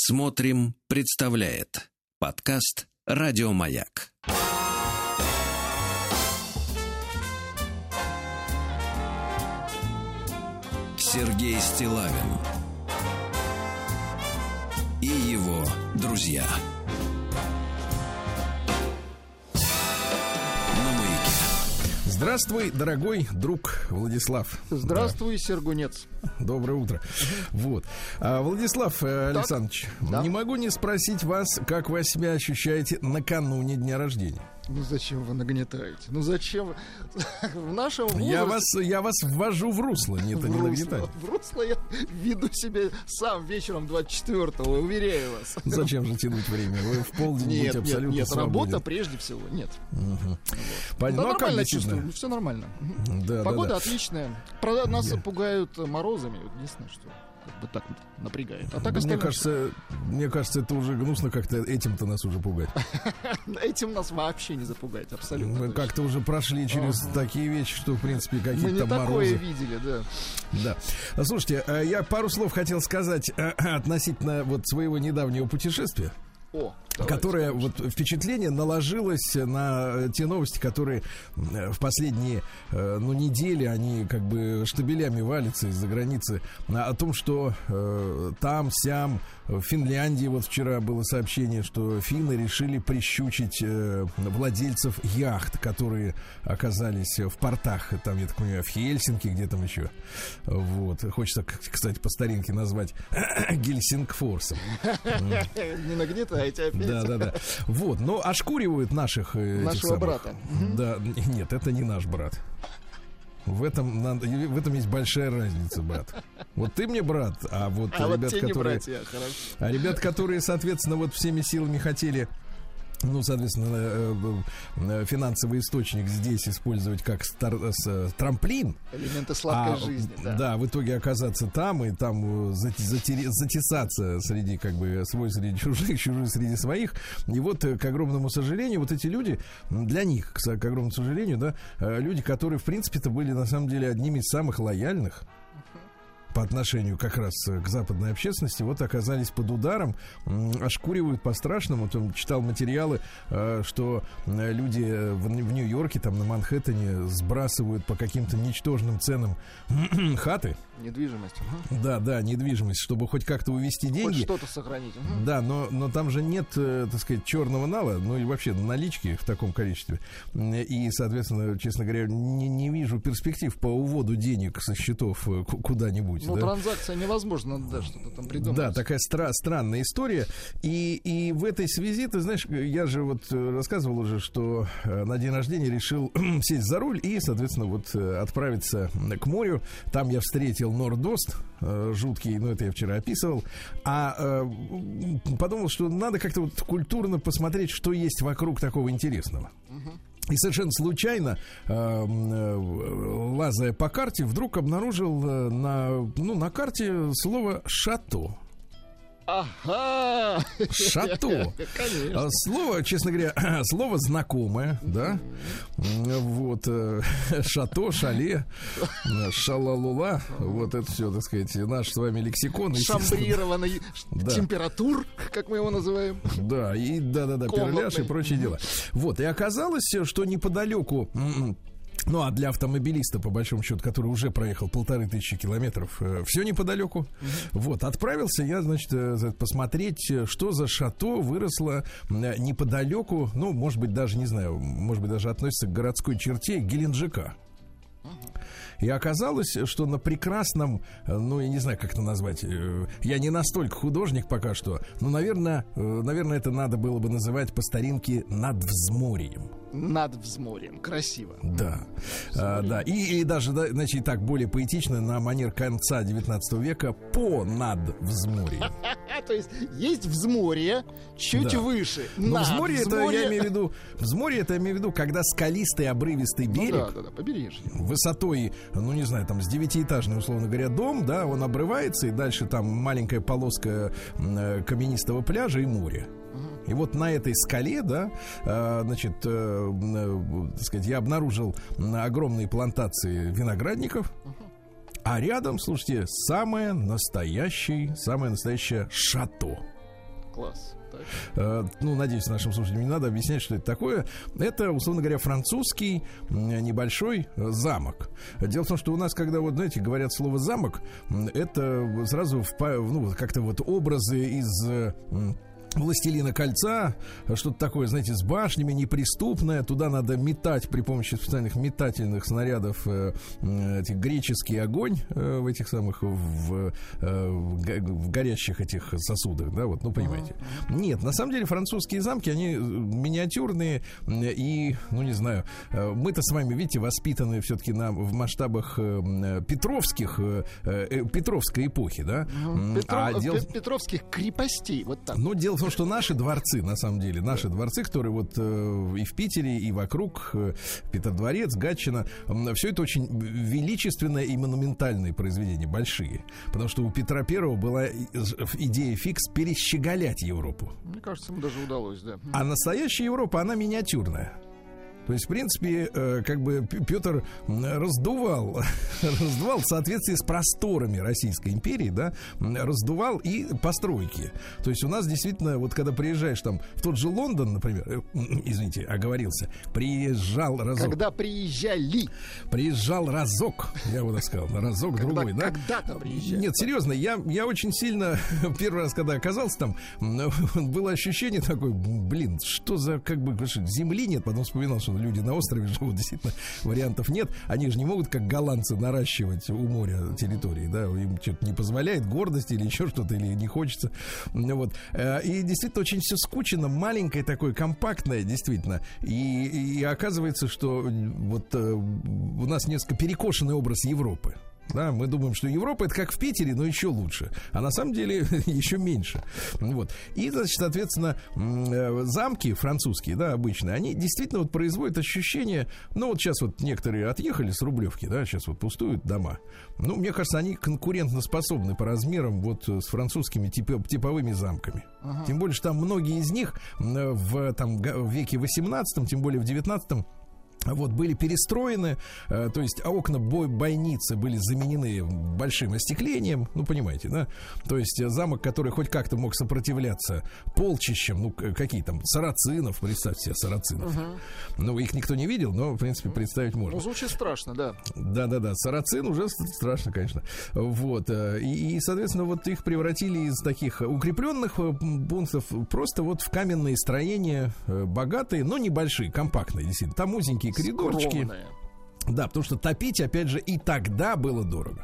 Смотрим, представляет подкаст «Радиомаяк». Сергей Стиллавин и его друзья. Здравствуй, дорогой друг Владислав. Здравствуй, Сергунец. Доброе утро. Вот. Владислав Александрович, да. Не могу не спросить вас, как вы себя ощущаете накануне дня рождения. Ну зачем вы нагнетаете? Ну зачем? В нашем возрасте... Я вас ввожу в русло, не нагнетать. В русло я веду себя сам вечером 24-го, уверяю вас. Зачем же тянуть время? Вы в полдень будете абсолютно Нет, свободен. работа прежде всего, нет. Угу. Вот. Да, нормально чувствую, все нормально. Да, погода да. отличная. Правда, нас пугают морозами. Единственное, что как бы так напрягает. А так мне кажется, это уже гнусно как-то этим-то нас уже пугать. Этим нас вообще не запугать, абсолютно. Мы как-то уже прошли через такие вещи, что, в принципе, какие-то морозы. Мы не такое видели, да. Да. Слушайте, я пару слов хотел сказать относительно вот своего недавнего путешествия. Которое вот впечатление наложилось на те новости, которые в последние недели, они как бы штабелями валятся из-за границы, о том, что там-сям в Финляндии вот вчера было сообщение, что финны решили прищучить владельцев яхт, которые оказались в портах, там, я так понимаю, в Хельсинки, где там еще. Вот. Хочется, кстати, по старинке назвать Гельсингфорсом. Не нагнетайте опять. Да. Вот, но ошкуривают нашего брата. Да, нет, это не наш брат. В этом есть большая разница, брат. Вот ты мне брат, а вот ребят, которые, соответственно, вот всеми силами хотели, соответственно, финансовый источник здесь использовать как трамплин. Элементы сладкой жизни, да. Да, в итоге оказаться там и там затесаться среди свой среди чужих, чужие среди своих. И вот, к огромному сожалению, вот эти люди, для них, к огромному сожалению, да, люди, которые, в принципе-то, были, на самом деле, одними из самых лояльных по отношению как раз к западной общественности, вот оказались под ударом, ошкуривают по-страшному. Вот читал материалы, что люди в Нью-Йорке, там на Манхэттене сбрасывают по каким-то ничтожным ценам хаты. Недвижимость. Да, недвижимость, чтобы хоть как-то увести деньги. Хоть что-то сохранить. Да, но там же нет, так сказать, черного нала, и вообще налички в таком количестве. И, соответственно, честно говоря, не вижу перспектив по уводу денег со счетов куда-нибудь. Транзакция невозможно, да, что-то там придумать. Да, такая странная история. И в этой связи, ты знаешь, я же вот рассказывал уже, что на день рождения решил сесть за руль и, соответственно, вот отправиться к морю. Там я встретил нордост жуткий, это я вчера описывал. Подумал, что надо как-то вот культурно посмотреть, что есть вокруг такого интересного. И совершенно случайно, лазая по карте, вдруг обнаружил на карте слово «шато». Ага! Шато. Конечно. Слово, честно говоря, слово знакомое, да? Вот, шато, шале, шалалула, вот это все, так сказать, наш с вами лексикон. Шамбрированный температур, как мы его называем. Да, перляж и прочие дела. Вот, и оказалось, что неподалеку... а для автомобилиста, по большому счету, который уже проехал 1500 километров, все неподалеку. Вот, отправился я, значит, посмотреть, что за шато выросло неподалеку, может быть, даже, не знаю, может быть, даже относится к городской черте Геленджика. И оказалось, что на прекрасном, я не знаю, как это назвать, я не настолько художник пока что, но, наверное, это надо было бы называть по старинке «над взморьем». Над взморьем. Красиво. Да. Да. И даже, значит, так более поэтично, на манер конца 19 века, по над взморьем. То есть взморье чуть выше. Но взморье это я имею в виду, когда скалистый обрывистый берег, побережье, высотой, не знаю, там с 9-этажный, условно говоря, дом, да, он обрывается, и дальше там маленькая полоска каменистого пляжа и море. И вот на этой скале, да, значит, так сказать, я обнаружил огромные плантации виноградников. А рядом, слушайте, самое настоящее шато. Класс. Ну, надеюсь, нашим слушателям не надо объяснять, что это такое. Это, условно говоря, французский небольшой замок. Дело в том, что у нас, когда, вот, знаете, говорят слово «замок», это сразу как-то вот образы из... «Властелина кольца», что-то такое, знаете, с башнями, неприступное. Туда надо метать при помощи специальных метательных снарядов греческий огонь в этих самых в горящих этих сосудах, да, вот, ну, понимаете. Нет, на самом деле французские замки, они миниатюрные и, ну, не знаю, мы-то с вами, видите, воспитаны все-таки в масштабах Петровской эпохи, да. Петровских крепостей, вот так. Ну, дело в том, что наши дворцы, на самом деле, которые вот и в Питере, и вокруг, Петродворец, Гатчина, все это очень величественное и монументальные произведения, большие. Потому что у Петра Первого была идея фикс перещеголять Европу. Мне кажется, ему даже удалось, да. А настоящая Европа, она миниатюрная. То есть, в принципе, как бы Петр раздувал в соответствии с просторами Российской империи, да, раздувал и постройки. То есть у нас действительно, вот когда приезжаешь там в тот же Лондон, например, извините, оговорился, приезжал разок. Когда приезжали. Приезжал разок, я бы так сказал, разок другой, да? Когда-то приезжали. Нет, серьезно, я очень сильно, первый раз, когда оказался там, было ощущение такое, блин, что за, как бы, земли нет, потом вспоминал, что люди на острове живут, действительно, вариантов нет. Они же не могут, как голландцы, наращивать у моря территории, да, им что-то не позволяет, гордость или еще что-то, или не хочется. Вот. И действительно очень все скучно, маленькое такое, компактное, действительно. И оказывается, что вот у нас несколько перекошенный образ Европы. Да, мы думаем, что Европа — это как в Питере, но еще лучше. А на самом деле еще меньше. Вот. И, значит, соответственно, замки французские, да, обычные, они действительно вот производят ощущение... Ну, вот сейчас вот некоторые отъехали с Рублевки, да, сейчас вот пустуют дома. Ну, мне кажется, они конкурентоспособны по размерам вот с французскими типовыми замками. Ага. Тем более, что там многие из них в веке 18, тем более в 19 вот, были перестроены, то есть окна бойницы были заменены большим остеклением, ну, понимаете, да? То есть замок, который хоть как-то мог сопротивляться полчищам, ну, какие там, сарацинов, представьте себе, сарацинов. Ну, их никто не видел, но, в принципе, представить можно. Ну, звучит страшно, да. Да-да-да, сарацин уже страшно, конечно. Вот, и, соответственно, вот их превратили из таких укрепленных пунктов просто вот в каменные строения, богатые, но небольшие, компактные, действительно. Там узенькие коридорчики. Скромная. Да, потому что топить, опять же, и тогда было дорого.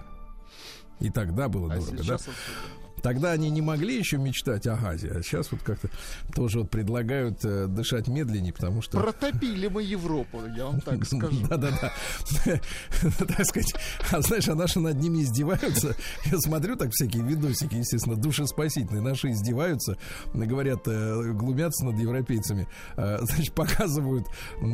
И тогда было дорого, да? Тогда они не могли еще мечтать о газе, а сейчас вот как-то тоже вот предлагают дышать медленнее, потому что... Протопили мы Европу, я вам так скажу. Да-да-да. Так сказать, а знаешь, а наши над ними издеваются. Я смотрю так всякие видосики, естественно, душеспасительные. Наши издеваются, говорят, глумятся над европейцами. Значит, показывают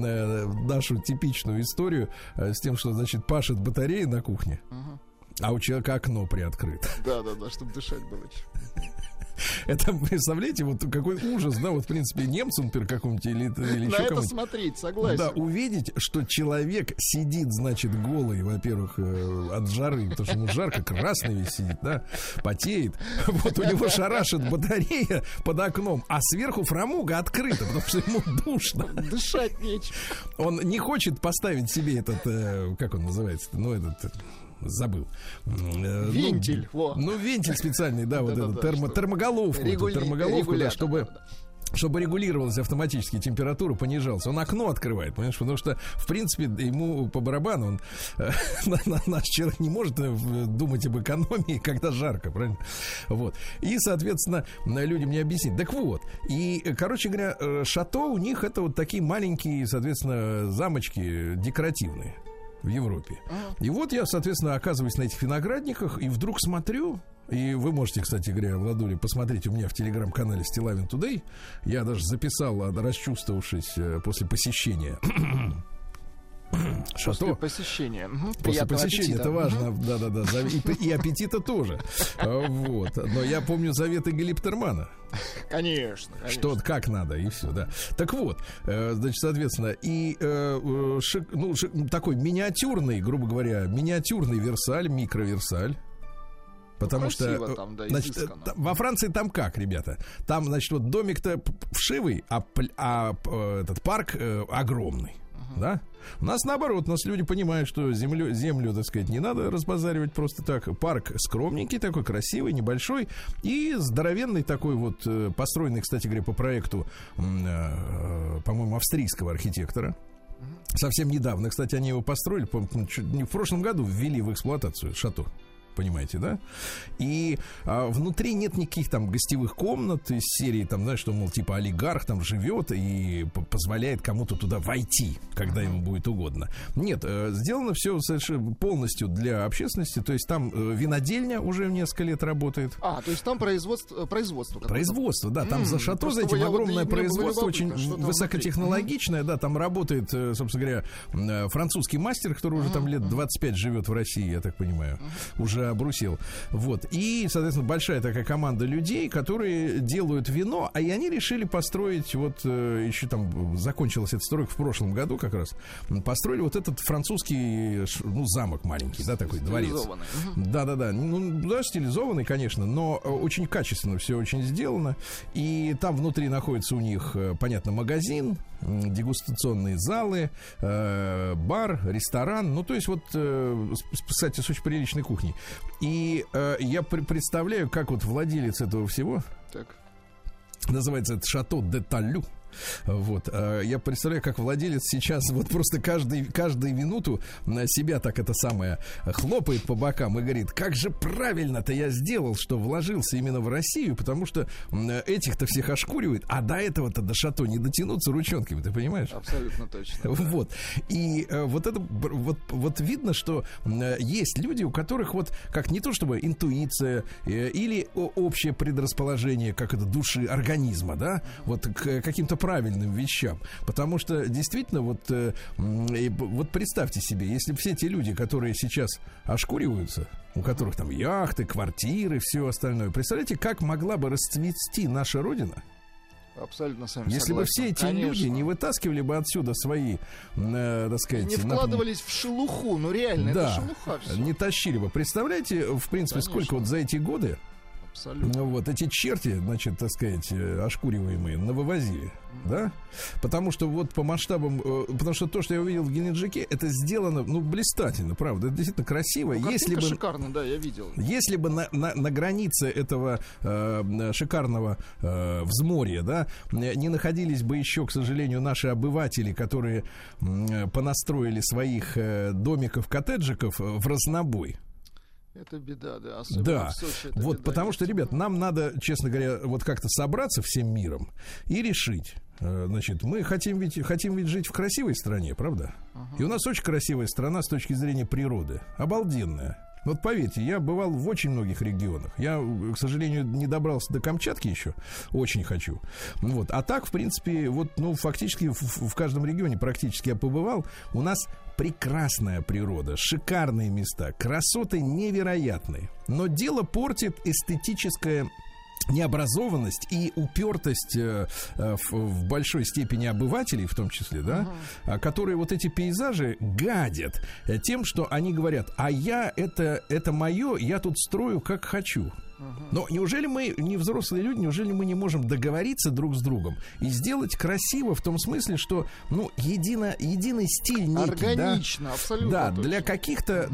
нашу типичную историю с тем, что, значит, пашет батарея на кухне. А у человека окно приоткрыто. Да-да-да, чтобы дышать было еще. Это, представляете, вот какой ужас, да, вот, в принципе, немцу, например, какому-нибудь или еще кому-нибудь. На это смотреть, согласен. Да, увидеть, что человек сидит, значит, голый, во-первых, от жары, потому что ему жарко, красный весь сидит, да, потеет. Вот у него шарашит батарея под окном, а сверху фрамуга открыта, потому что ему душно. Дышать нечем. Он не хочет поставить себе этот, как он называется, ну, этот... Забыл. Вентиль. Ну, вентиль специальный, да, вот этот термоголовку, да, чтобы регулировалась автоматически температура, понижалась. Он окно открывает, понимаешь, потому что, в принципе, ему по барабану, наш человек не может думать об экономии, когда жарко, правильно? Вот. И, соответственно, людям не объяснить. Так вот, и, короче говоря, шато у них это вот такие маленькие, соответственно, замочки декоративные в Европе. И вот я, соответственно, оказываюсь на этих виноградниках, и вдруг смотрю, и вы можете, кстати говоря, Владуля, посмотреть у меня в телеграм-канале Стилавин Today. Я даже записал, расчувствовавшись после посещения шато. После посещения. После посещения, это важно. Да-да-да. И аппетита тоже. Вот. Но я помню заветы Галиптермана. Конечно. Что, как надо, и все, да. Так вот, значит, соответственно, и такой миниатюрный, грубо говоря, миниатюрный Версаль, микроверсаль. Потому красиво что, там, да, значит, во Франции там как, ребята? Там, значит, вот домик-то вшивый, а этот парк огромный. Да? У нас наоборот, у нас люди понимают, что землю, так сказать, не надо разбазаривать просто так. Парк скромненький такой, красивый, небольшой и здоровенный такой вот, построенный, кстати говоря, по проекту, по-моему, австрийского архитектора. Совсем недавно, кстати, они его построили, в прошлом году ввели в эксплуатацию шато. Понимаете, да? И внутри нет никаких там гостевых комнат из серии, там, знаешь, что, мол, типа олигарх там живет и позволяет кому-то туда войти, когда ему будет угодно. Нет, сделано все совершенно полностью для общественности. То есть там винодельня уже несколько лет работает. То есть там производство. Производство, да. Там за шато, за этим огромное производство, очень высокотехнологичное. Да, там работает, собственно говоря, французский мастер, который уже там лет 25 живет в России, я так понимаю. Уже обрусил. Вот. И, соответственно, большая такая команда людей, которые делают вино, и они решили построить, вот еще там закончилась эта стройка в прошлом году как раз, построили вот этот французский, замок маленький, да, такой дворец. Да-да-да. Да, стилизованный, конечно, но очень качественно все очень сделано. И там внутри находится у них, понятно, магазин, дегустационные залы, бар, ресторан. Ну, то есть вот, кстати, с очень приличной кухней. И я представляю, как вот владелец этого всего, называется это Шато де Таллю. Вот. Я представляю, как владелец сейчас вот просто каждую минуту на себя так это самое хлопает по бокам и говорит, как же правильно-то я сделал, что вложился именно в Россию, потому что этих-то всех ошкуривает, а до этого-то до шато не дотянуться ручонками, ты понимаешь? Абсолютно точно. Да. Вот. И вот это вот видно, что есть люди, у которых вот как не то чтобы интуиция или общее предрасположение, как это, души, организма, да, вот к каким-то правильным вещам. Потому что действительно вот представьте себе, если все те люди, которые сейчас ошкуриваются, у которых там яхты, квартиры, все остальное, представляете, как могла бы расцвести наша Родина? Абсолютно с вами Если согласен. бы все эти люди не вытаскивали бы отсюда свои, так сказать... Не вкладывались в шелуху, реально, да, это шелуха все. Не тащили бы. Представляете, в принципе, сколько вот за эти годы вот эти черти, значит, так сказать, ошкуриваемые навывозили, да? Потому что вот по масштабам, потому что то, что я увидел в Геленджике, это сделано, блистательно, правда, это действительно красиво. Если бы шикарно, да, я видел. Если бы на границе этого шикарного взморья, да, не находились бы еще, к сожалению, наши обыватели, которые понастроили своих домиков, коттеджиков в разнобой. Это беда, да. Особенно да, в Сочи, вот беда, потому что, ребят, нам надо, честно говоря, вот как-то собраться всем миром и решить. Значит, мы хотим ведь жить в красивой стране, правда? И у нас очень красивая страна с точки зрения природы. Обалденная. Вот поверьте, я бывал в очень многих регионах. Я, к сожалению, не добрался до Камчатки еще. Очень хочу. Вот. А так, в принципе, вот, фактически в каждом регионе практически я побывал. У нас прекрасная природа, шикарные места, красоты невероятные. Но дело портит эстетическое необразованность и упертость в большой степени обывателей, в том числе, да, которые вот эти пейзажи гадят тем, что они говорят, а это мое, я тут строю как хочу. Но неужели мы, не взрослые люди, неужели мы не можем договориться друг с другом и сделать красиво в том смысле, что, единый стиль некий, органично, да? Абсолютно. Да, точно. Для каких-то,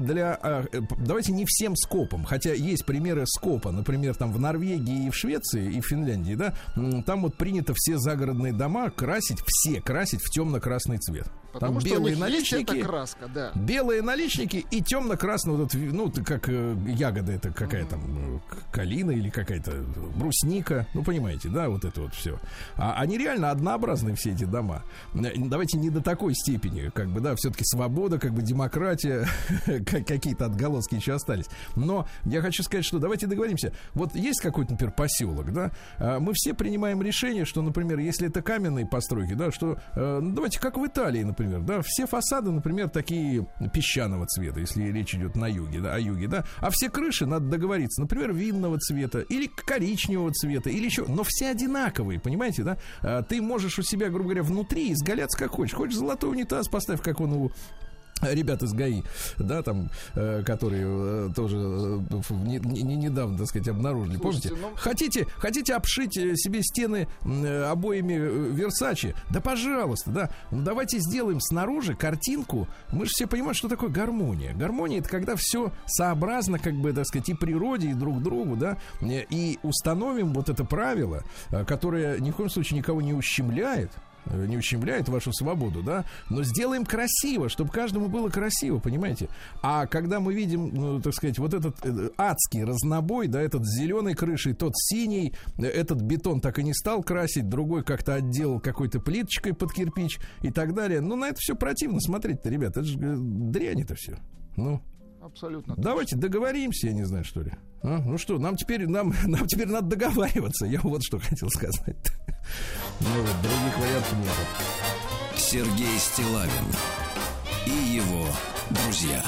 давайте не всем скопом, хотя есть примеры скопа, например, там в Норвегии и в Швеции, и в Финляндии, да, там вот принято все загородные дома красить в темно-красный цвет. Потому там что белые у них наличники, есть эта краска, да. Белые наличники и темно-красный, как ягода, это какая там калина или какая-то брусника, понимаете, да, вот это вот все. Они реально однообразные, все эти дома. Давайте не до такой степени, все-таки свобода, демократия, какие-то отголоски еще остались. Но я хочу сказать, что давайте договоримся. Вот есть какой-то, например, поселок, да, мы все принимаем решение, что, например, если это каменные постройки, да, что давайте как в Италии, например, да, все фасады, например, такие песчаного цвета, если речь идет о юге, да, а все крыши надо договориться, например, винного цвета или коричневого цвета, или еще, но все одинаковые, понимаете, да? Ты можешь у себя, грубо говоря, внутри изгаляться как хочешь. Хочешь золотой унитаз, поставь, как он ребят из ГАИ, да, там, которые тоже недавно, так сказать, обнаружили. Слушайте, помните? Хотите обшить себе стены обоями Versace? Да, пожалуйста, да. Ну, давайте сделаем снаружи картинку. Мы же все понимаем, что такое гармония. Гармония — это когда все сообразно, как бы, так сказать, и природе, и друг другу, да. И установим вот это правило, которое ни в коем случае никого не ущемляет вашу свободу, да, но сделаем красиво, чтобы каждому было красиво, понимаете? А когда мы видим, ну, так сказать, вот этот адский разнобой, да, этот с зеленой крышей, тот синий, этот бетон так и не стал красить, другой как-то отделал какой-то плиточкой под кирпич и так далее. Ну, на это все противно смотреть-то, ребята, это же дрянь это все. Ну, абсолютно. Давайте договоримся, я не знаю, что ли. А? Ну что, нам теперь надо договариваться. Я вот что хотел сказать. Ну вот, других вариантов нет. Сергей Стиллавин и его друзья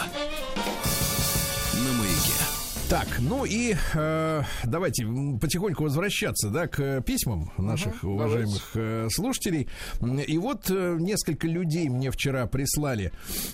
на Маяке. Так, ну и давайте потихоньку возвращаться, да, к письмам наших уважаемых слушателей. И вот несколько людей мне вчера прислали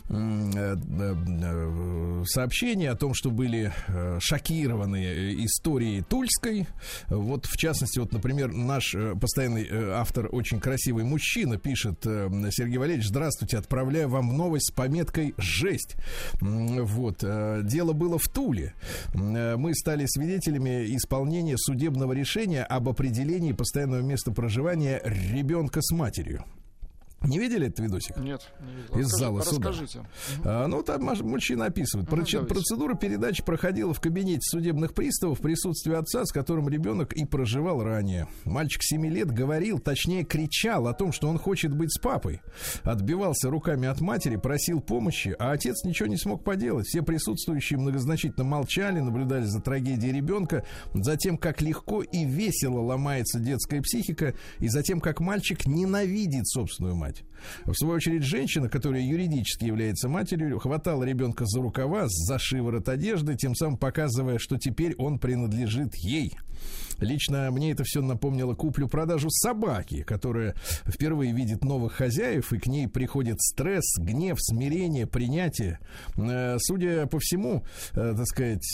сообщение о том, что были шокированы историей Тульской. Вот, в частности, вот, например, наш постоянный автор, очень красивый мужчина, пишет: Сергей Валерьевич, здравствуйте, отправляю вам новость с пометкой «Жесть». Вот, дело было в Туле. Мы стали свидетелями исполнения судебного решения об определении постоянного места проживания ребенка с матерью. Не видели этот видосик? Нет, не видел. Из зала суда. Расскажите. Ну, там мужчина описывает. Процедура передачи проходила в кабинете судебных приставов в присутствии отца, с которым ребенок и проживал ранее. Мальчик 7 лет говорил, точнее кричал о том, что он хочет быть с папой. Отбивался руками от матери, просил помощи, а отец ничего не смог поделать. Все присутствующие многозначительно молчали, наблюдали за трагедией ребенка, за тем, как легко и весело ломается детская психика, и за тем, как мальчик ненавидит собственную мать. В свою очередь, женщина, которая юридически является матерью, хватала ребенка за рукава, за шиворот одежды, тем самым показывая, что теперь он принадлежит ей. Лично мне это все напомнило куплю-продажу собаки, которая впервые видит новых хозяев, и к ней приходит стресс, гнев, смирение, принятие. Судя по всему, так сказать,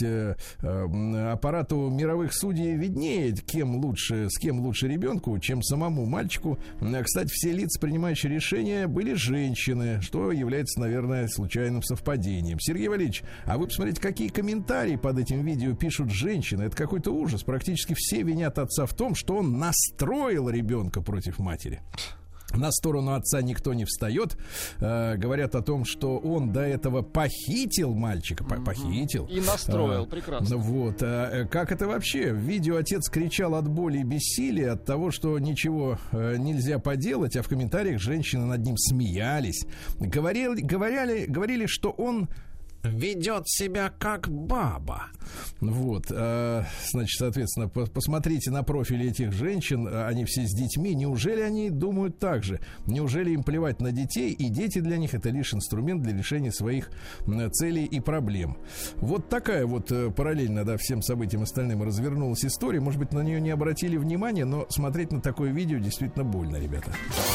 аппарату мировых судей виднее, с кем лучше ребенку, чем самому мальчику. Кстати, все лица, принимающие решения, были женщины, что является, наверное, случайным совпадением. Сергей Валерьевич, а вы посмотрите, какие комментарии под этим видео пишут женщины. Это какой-то ужас. Практически все винят отца в том, что он настроил ребенка против матери. На сторону отца никто не встает. Говорят о том, что он до этого похитил мальчика. Похитил. И настроил, прекрасно. Вот. Как это вообще? В видео отец кричал от боли и бессилия, от того, что ничего нельзя поделать, а в комментариях женщины над ним смеялись. Говорили, что он ведет себя как баба. Вот. Значит, соответственно, посмотрите на профили этих женщин. Они все с детьми. Неужели они думают так же? Неужели им плевать на детей? И дети для них — это лишь инструмент для решения своих целей и проблем. Вот такая вот параллельно, да, всем событиям остальным развернулась история. Может быть, на нее не обратили внимания, но смотреть на такое видео действительно больно, ребята.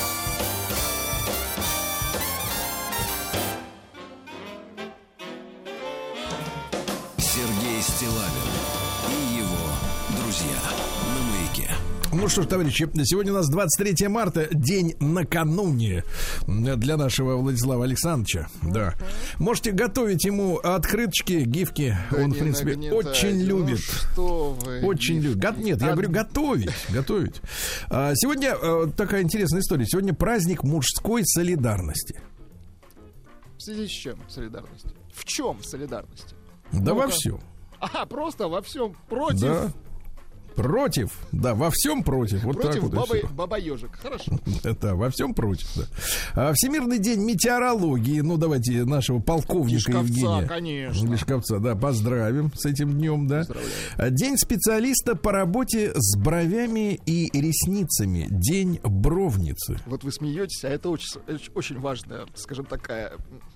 Стиллавин и его друзья на Маяке. Ну что ж, товарищи, сегодня у нас 23 марта, день накануне для нашего Владислава Александровича. Да. Можете готовить ему открыточки, гифки. Да, он, в принципе, очень любит. Что вы? Очень любит. Нет, я говорю, готовить. Сегодня такая интересная история. Сегодня праздник мужской солидарности. В связи с чем солидарность? В чем солидарность? Да во всем. Просто во всем против. Да. Против, да, во всем против. Вот против так вот баба-ежик, хорошо. Это во всем против, да. Всемирный день метеорологии. Ну, давайте нашего полковника Евгения. Конечно. Лешковца, да, поздравим с этим днем, да. День специалиста по работе с бровями и ресницами. День бровницы. Вот вы смеетесь, а это очень важная, скажем, такая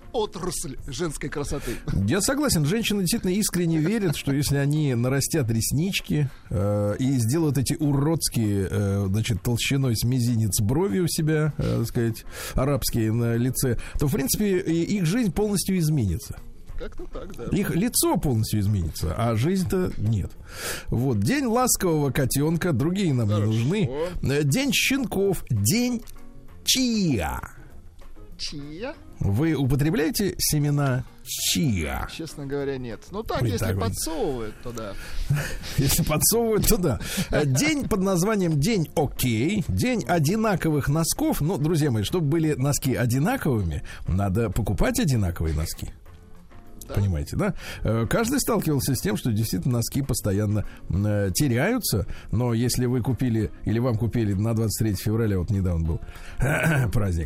отрасль женской красоты. Я согласен, женщины действительно искренне верят, что если они нарастят реснички и сделают эти уродские, значит, толщиной с мизинец брови у себя, так сказать, арабские на лице, то, в принципе, их жизнь полностью изменится. Как-то так, да. Их лицо полностью изменится, а жизнь-то нет. Вот, день ласкового котенка, другие нам не нужны. День щенков, день чиа. Чиа? Вы употребляете семена чиа? Честно говоря, нет. Ну так, Ой, если так подсовывают, то да. Если подсовывают, то да. День под названием День Окей. День одинаковых носков. Ну, друзья мои, чтобы были носки одинаковыми, надо покупать одинаковые носки. Понимаете, да? Каждый сталкивался с тем, что действительно носки постоянно теряются. Но если вы купили, или вам купили на 23 февраля, вот недавно был праздник,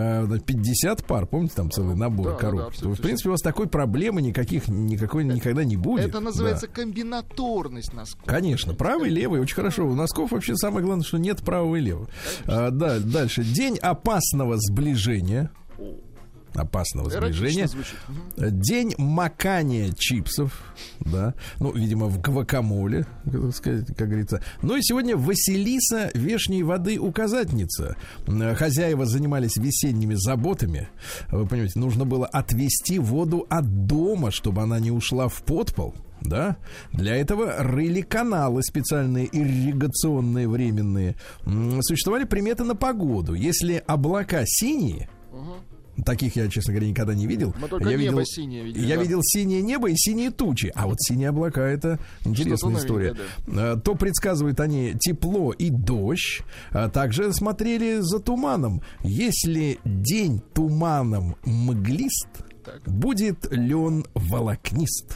50 пар, помните, там целый набор коробок, то, в принципе, у вас такой проблемы никакой никогда не будет. Это называется комбинаторность носков. Конечно, правый и левый, очень хорошо. У носков вообще самое главное, что нет правого и левого. Да, дальше. День опасного сближения. Опасного сближения. День макания чипсов, да, ну, видимо, в гвакамоле, как сказать, как говорится. Ну и сегодня Василиса вешней воды указательница. Хозяева занимались весенними заботами. Вы понимаете, нужно было отвести воду от дома, чтобы она не ушла в подпол. Да? Для этого рыли каналы специальные, ирригационные, временные. Существовали приметы на погоду. Если облака синие, таких я, честно говоря, никогда не видел. Я видел синее видели. Я видел синее небо и синие тучи. А вот синие облака — это интересная история. Да. То предсказывают они тепло и дождь. Также смотрели за туманом. Если день туманом мглист, будет лен волокнист.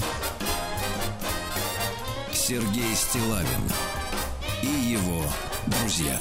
Сергей Стиллавин и его друзья.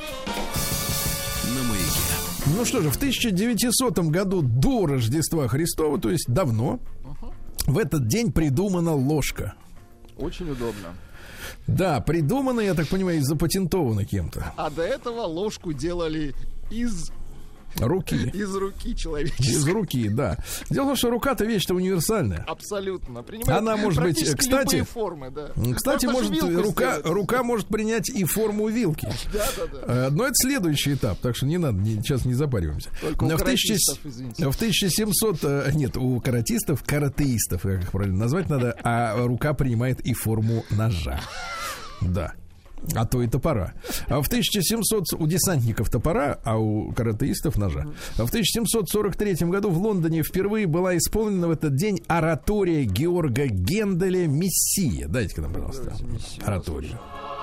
Ну что же, в 1900 году до Рождества Христова, то есть давно, в этот день придумана ложка. Очень удобно. Да, придумана, я так понимаю, и запатентована кем-то. А до этого ложку делали из... руки. Из руки человеческой. Из руки, да. Дело в том, что рука-то вещь-то универсальная. Абсолютно. Принимает она может быть, кстати, формы, да. Кстати, может, рука может принять и форму вилки. Да. Но это следующий этап, так что не надо, сейчас не запариваемся. Только у каратистов, извините. В 1700... Нет, у каратеистов, как их правильно назвать надо, а рука принимает и форму ножа. Да. А то и топора. А в 1700 у десантников топора, а у каратеистов ножа. А в 1743 году в Лондоне впервые была исполнена в этот день оратория Георга Генделя «Мессия». Дайте-ка нам, пожалуйста, ораторию.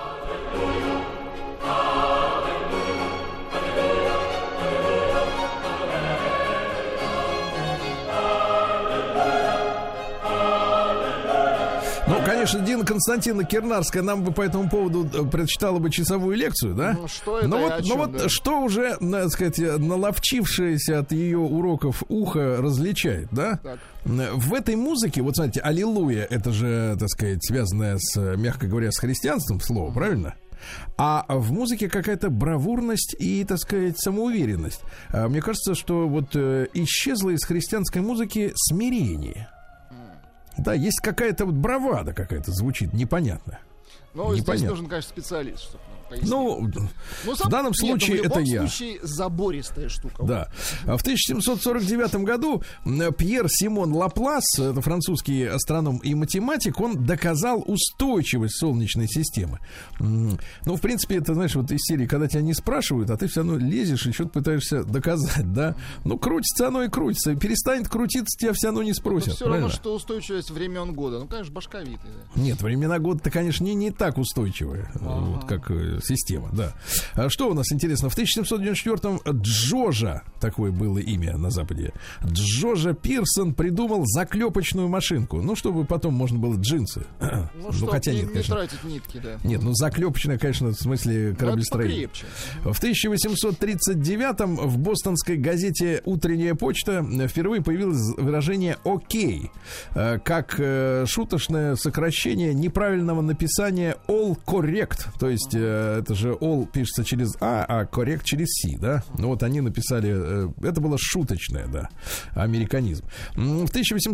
Ну, конечно, Дина Константиновна Кирнарская нам бы по этому поводу прочитала бы часовую лекцию, да? Ну, что это? Что уже, так сказать, наловчившееся от ее уроков ухо различает, да? Так. В этой музыке, вот смотрите, аллилуйя, это же, так сказать, связанное с, мягко говоря, с христианством слово, правильно? А в музыке какая-то бравурность и, так сказать, самоуверенность. Мне кажется, что вот исчезло из христианской музыки смирение. Да, есть какая-то вот бравада какая-то звучит, непонятная. Ну, здесь нужен, конечно, специалист, чтобы пояснить. Ну, в данном случае это я. В любом случае забористая штука. Да. В 1749 году Пьер Симон Лаплас, это французский астроном и математик, он доказал устойчивость Солнечной системы. Ну, в принципе, это, знаешь, вот из серии, когда тебя не спрашивают, а ты все равно лезешь и что-то пытаешься доказать, да? Ну, крутится оно и крутится. Перестанет крутиться, тебя все равно не спросят. Это все равно, что устойчивость времен года. Ну, конечно, башковитый. Да? Нет, времена года-то, конечно, не так устойчивые, вот как система, да. А что у нас интересно? В 1794-м Джожа, такое было имя на Западе, Джожа Пирсон придумал заклепочную машинку. Ну, чтобы потом можно было джинсы. Ну, хотя нет, конечно. Не тратить нитки, да. Нет, ну заклепочная, конечно, в смысле кораблестроения. В 1839-м в бостонской газете «Утренняя почта» впервые появилось выражение «окей», как шуточное сокращение неправильного написания all correct, то есть это же all пишется через а correct через C, да? Ну вот они написали, это было шуточное, да, американизм. В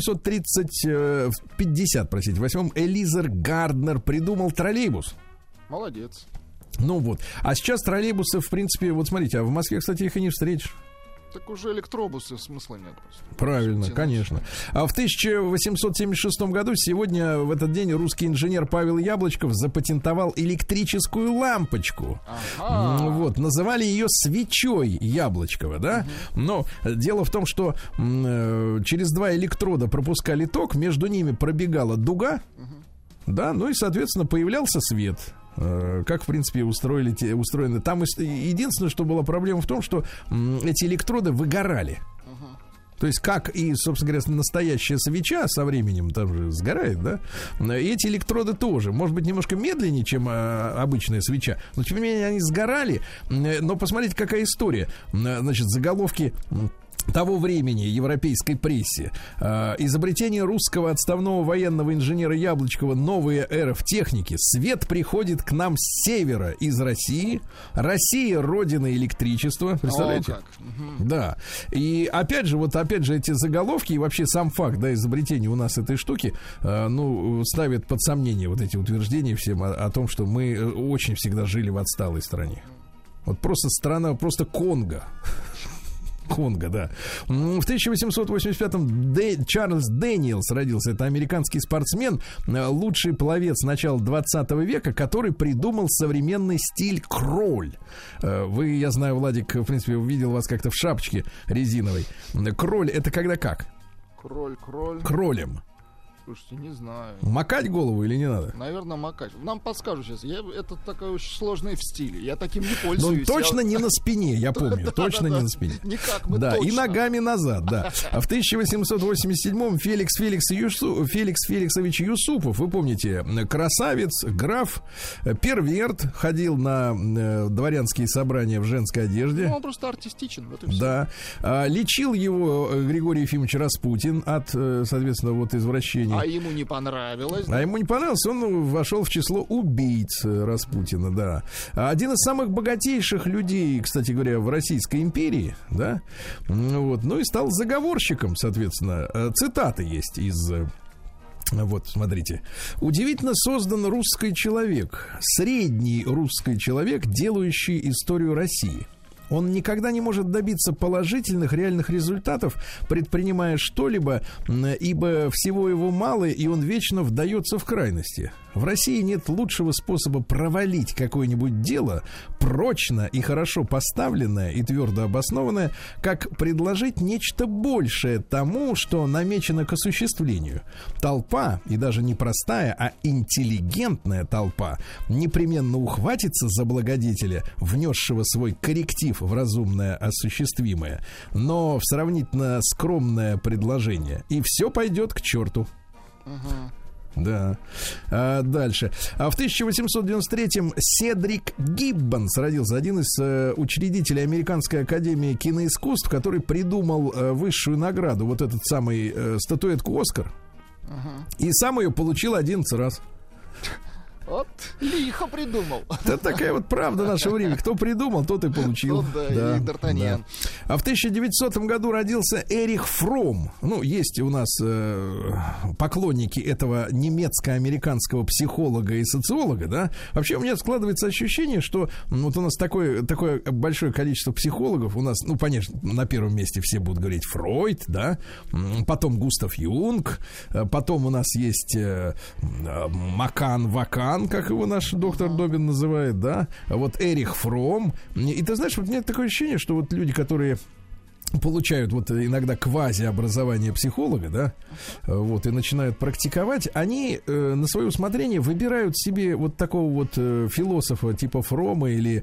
1858 Элизер Гарднер придумал троллейбус. Молодец. Ну вот. А сейчас троллейбусы, в принципе, вот смотрите, а в Москве, кстати, их и не встретишь. Так уже электробусы смысла нет просто. Правильно, конечно. А в 1876 году, сегодня, в этот день, русский инженер Павел Яблочков запатентовал электрическую лампочку. Ага. Вот, называли ее свечой Яблочкова, да? Но дело в том, что через два электрода пропускали ток, между ними пробегала дуга, да, ну и, соответственно, появлялся свет. Как, в принципе, устроены. Там единственное, что была проблема в том, что эти электроды выгорали. То есть, как и, собственно говоря, настоящая свеча со временем там же сгорает, да? И эти электроды тоже. Может быть, немножко медленнее, чем обычная свеча. Но, тем не менее, они сгорали. Но посмотрите, какая история. Значит, заголовки того времени европейской прессе. Изобретение русского отставного военного инженера Яблочкова «Новая эра в технике». Свет приходит к нам с севера из России. Россия — родина электричества. Представляете? Да. И опять же эти заголовки и вообще сам факт, да, изобретения у нас этой штуки, ставит под сомнение вот эти утверждения всем о том, что мы очень всегда жили в отсталой стране. Вот просто страна, просто Конго. Конго, да. В 1885-м Чарльз Дэниелс родился. Это американский спортсмен, лучший пловец начала 20 века, который придумал современный стиль кроль. Вы, я знаю, Владик, в принципе, увидел вас как-то в шапочке резиновой. Кроль — это когда как? Кроль. Кролем. Слушайте, не знаю. Макать голову или не надо? Наверное, макать. Нам подскажут сейчас. Это такое очень сложное в стиле. Я таким не пользуюсь. Но точно не на спине, я помню. Точно не на спине. Никак, мы да, точно. И ногами назад, да. А в 1887-м Феликс Феликсович Юсупов, вы помните, красавец, граф, перверт, ходил на дворянские собрания в женской одежде. Ну, он просто артистичен. Вот и все. Да. Лечил его Григорий Ефимович Распутин от, соответственно, вот извращений. А ему не понравилось. А ему не понравилось, он вошел в число убийц Распутина, да. Один из самых богатейших людей, кстати говоря, в Российской империи, да. Вот. Ну и стал заговорщиком, соответственно. Цитаты есть из... Вот, смотрите. Удивительно создан русский человек. Средний русский человек, делающий историю России. Он никогда не может добиться положительных, реальных результатов, предпринимая что-либо, ибо всего его мало, и он вечно вдается в крайности. В России нет лучшего способа провалить какое-нибудь дело, прочно и хорошо поставленное и твердо обоснованное, как предложить нечто большее тому, что намечено к осуществлению. Толпа, и даже не простая, а интеллигентная толпа, непременно ухватится за благодетеля, внесшего свой корректив в разумное осуществимое, но в сравнительно скромное предложение, и все пойдет к черту. Да. Дальше. В 1893-м Седрик Гиббонс родился, один из учредителей Американской академии киноискусств, который придумал высшую награду, вот этот самый статуэтку «Оскар». И сам ее получил 11 раз. Вот лихо придумал. Это такая вот правда нашего времени. Кто придумал, тот и получил. Да, и Д'Артаньян. Да. А в 1900 году родился Эрих Фромм. Ну, есть у нас поклонники этого немецко-американского психолога и социолога, да. Вообще у меня складывается ощущение, что вот у нас такое большое количество психологов. У нас, ну, понятно, на первом месте все будут говорить Фройд, да. Потом Густав Юнг. Потом у нас есть Вакан, как его наш доктор Добин называет, да, вот Эрих Фромм. И ты знаешь, вот у меня такое ощущение, что вот люди, которые получают вот иногда квазиобразование психолога, да, вот, и начинают практиковать, они на свое усмотрение выбирают себе вот такого вот философа типа Фромма или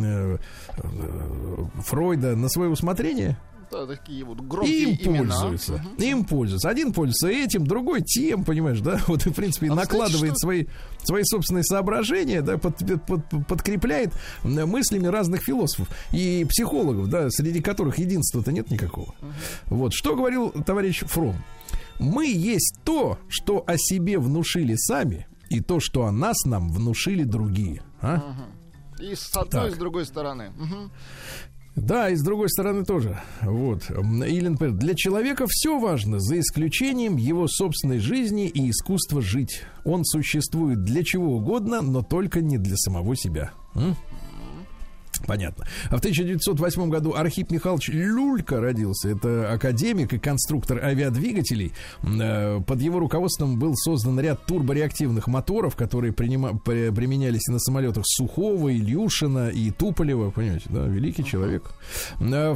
Фройда на свое усмотрение. Да, такие вот громкие пользуются. Им пользуются. Один пользуется этим, другой тем, понимаешь, да? Вот, в принципе, накладывает свои собственные соображения, да, подкрепляет мыслями разных философов и психологов, да, среди которых единства-то нет никакого. Вот. Что говорил товарищ Фромм? Мы есть то, что о себе внушили сами, и то, что о нас нам внушили другие. И с одной, и с другой стороны. Угу. Да, и с другой стороны тоже. Вот. Илин говорит, для человека все важно, за исключением его собственной жизни и искусства жить. Он существует для чего угодно, но только не для самого себя. Понятно. А в 1908 году Архип Михайлович Люлька родился. Это академик и конструктор авиадвигателей. Под его руководством был создан ряд турбореактивных моторов, которые применялись и на самолетах Сухого, Ильюшина и Туполева. Понимаете, да, великий человек. В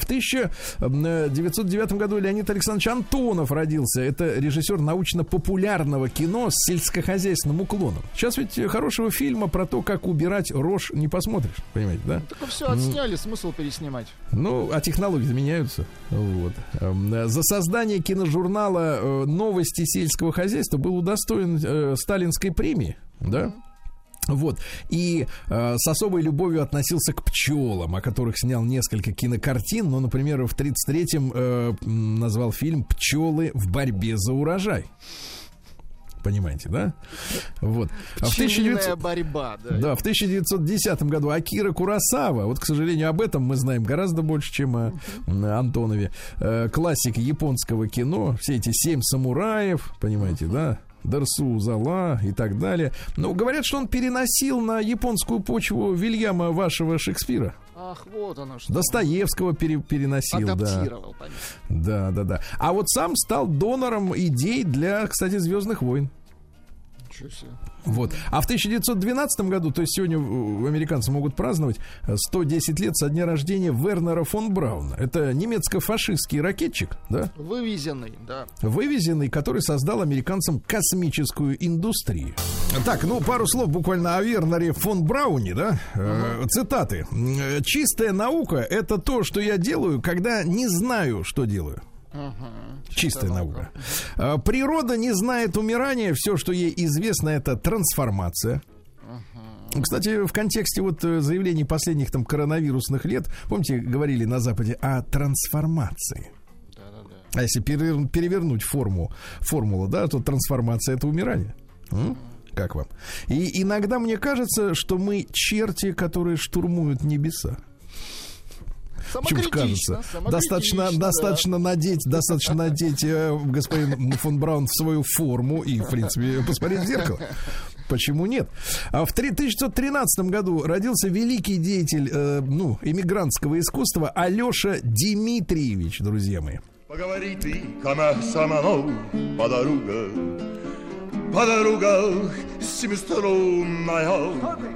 1909 году Леонид Александрович Антонов родился. Это режиссер научно-популярного кино с сельскохозяйственным уклоном. Сейчас ведь хорошего фильма про то, как убирать рожь, не посмотришь. Понимаете, да? Все отсняли, смысл переснимать. Ну, а технологии меняются. Вот. За создание киножурнала «Новости сельского хозяйства» был удостоен Сталинской премии, да? Вот. И с особой любовью относился к пчелам, о которых снял несколько кинокартин. Ну, например, в 1933-м назвал фильм «Пчелы в борьбе за урожай». Понимаете, да? Вот. Пчелиная борьба, да. Да, в 1910 году Акира Куросава, вот, к сожалению, об этом мы знаем гораздо больше, чем о Антонове. Классик японского кино, все эти 7 самураев, понимаете, да? Дерсу Зала и так далее. Но говорят, что он переносил на японскую почву Вильяма вашего Шекспира. Ах, вот оно что. Достоевского переносил. Адаптировал, да. Понятно. Да. А вот сам стал донором идей для, кстати, «Звездных войн». Ничего себе. Вот. А в 1912 году, то есть сегодня американцы могут праздновать 110 лет со дня рождения Вернера фон Брауна. Это немецко-фашистский ракетчик, да? Вывезенный, да. Вывезенный, который создал американцам космическую индустрию. Так, ну, пару слов буквально о Вернере фон Брауне, да? Цитаты. «Чистая наука — это то, что я делаю, когда не знаю, что делаю». Чистая наука. Природа не знает умирания. Все, что ей известно, это трансформация. Кстати, в контексте вот заявлений последних там коронавирусных лет, помните, говорили на Западе о трансформации. А если перевернуть формулу, да, то трансформация — это умирание. Как вам? И иногда мне кажется, что мы черти, которые штурмуют небеса. Почему же кажется? Достаточно надеть господин фон Браун в свою форму и, в принципе, посмотреть в зеркало. Почему нет? А в 1913 году родился великий деятель, эмигрантского искусства Алеша Дмитриевич, друзья мои. Поговори ты со мной, подруга семиструнная.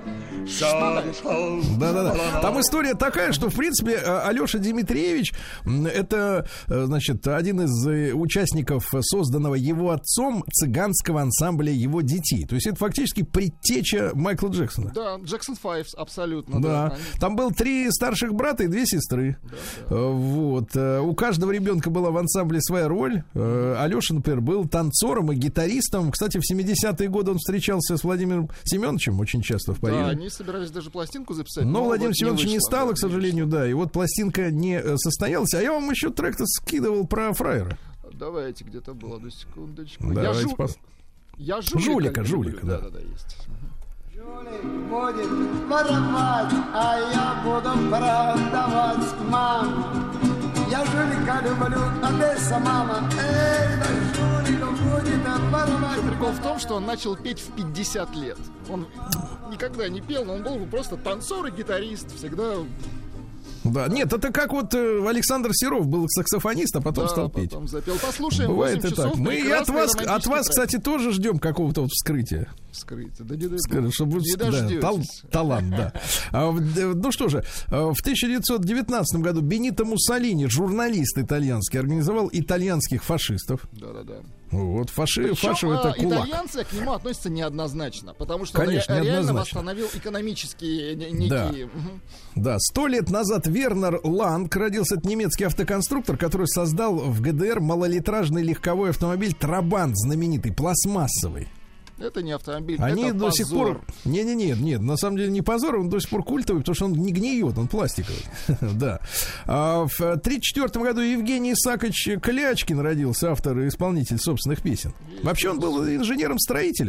Да. Там история такая, что, в принципе, Алеша Дмитриевич это, значит, один из участников созданного его отцом цыганского ансамбля его детей. То есть это фактически предтеча Майкла Джексона. Да, Джексон 5, абсолютно. Да. Там был 3 старших брата и 2 сестры. Да. Вот. У каждого ребенка была в ансамбле своя роль. Алеша, например, был танцором и гитаристом. Кстати, в 70-е годы он встречался с Владимиром Семеновичем очень часто в Париже. Да, они собирались даже пластинку записать. Но Владимир Семенович не стал, к сожалению, да. И вот пластинка не состоялась. А я вам еще трек-то скидывал про фраера. Давайте, где-то было, одну секундочку. Я Жулика, да. Да, есть. Жулик будет воровать, а я буду продавать, мама. Я жулика люблю, Одесса, мама. Эй, да жулика будет воровать. Прикол в том, что он начал петь в 50 лет. Он никогда не пел, но он был просто танцор и гитарист. Всегда... Да, нет, это как вот Александр Серов был саксофонист, а потом стал петь. Потом запел. Послушаем. Бывает и так. Мы и от вас, кстати, тоже ждем какого-то вот вскрытия. Да не дождетесь. Талант, да. Ну что же, в 1919 году Бенито Муссолини, журналист итальянский, организовал итальянских фашистов. Да. Вот, фаши это кулак. Итальянцы к нему относятся неоднозначно, потому что он реально восстановил экономические некие... Да, 100 лет назад Вернер Ланг родился. Это немецкий автоконструктор, который создал в ГДР малолитражный легковой автомобиль Трабант, знаменитый, пластмассовый. Это не автомобиль, они это до позор. сих пор... Нет, на самом деле не позор, он до сих пор культовый, потому что он не гниет, он пластиковый. Да. В 1934 году Евгений Исаакович Клячкин родился, автор и исполнитель собственных песен. Вообще он был инженером-строителем.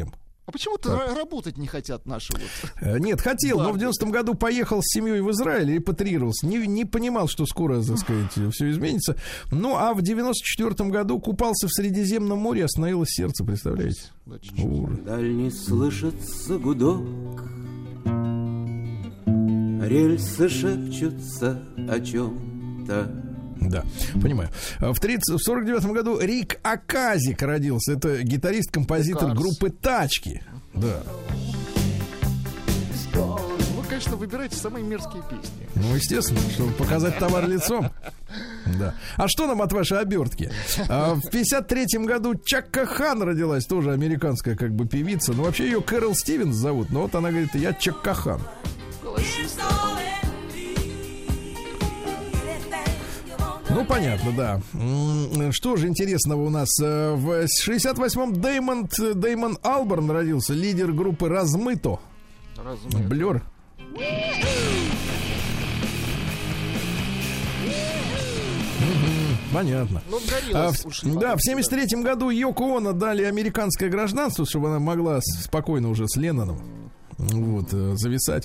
А почему-то работать не хотят наши вот. Нет, хотел, но в 90-м году поехал с семьей в Израиль, репатриировался. Не понимал, что скоро, так сказать, все изменится. Ну, а в 94-м году купался в Средиземном море, остановилось сердце, представляете? Вдаль не слышится гудок, рельсы шепчутся о чем-то. Да, понимаю. В 49-м году Рик Оказик родился. Это гитарист-композитор группы «Тачки». Да. Вы, конечно, выбираете самые мерзкие песни. Ну, естественно, чтобы показать товар лицом. Да. А что нам от вашей обертки? В 53-м году Чакка Хан родилась, тоже американская как бы певица. Ну, вообще ее Кэрол Стивенс зовут. Но вот она говорит, я Чакка Хан. Ну, понятно, да. Что же интересного у нас? В 68-м Дэймон Алберн родился, лидер группы «Размыто». Блёр. Понятно. Да, в 73-м году Йоко Оно дали американское гражданство, чтобы она могла спокойно уже с Ленноном зависать.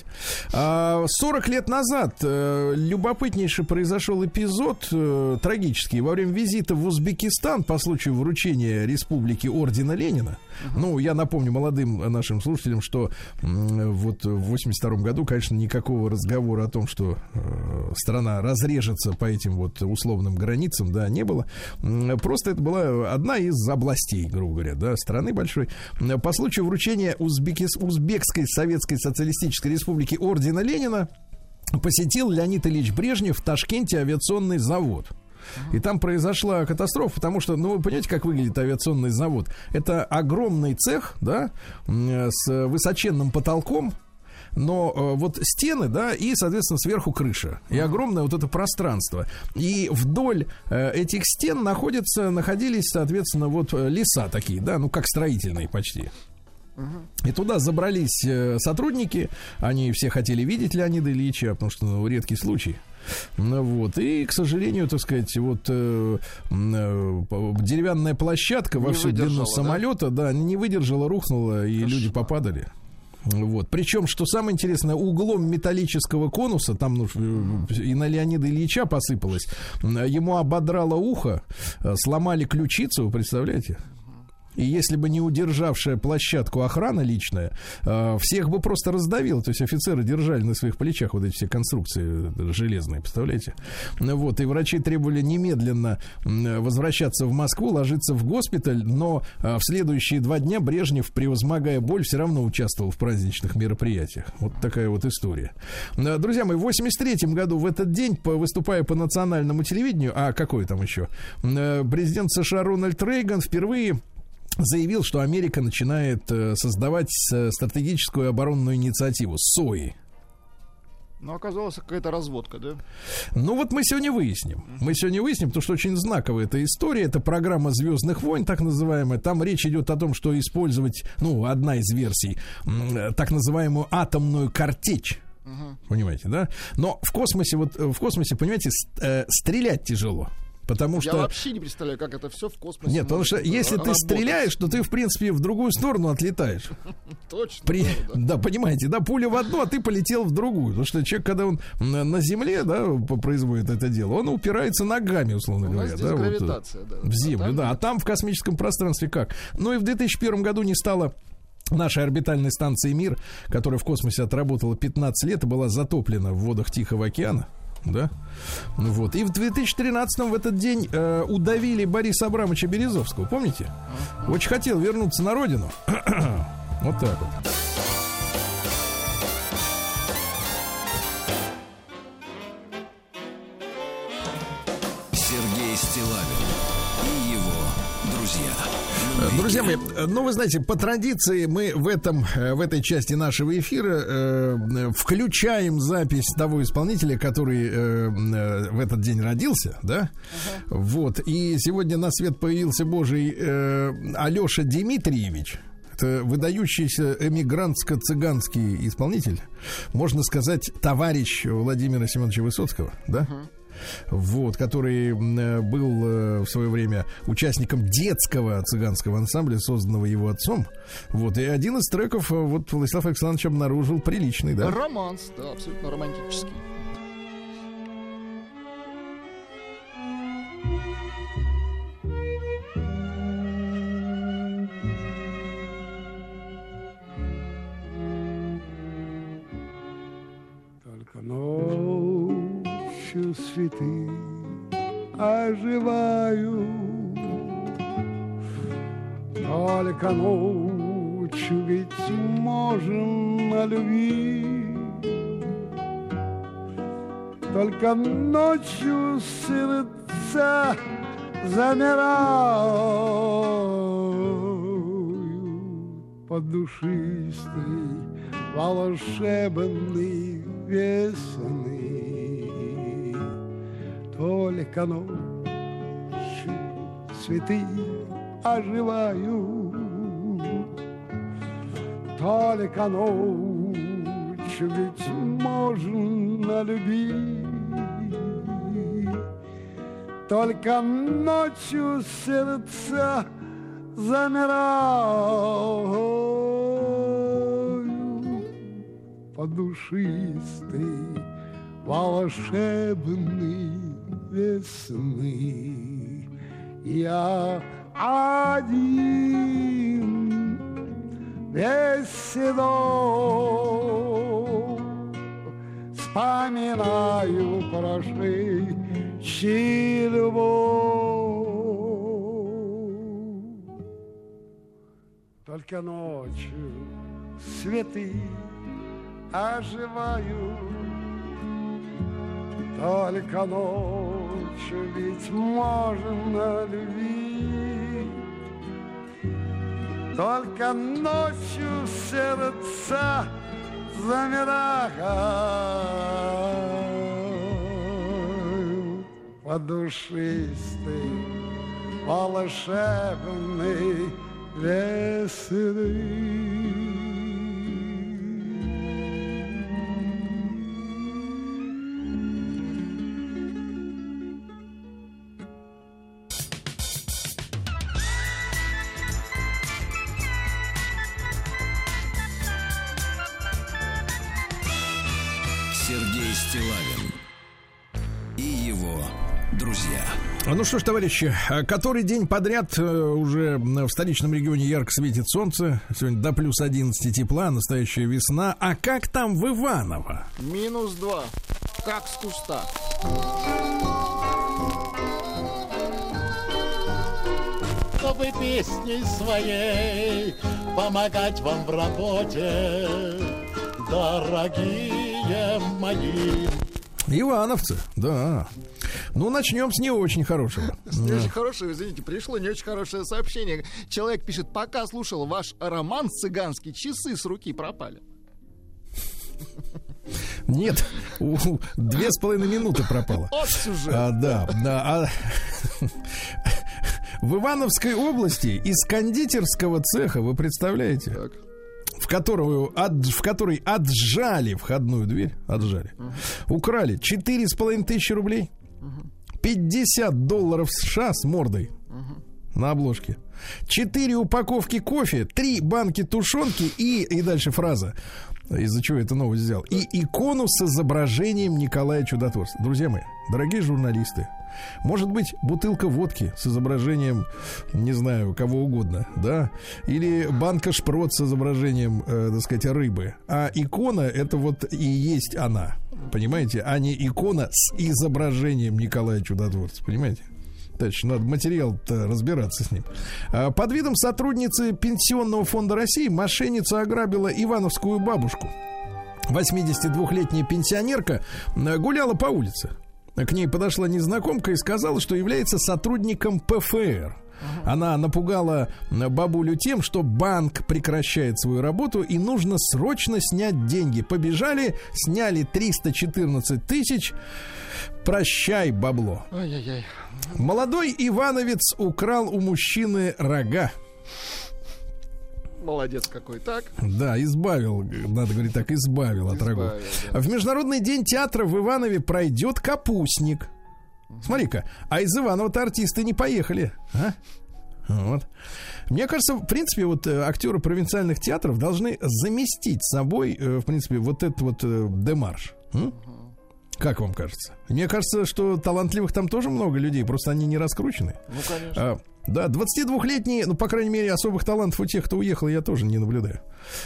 40 лет назад любопытнейший произошел эпизод трагический. Во время визита в Узбекистан по случаю вручения республики ордена Ленина. Ну, я напомню молодым нашим слушателям, что вот в 82 году, конечно, никакого разговора о том, что страна разрежется по этим вот условным границам, да, не было. Просто это была одна из областей, грубо говоря, да, страны большой. По случаю вручения Узбекской Советской Социалистической Республики ордена Ленина посетил Леонид Ильич Брежнев в Ташкенте авиационный завод. И там произошла катастрофа, потому что, ну, вы понимаете, как выглядит авиационный завод? Это огромный цех, да, с высоченным потолком, но вот стены, да, и, соответственно, сверху крыша. И огромное вот это пространство. И вдоль этих стен находились, соответственно, вот леса такие, да, ну, как строительные почти. И туда забрались сотрудники, они все хотели видеть Леонида Ильича, потому что, ну, редкий случай. Вот. И, к сожалению, так сказать, вот деревянная площадка во всю длину самолета, да, не выдержала, рухнула, и люди попадали. Вот. Причем, что самое интересное, углом металлического конуса, там, ну, и на Леонида Ильича посыпалось, ему ободрало ухо, сломали ключицу, представляете? И если бы не удержавшая площадку охрана личная, всех бы просто раздавило. То есть офицеры держали на своих плечах вот эти все конструкции железные, представляете? Вот, и врачи требовали немедленно возвращаться в Москву, ложиться в госпиталь, но в следующие 2 дня Брежнев, превозмогая боль, все равно участвовал в праздничных мероприятиях. Вот такая вот история. Друзья мои, в 83-м году в этот день, выступая по национальному телевидению, а какой там еще, президент США Рональд Рейган впервые заявил, что Америка начинает создавать стратегическую оборонную инициативу СОИ. Ну, оказалась какая-то разводка, да? Ну, вот мы сегодня выясним. Потому что очень знаковая эта история. Это программа «Звездных войн», так называемая. Там речь идет о том, что использовать, ну, одна из версий, так называемую атомную картечь. Понимаете, да? Но в космосе, понимаете, стрелять тяжело. Потому что... Я вообще не представляю, как это все в космосе. Нет, потому что если ты стреляешь, то ты, в принципе, в другую сторону отлетаешь. Точно. Да, понимаете, да, пуля в одну, а ты полетел в другую. Потому что человек, когда он на земле, да, производит это дело, он упирается ногами, условно говоря. У нас здесь гравитация, да. В землю, да. А там в космическом пространстве как? Ну и в 2001 году не стало нашей орбитальной станции «Мир», которая в космосе отработала 15 лет и была затоплена в водах Тихого океана. Да? Вот. И в 2013-м в этот день удавили Бориса Абрамовича Березовского. Помните? Очень хотел вернуться на родину. Вот так вот. Сергей Стиллавин и его друзья. Друзья мои, ну, вы знаете, по традиции мы в этой части нашего эфира включаем запись того исполнителя, который в этот день родился, да? Вот. И сегодня на свет появился Божий Алеша Дмитриевич. Это выдающийся эмигрантско-цыганский исполнитель. Можно сказать, товарищ Владимира Семеновича Высоцкого, да? вот, который был в свое время участником детского цыганского ансамбля, созданного его отцом. Вот, и один из треков вот Владислав Александрович обнаружил приличный, да? Романс, да, абсолютно романтический. Ночью цветы оживаю, только ночью ведь можно любить, только ночью сердца замирают под душистой волшебной весны, только ночью цветы оживают, только ночью ведь можно любить, только ночью сердца замирают под душистой волшебной весны. Я один весь седой вспоминаю прошедшую любовь, только ночью цветы оживаю, только ночью ведь можно любить, только ночью сердца замирают под душистой волшебной весны. Сергей Стиллавин и его друзья. Ну что ж, товарищи, который день подряд уже в столичном регионе ярко светит солнце. Сегодня до плюс 11 тепла, настоящая весна. А как там в Иваново? -2, как с куста. Чтобы песней своей помогать вам в работе, дорогие мои. Ивановцы, да. Ну, начнем с не очень хорошего. С не очень хорошего, извините, пришло не очень хорошее сообщение. Человек пишет: пока слушал ваш роман цыганский, часы с руки пропали. Нет, 2,5 минуты пропало. Вот сюжет. Да. В Ивановской области из кондитерского цеха, вы представляете, Так. в которой отжали входную дверь, украли 4,5 тысячи рублей, $50 США с мордой на обложке, 4 упаковки кофе, 3 банки тушенки и дальше фраза, из-за чего эту новость взял, и икону с изображением Николая Чудотворца. Друзья мои, дорогие журналисты, может быть, бутылка водки с изображением, не знаю, кого угодно, да, или банка шпрот с изображением, так сказать, рыбы, а икона — это вот и есть она, понимаете, а не икона с изображением Николая Чудотворца, понимаете? Товарищ, надо материал-то разбираться с ним. Под видом сотрудницы Пенсионного фонда России мошенница ограбила ивановскую бабушку. 82-летняя пенсионерка гуляла по улице. К ней подошла незнакомка и сказала, что является сотрудником ПФР. Она напугала бабулю тем, что банк прекращает свою работу и нужно срочно снять деньги. Побежали, сняли 314 тысяч. Прощай, бабло. Ай-яй-яй. Молодой ивановец украл у мужчины рога. Молодец какой, так? Да, избавил, надо говорить так, избавил от рогов. Да. В Международный день театра в Иванове пройдет капустник. Смотри-ка, а из Иванова-то артисты не поехали, а? Вот. Мне кажется, в принципе, вот актеры провинциальных театров должны заместить собой, в принципе, вот этот вот демарш. Как вам кажется? Мне кажется, что талантливых там тоже много людей, просто они не раскручены. Ну, конечно. Да, 22-летний, ну, по крайней мере, особых талантов у тех, кто уехал, я тоже не наблюдаю.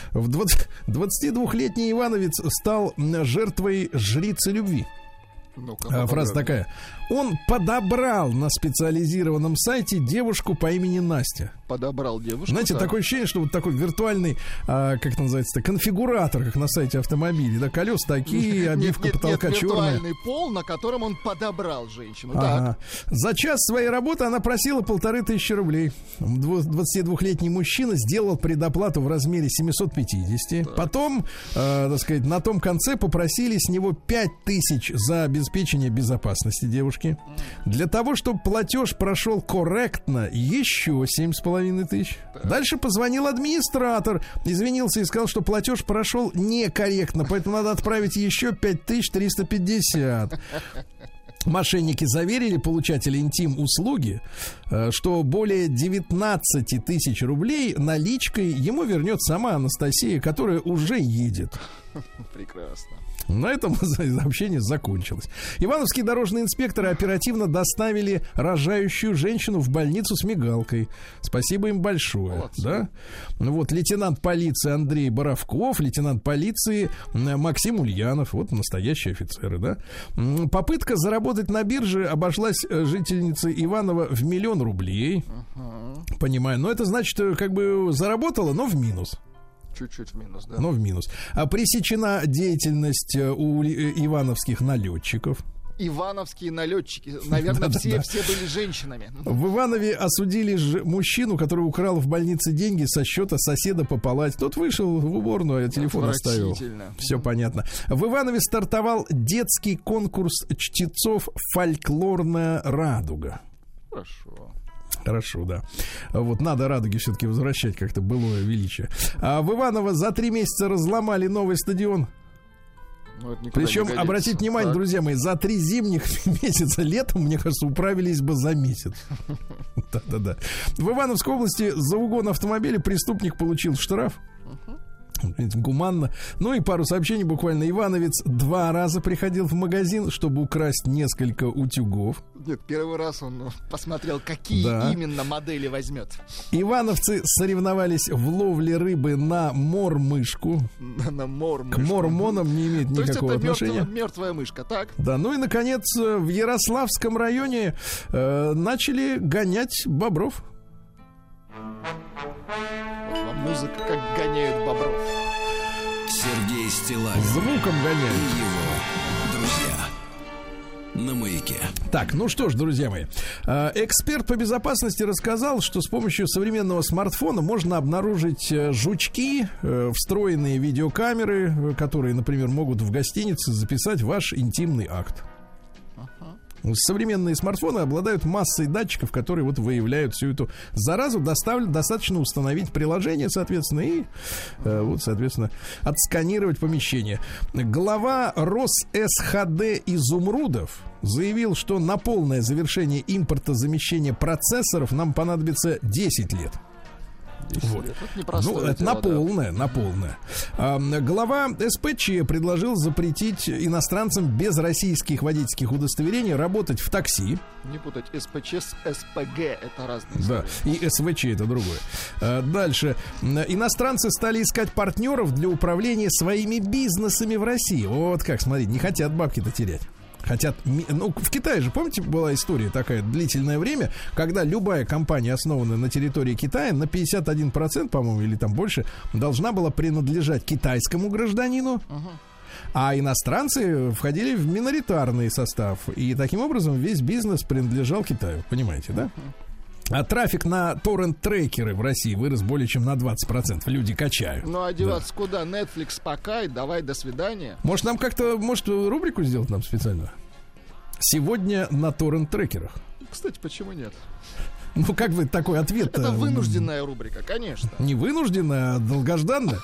22-летний ивановец стал жертвой жрицы любви. Фраза такая. Он подобрал на специализированном сайте девушку по имени Настя. Подобрал девушку. Знаете, так. такое ощущение, что вот такой виртуальный, как это называется, конфигуратор, как на сайте автомобилей. Да, колеса такие, обивка потолка черная. Виртуальный пол, на котором он подобрал женщину. Ага. За час своей работы она просила 1500 рублей. 22-летний мужчина сделал предоплату в размере 750. Так. Потом, так сказать, на том конце попросили с него 5000 за обеспечение безопасности девушки. Для того, чтобы платеж прошел корректно, еще 7500. Дальше позвонил администратор, извинился и сказал, что платеж прошел некорректно, поэтому надо отправить еще 5350. Мошенники заверили получателя интим-услуги, что более 19 тысяч рублей наличкой ему вернет сама Анастасия, которая уже едет. Прекрасно. На этом сообщение закончилось. Ивановские дорожные инспекторы оперативно доставили рожающую женщину в больницу с мигалкой. Спасибо им большое. Молодцы. Да? Вот, лейтенант полиции Андрей Боровков, лейтенант полиции Максим Ульянов. Вот настоящие офицеры, да? Попытка заработать на бирже обошлась жительнице Иванова в 1 000 000 рублей. Понимаю. Но это значит, как бы заработала, но в минус. Чуть-чуть в минус, да. Но в минус. А пресечена деятельность у ивановских налетчиков. Ивановские налетчики, наверное, все были женщинами. В Иванове осудили мужчину, который украл в больнице деньги со счета соседа по палате. Тот вышел в уборную, а телефон оставил. Все понятно. В Иванове стартовал детский конкурс чтецов «Фольклорная радуга». Хорошо, да. Вот надо радуге все-таки возвращать как-то былое величие. А в Иваново за 3 месяца разломали новый стадион. Причем, обратите внимание, друзья мои, за 3 зимних месяца летом, мне кажется, управились бы за месяц. Да-да-да. В Ивановской области за угон автомобиля преступник получил штраф. Гуманно. Ну и пару сообщений буквально. Ивановец 2 раза приходил в магазин, чтобы украсть несколько утюгов. Нет, первый раз он посмотрел, какие именно модели возьмет. Ивановцы соревновались в ловле рыбы на мормышку. На мормышку. К мормонам не имеет никакого отношения. Мертвая мышка, так? Да, ну и, наконец, в Ярославском районе начали гонять бобров. Музыка, как гоняют бобров. Сергей Стиллавин. Звуком гоняют. И его друзья на Маяке. Так, ну что ж, друзья мои, эксперт по безопасности рассказал, что с помощью современного смартфона можно обнаружить жучки, встроенные видеокамеры, которые, например, могут в гостинице записать ваш интимный акт. Современные смартфоны обладают массой датчиков, которые вот выявляют всю эту заразу. Достаточно установить приложение, соответственно, и вот, соответственно, отсканировать помещение. Глава РосСХД «Изумрудов» заявил, что на полное завершение импортозамещения процессоров нам понадобится 10 лет. Вот. Это на полное. Глава СПЧ предложил запретить иностранцам без российских водительских удостоверений работать в такси. Не путать СПЧ с СПГ, это разные истории. Да, и СВЧ это другое. Дальше. Иностранцы стали искать партнеров для управления своими бизнесами в России. Вот как, смотрите, не хотят бабки-то терять. Хотят, ну, в Китае же, помните, была история такая длительное время, когда любая компания, основанная на территории Китая, на 51%, по-моему, или там больше, должна была принадлежать китайскому гражданину, а иностранцы входили в миноритарный состав. И таким образом весь бизнес принадлежал Китаю. Понимаете, да? А трафик на торрент-трекеры в России вырос более чем на 20%. Люди качают. Ну, а деваться куда? Netflix пока, и давай, до свидания. Может, нам как-то, рубрику сделать нам специально? Сегодня на торрент-трекерах. Кстати, почему нет? Ну, как вы такой ответ? Это вынужденная рубрика, конечно. Не вынужденная, а долгожданная.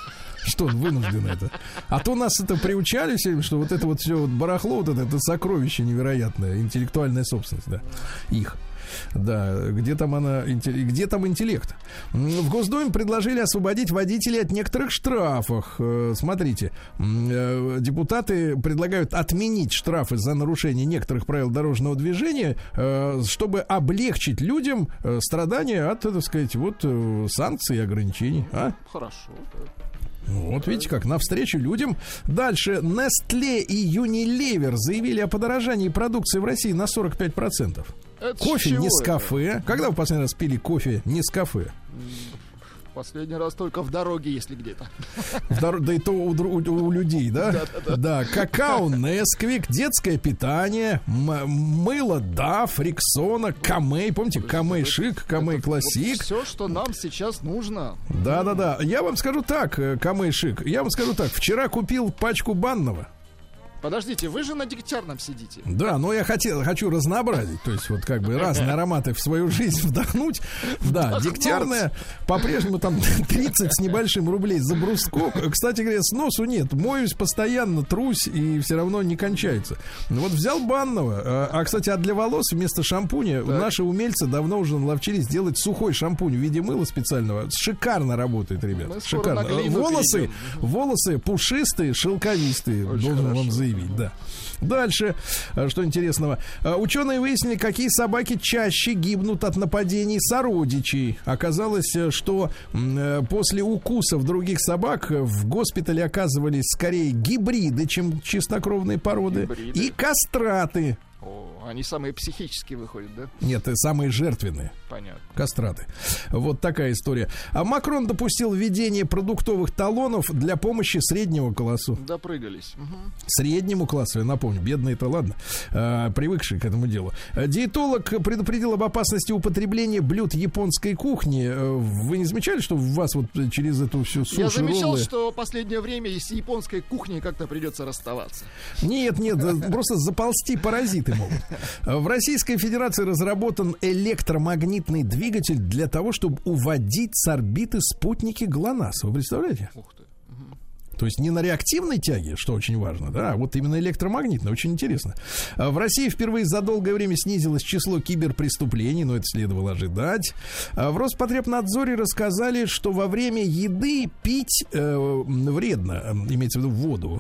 что он вынужден это. А то нас это приучали все, что вот это вот все вот барахло, вот это сокровище невероятное, интеллектуальная собственность, да, их. Да, где там интеллект? В Госдуме предложили освободить водителей от некоторых штрафов. Смотрите, депутаты предлагают отменить штрафы за нарушение некоторых правил дорожного движения, чтобы облегчить людям страдания от, так сказать, вот санкций и ограничений. Хорошо. Вот видите как, навстречу людям. Дальше. Nestle и Unilever заявили о подорожании продукции в России на 45%. Кофе Нескафе. Когда вы последний раз пили кофе Нескафе? Последний раз только в дороге, если где-то. Да и то у людей, да? Да. Какао Несквик, детское питание, мыло Даф, Рексона, Камей. Помните, Камей Шик, Камей Классик. Все, что нам сейчас нужно. Да. Я вам скажу так, Камей Шик. Я вам скажу так. Вчера купил пачку банного. Подождите, вы же на Дегтярном сидите. Да, но я хочу разнообразить. То есть вот как бы разные ароматы в свою жизнь вдохнуть. Да, Дегтярная по-прежнему там 30 с небольшим рублей за бруску. Кстати говоря, сносу нет. Моюсь постоянно, трусь и все равно не кончается. Вот взял банного. Кстати, для волос вместо шампуня наши умельцы давно уже наловчились делать сухой шампунь в виде мыла специального. Шикарно работает, ребят. Шикарно. Волосы пушистые, шелковистые. Должен вам заявить. Да. Дальше, что интересного. Ученые выяснили, какие собаки чаще гибнут от нападений сородичей. Оказалось, что после укусов других собак в госпитале оказывались скорее гибриды, чем чистокровные породы. И кастраты. Они самые психические выходят, да? Нет, самые жертвенные. Понятно. Кастраты. Вот такая история. А Макрон допустил введение продуктовых талонов для помощи среднему классу. Допрыгались. Среднему классу, я напомню, бедные-то ладно, привыкшие к этому делу. Диетолог предупредил об опасности употребления блюд японской кухни. Вы не замечали, что в вас вот через эту всю суши, Я замечал, роллы... что в последнее время с японской кухней как-то придется расставаться. Нет, просто заползти паразиты могут. В Российской Федерации разработан электромагнитный двигатель для того, чтобы уводить с орбиты спутники ГЛОНАСС. Вы представляете? Ух ты. То есть не на реактивной тяге, что очень важно, да, а вот именно электромагнитной, очень интересно. В России впервые за долгое время снизилось число киберпреступлений, но это следовало ожидать. В Роспотребнадзоре рассказали, что во время еды пить вредно, имеется в виду воду.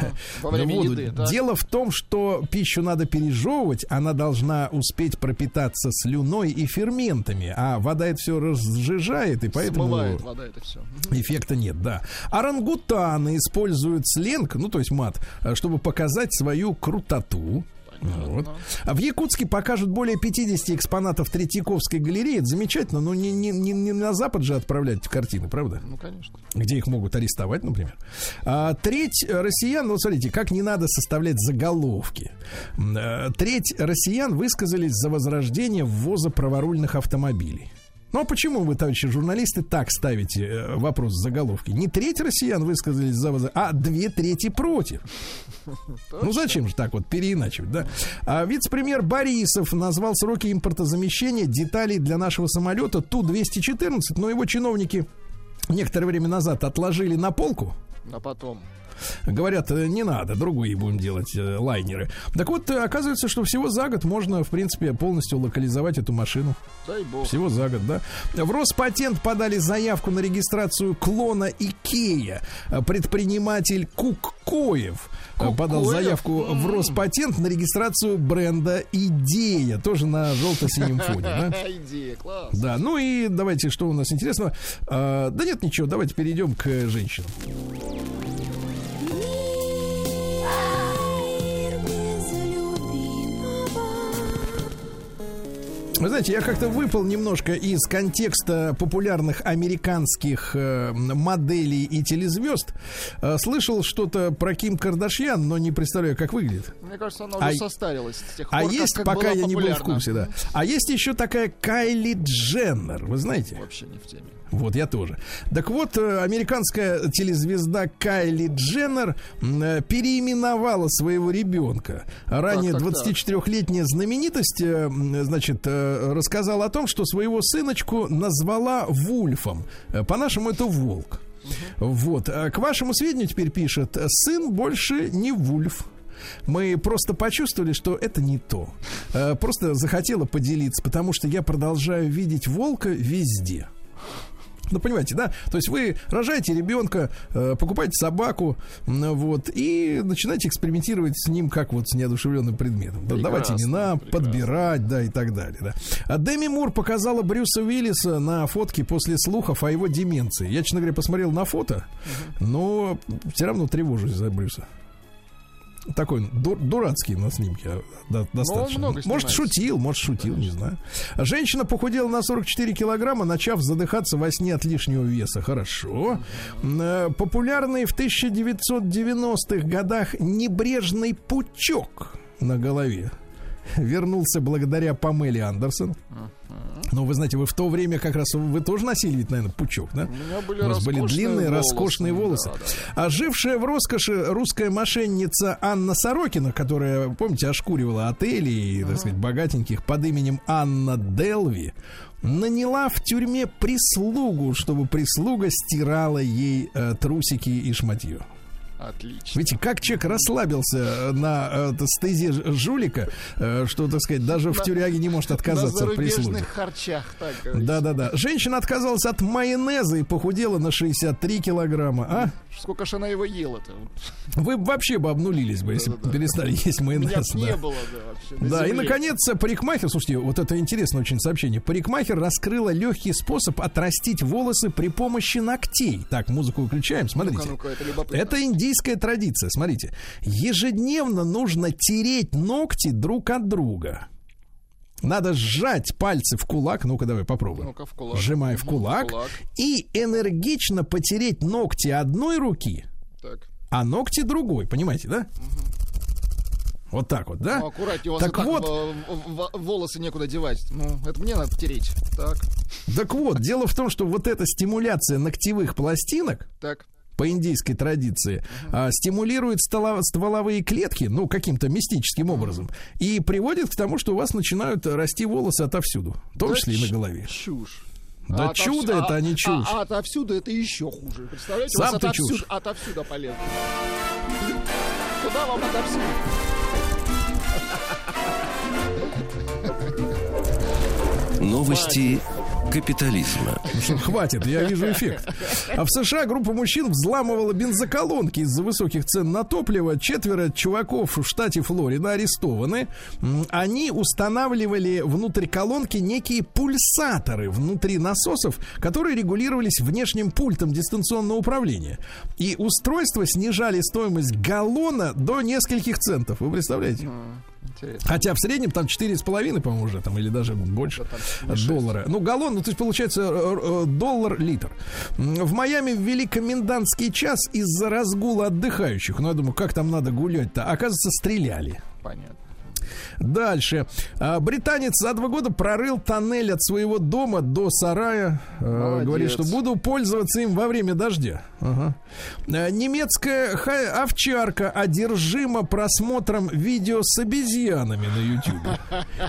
Во время еды, да. Дело в том, что пищу надо пережевывать, она должна успеть пропитаться слюной и ферментами, а вода это все разжижает, и поэтому... Смывает вода это все. Эффекта нет, да. Орангутаны используют сленг, ну, то есть мат, чтобы показать свою крутоту. Вот. А в Якутске покажут более 50 экспонатов Третьяковской галереи. Это замечательно, но не на Запад же отправлять картины, правда? Ну, конечно. Где их могут арестовать, например. Треть россиян, ну, смотрите, как не надо составлять заголовки. Треть россиян высказались за возрождение ввоза праворульных автомобилей. Ну, а почему вы, товарищи журналисты, так ставите вопрос в заголовке? Не треть россиян высказались за возрождение, а 2/3 против. Ну, зачем же так вот переиначивать, да? А вице-премьер Борисов назвал сроки импортозамещения деталей для нашего самолета Ту-214, но его чиновники некоторое время назад отложили на полку. А потом... Говорят, не надо, другие будем делать лайнеры. Так вот, оказывается, что всего за год можно, в принципе, полностью локализовать эту машину. Дай бог. Всего за год, да. В Роспатент подали заявку на регистрацию клона Икея. Предприниматель Куккоев подал заявку в Роспатент на регистрацию бренда Идея. Тоже на желто-синем фоне, да? Идея, класс. Да, ну и давайте, что у нас интересного. Да нет, ничего, давайте перейдем к женщинам. Вы знаете, я как-то выпал немножко из контекста популярных американских моделей и телезвезд. Слышал что-то про Ким Кардашьян, но не представляю, как выглядит. Мне кажется, она уже состарилась с тех пор, есть, как пока была я популярна. не был в курсе, да. А есть еще такая Кайли Дженнер, вы знаете? Вообще не в теме. Вот, я тоже. Так вот, американская телезвезда Кайли Дженнер переименовала своего ребенка. Ранее 24-летняя знаменитость, значит, рассказала о том, что своего сыночку назвала Вульфом. По-нашему, это волк. Вот. К вашему сведению теперь пишет: сын больше не Вульф. Мы просто почувствовали, что это не то. Просто захотела поделиться, потому что я продолжаю видеть волка везде. Ну, понимаете, да? То есть вы рожаете ребенка, покупаете собаку, вот, и начинаете экспериментировать с ним, как вот с неодушевленным предметом. Да, давать имена, подбирать, да, и так далее, да. А Деми Мур показала Брюса Уиллиса на фотке после слухов о его деменции. Я, честно говоря, посмотрел на фото, но все равно тревожусь за Брюса. Такой дурацкий на снимке достаточно. Может, шутил, не знаю. Женщина похудела на 44 килограмма, начав задыхаться во сне от лишнего веса. Хорошо. Популярный в 1990-х годах небрежный пучок на голове вернулся благодаря Памеле Андерсон. Ну, вы знаете, вы в то время как раз вы тоже носили, ведь, наверное, пучок, да? У вас были длинные, роскошные волосы. Да. А жившая в роскоши русская мошенница Анна Сорокина, которая, помните, ошкуривала отели и, так сказать, богатеньких, под именем Анна Делви, наняла в тюрьме прислугу, чтобы прислуга стирала ей трусики и шматье. Отлично. Видите, как человек расслабился на стезе жулика, что, так сказать, даже в тюряге не может отказаться от прислуги. На зарубежных харчах, так говорится. Да. Женщина отказалась от майонеза и похудела на 63 килограмма. А? Сколько же она его ела-то? Вы вообще бы обнулились бы, если бы перестали есть майонез. Меня не было, вообще. Да, и, наконец, парикмахер, слушайте, вот это интересное очень сообщение. Парикмахер раскрыла легкий способ отрастить волосы при помощи ногтей. Так, музыку выключаем, смотрите. Ну-ка, это индийская традиция, смотрите. Ежедневно нужно тереть ногти друг от друга. Надо сжать пальцы в кулак. Ну-ка, давай попробуем. Ну-ка, в кулак. Сжимай в кулак. И энергично потереть ногти одной руки, так, а ногти другой. Понимаете, да? Вот так вот, да? Ну, аккуратнее, у вас так вот, волосы некуда девать. Ну, это мне надо тереть. Так вот, дело в том, что вот эта стимуляция ногтевых пластинок, так, по индийской традиции, стимулирует стволовые клетки, ну, каким-то мистическим образом, и приводит к тому, что у вас начинают расти волосы отовсюду, в том числе и на голове. Чушь. Да чудо это, а не чушь. А отовсюду это еще хуже. Представляете, сам у вас отовсюду полезно. Куда вам отовсюду? Новости капитализма. Ну что, хватит, я вижу эффект. А в США группа мужчин взламывала бензоколонки из-за высоких цен на топливо. 4 чуваков в штате Флорида арестованы. Они устанавливали внутрь колонки некие пульсаторы внутри насосов, которые регулировались внешним пультом дистанционного управления. И устройства снижали стоимость галлона до нескольких центов. Вы представляете? Интересно. Хотя в среднем там 4,5, по-моему, уже там, или даже больше доллара. Ну, галлон, ну, то есть получается $1 В Майами ввели комендантский час из-за разгула отдыхающих. Ну, я думаю, как там надо гулять-то? Оказывается, стреляли. Понятно. Дальше. Британец за 2 года прорыл тоннель от своего дома до сарая. Говорит, что буду пользоваться им во время дождя. Немецкая овчарка одержима просмотром видео с обезьянами на Ютубе.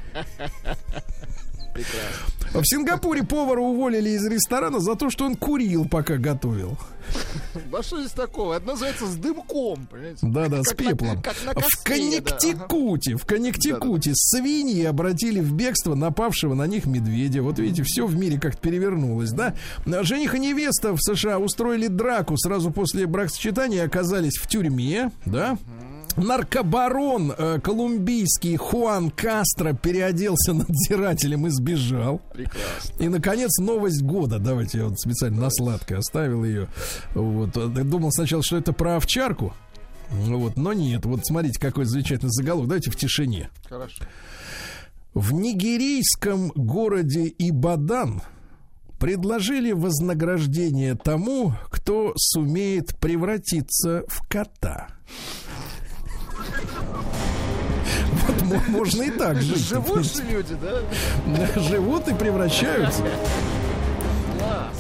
В Сингапуре повара уволили из ресторана за то, что он курил, пока готовил. Да что здесь такого? Это называется с дымком, понимаете? Да, с пеплом. В Коннектикуте свиньи обратили в бегство напавшего на них медведя. Вот видите, все в мире как-то перевернулось, да? Жених и невеста в США устроили драку сразу после бракосочетания и оказались в тюрьме, да? Наркобарон колумбийский Хуан Кастро переоделся надзирателем и сбежал. Прекрасно. И, наконец, новость года. Давайте я вот специально на сладкое оставил ее. Вот. Я думал сначала, что это про овчарку. Вот. Но нет. Вот смотрите, какой замечательный заголовок. Давайте в тишине. Хорошо. В нигерийском городе Ибадан предложили вознаграждение тому, кто сумеет превратиться в кота. Вот можно и так жить. Живут же люди, да? Живут и превращаются. Класс.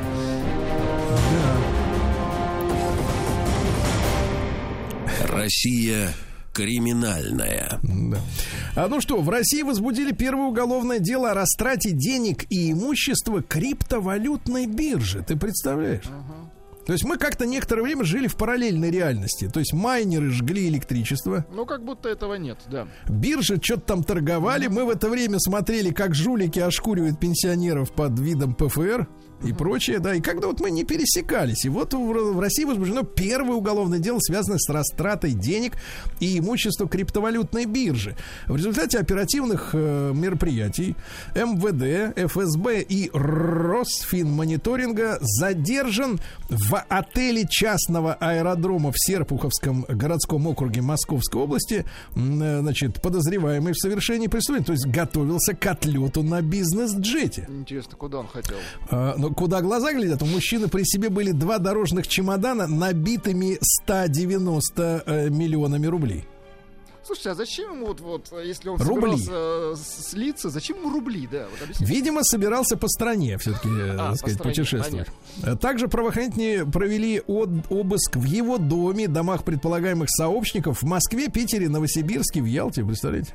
Да. Россия криминальная. Да. Ну что, в России возбудили первое уголовное дело о растрате денег и имущества криптовалютной биржи. Ты представляешь? То есть мы как-то некоторое время жили в параллельной реальности. То есть майнеры жгли электричество. Ну, как будто этого нет, да. Биржи что-то там торговали. Мы в это время смотрели, как жулики ошкуривают пенсионеров под видом ПФР и прочее, да, и когда вот мы не пересекались. И вот в России возбуждено первое уголовное дело, связанное с растратой денег и имущества криптовалютной биржи. В результате оперативных мероприятий МВД, ФСБ и Росфинмониторинга задержан в отеле частного аэродрома в Серпуховском городском округе Московской области, значит, подозреваемый в совершении преступления, то есть готовился к отлету на бизнес-джете. Интересно, куда он хотел? Куда глаза глядят, у мужчины при себе были 2 дорожных чемодана, набитыми 190 миллионами рублей. Слушайте, а зачем ему вот если он собирался слиться, зачем ему рубли, да? Вот видимо, собирался по стране все-таки, так сказать, путешествовать. Понятно. Также правоохранители провели обыск в его доме, домах предполагаемых сообщников в Москве, Питере, Новосибирске, в Ялте, представляете?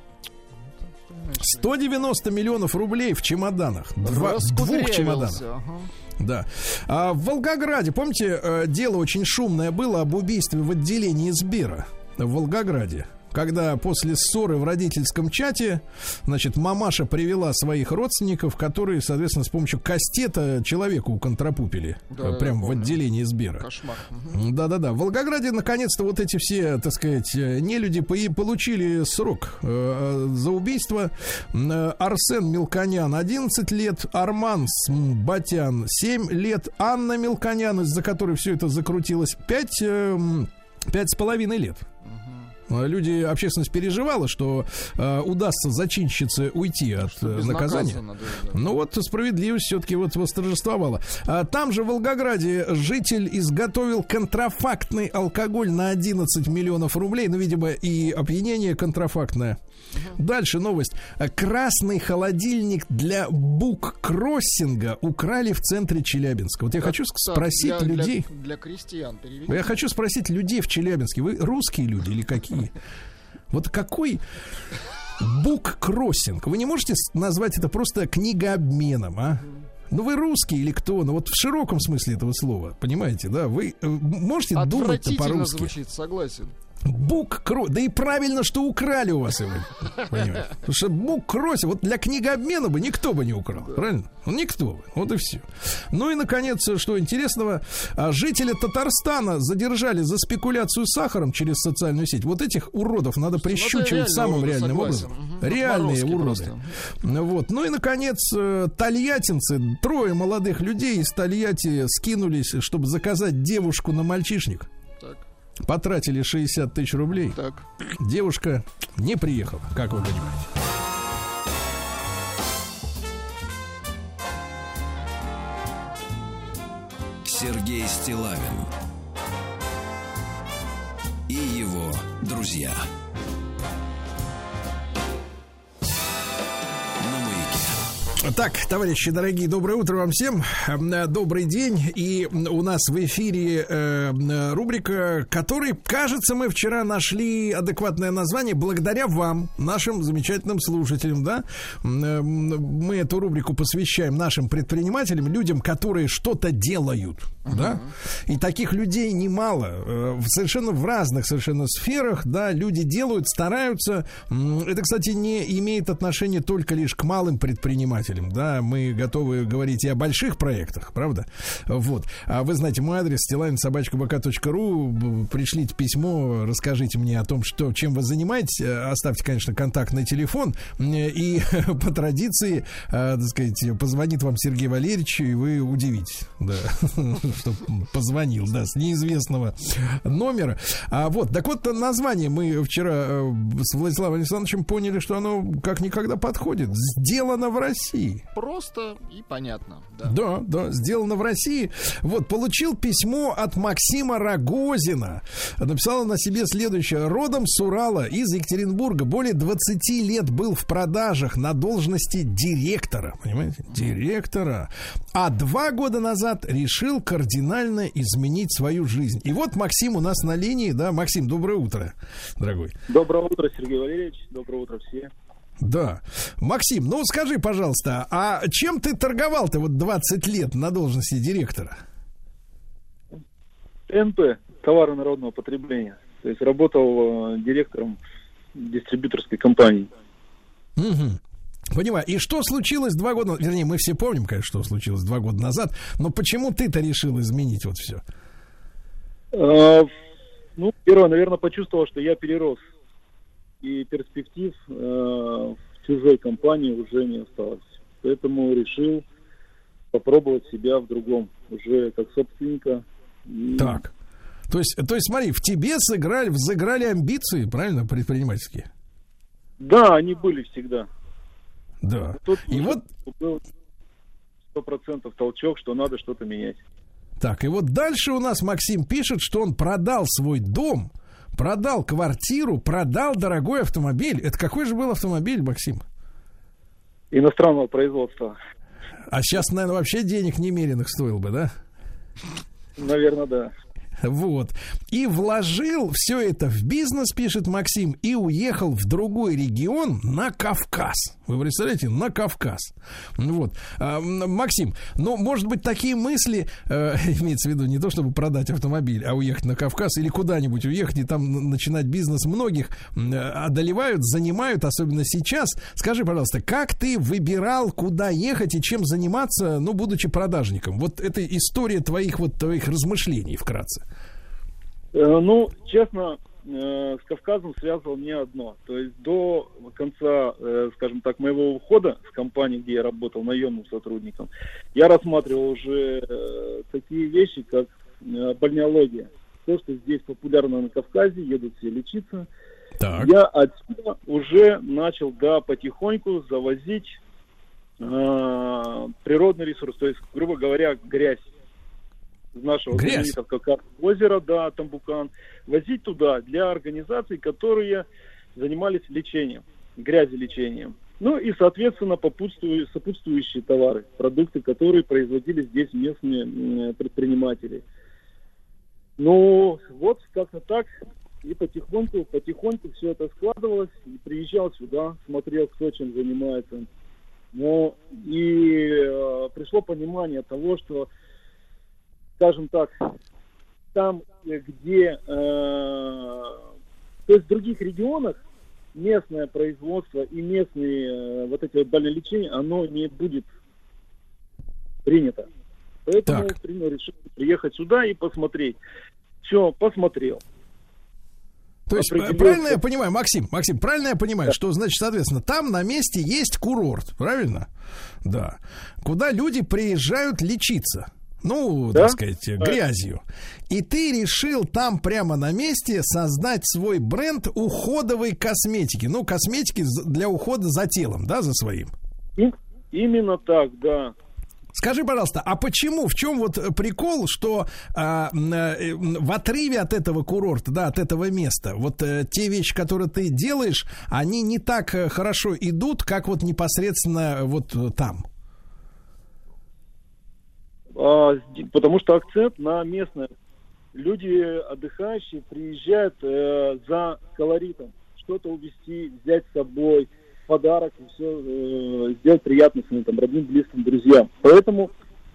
190 миллионов рублей в чемоданах. 2 чемоданах. Да. А в Волгограде, помните, дело очень шумное было об убийстве в отделении Сбера в Волгограде. Когда после ссоры в родительском чате, значит, мамаша привела своих родственников, которые, соответственно, с помощью кастета человеку контрапупили. Да, прямо в отделении Сбера. Кошмар. Да-да-да. В Волгограде, наконец-то, вот эти все, так сказать, нелюди получили срок за убийство. Арсен Мелконян 11 лет, Арман Батян 7 лет, Анна Мелконян, из-за которой все это закрутилось, 5,5 лет. Люди, общественность переживала, что удастся зачинщице уйти от наказания. Ну вот справедливость все-таки вот восторжествовала. Там же в Волгограде житель изготовил контрафактный алкоголь на 11 миллионов рублей. Ну, видимо, и опьянение контрафактное. Дальше новость. Красный холодильник для буккроссинга украли в центре Челябинска. Вот я хочу спросить людей... Для крестьян переведите. Я хочу спросить людей в Челябинске. Вы русские люди или какие? Вот какой буккроссинг? Вы не можете назвать это просто книгообменом, а? Ну, вы русский или кто? Ну, вот в широком смысле этого слова, понимаете, да? Вы можете думать-то по-русски? Звучит, согласен. Да и правильно, что украли у вас его. Понимаете? Потому что буккроссинг, вот для книгообмена бы никто бы не украл. Да. Правильно? Ну, никто бы. Вот и все. Ну и, наконец, что интересного, жителя Татарстана задержали за спекуляцию сахаром через социальную сеть. Вот этих уродов надо прищучивать самым реальным образом. Реальные уроды. Вот. Ну и, наконец, тольяттинцы, 3 молодых людей из Тольятти скинулись, чтобы заказать девушку на мальчишник. Потратили 60 тысяч рублей. Так. Девушка не приехала, как вы понимаете. Сергей Стиллавин и его друзья. Так, товарищи дорогие, доброе утро вам всем. Добрый день. И у нас в эфире рубрика, которой, кажется, мы вчера нашли адекватное название благодаря вам, нашим замечательным слушателям, да? Мы эту рубрику посвящаем нашим предпринимателям, людям, которые что-то делают, да? И таких людей немало. Совершенно в разных совершенно сферах, да, люди делают, стараются. Это, кстати, не имеет отношения только лишь к малым предпринимателям. Да, мы готовы говорить и о больших проектах, правда? Вот. А вы знаете, мой адрес stilavin@bk.ru. Пришлите письмо, расскажите мне о том, чем вы занимаетесь. Оставьте, конечно, контактный телефон. И по традиции, так сказать, позвонит вам Сергей Валерьевич, и вы удивитесь, да, что позвонил, да, с неизвестного номера. Вот, так вот, название мы вчера с Владиславом Александровичем поняли, что оно как никогда подходит. Сделано в России. Просто и понятно. Да, сделано в России. Вот, получил письмо от Максима Рогозина. Написал он о себе следующее. Родом с Урала, из Екатеринбурга. Более 20 лет был в продажах на должности директора. Понимаете? Директора. А 2 года назад решил кардинально изменить свою жизнь. И вот Максим у нас на линии. Да, Максим, доброе утро, дорогой. Доброе утро, Сергей Валерьевич. Доброе утро все. Да. Максим, ну скажи, пожалуйста, а чем ты торговал-то вот 20 лет на должности директора? ТНП, товары народного потребления. То есть работал директором дистрибьюторской компании. Угу. Понимаю. И что случилось 2 года... Вернее, мы все помним, конечно, что случилось 2 года назад. Но почему ты-то решил изменить вот все? Ну, первое, наверное, почувствовал, что я перерос. И перспектив в чужой компании уже не осталось. Поэтому решил попробовать себя в другом. Уже как собственника. Так. То есть, смотри, в тебе взыграли амбиции, правильно, предпринимательские? Да, они были всегда. Да. Тут и вот был 100% толчок, что надо что-то менять. Так, и вот дальше у нас Максим пишет, что он продал свой дом, продал квартиру, продал дорогой автомобиль. Это какой же был автомобиль, Максим? Иностранного производства. А сейчас, наверное, вообще денег немеренных стоил бы, да? Наверное, да. Вот. И вложил все это в бизнес, пишет Максим, и уехал в другой регион, на Кавказ. Вы представляете? На Кавказ. Вот. Максим, ну, может быть, такие мысли, имеется в виду не то, чтобы продать автомобиль, а уехать на Кавказ или куда-нибудь уехать и там начинать бизнес, многих одолевают, занимают, особенно сейчас. Скажи, пожалуйста, как ты выбирал, куда ехать и чем заниматься, ну, будучи продажником? Вот это история твоих размышлений вкратце. Ну, честно, с Кавказом связывало не одно. То есть до конца, скажем так, моего ухода с компании, где я работал наемным сотрудником, я рассматривал уже такие вещи, как бальнеология. То, что здесь популярно на Кавказе, едут все лечиться. Так. Я отсюда уже начал, да, потихоньку завозить природный ресурс, то есть, грубо говоря, грязь. Из нашего знаменитого озера, да, Тамбукан, возить туда для организаций, которые занимались лечением, грязелечением. Ну и, соответственно, сопутствующие товары, продукты, которые производили здесь местные предприниматели. Ну, вот как-то так, и потихоньку все это складывалось, и приезжал сюда, смотрел, кто чем занимается. Но и пришло понимание того, что, скажем так, там, где, то есть в других регионах местное производство и местные вот эти вот больнолечения, оно не будет принято. Поэтому решил приехать сюда и посмотреть. Все, посмотрел. То есть, правильно я понимаю, Максим, правильно я понимаю, да, что, значит, соответственно, там на месте есть курорт, правильно? Да. Куда люди приезжают лечиться. Ну, да? Так сказать, грязью. И ты решил там прямо на месте создать свой бренд уходовой косметики. Ну, косметики для ухода за телом, да, за своим? Именно так, да. Скажи, пожалуйста, а почему, в чем вот прикол, что в отрыве от этого курорта, да, от этого места, вот те вещи, которые ты делаешь, они не так хорошо идут, как вот непосредственно вот там? Потому что акцент на местное. Люди отдыхающие приезжают за колоритом, что-то увезти, взять с собой, подарок и все сделать приятно своим там родным, близким, друзьям. Поэтому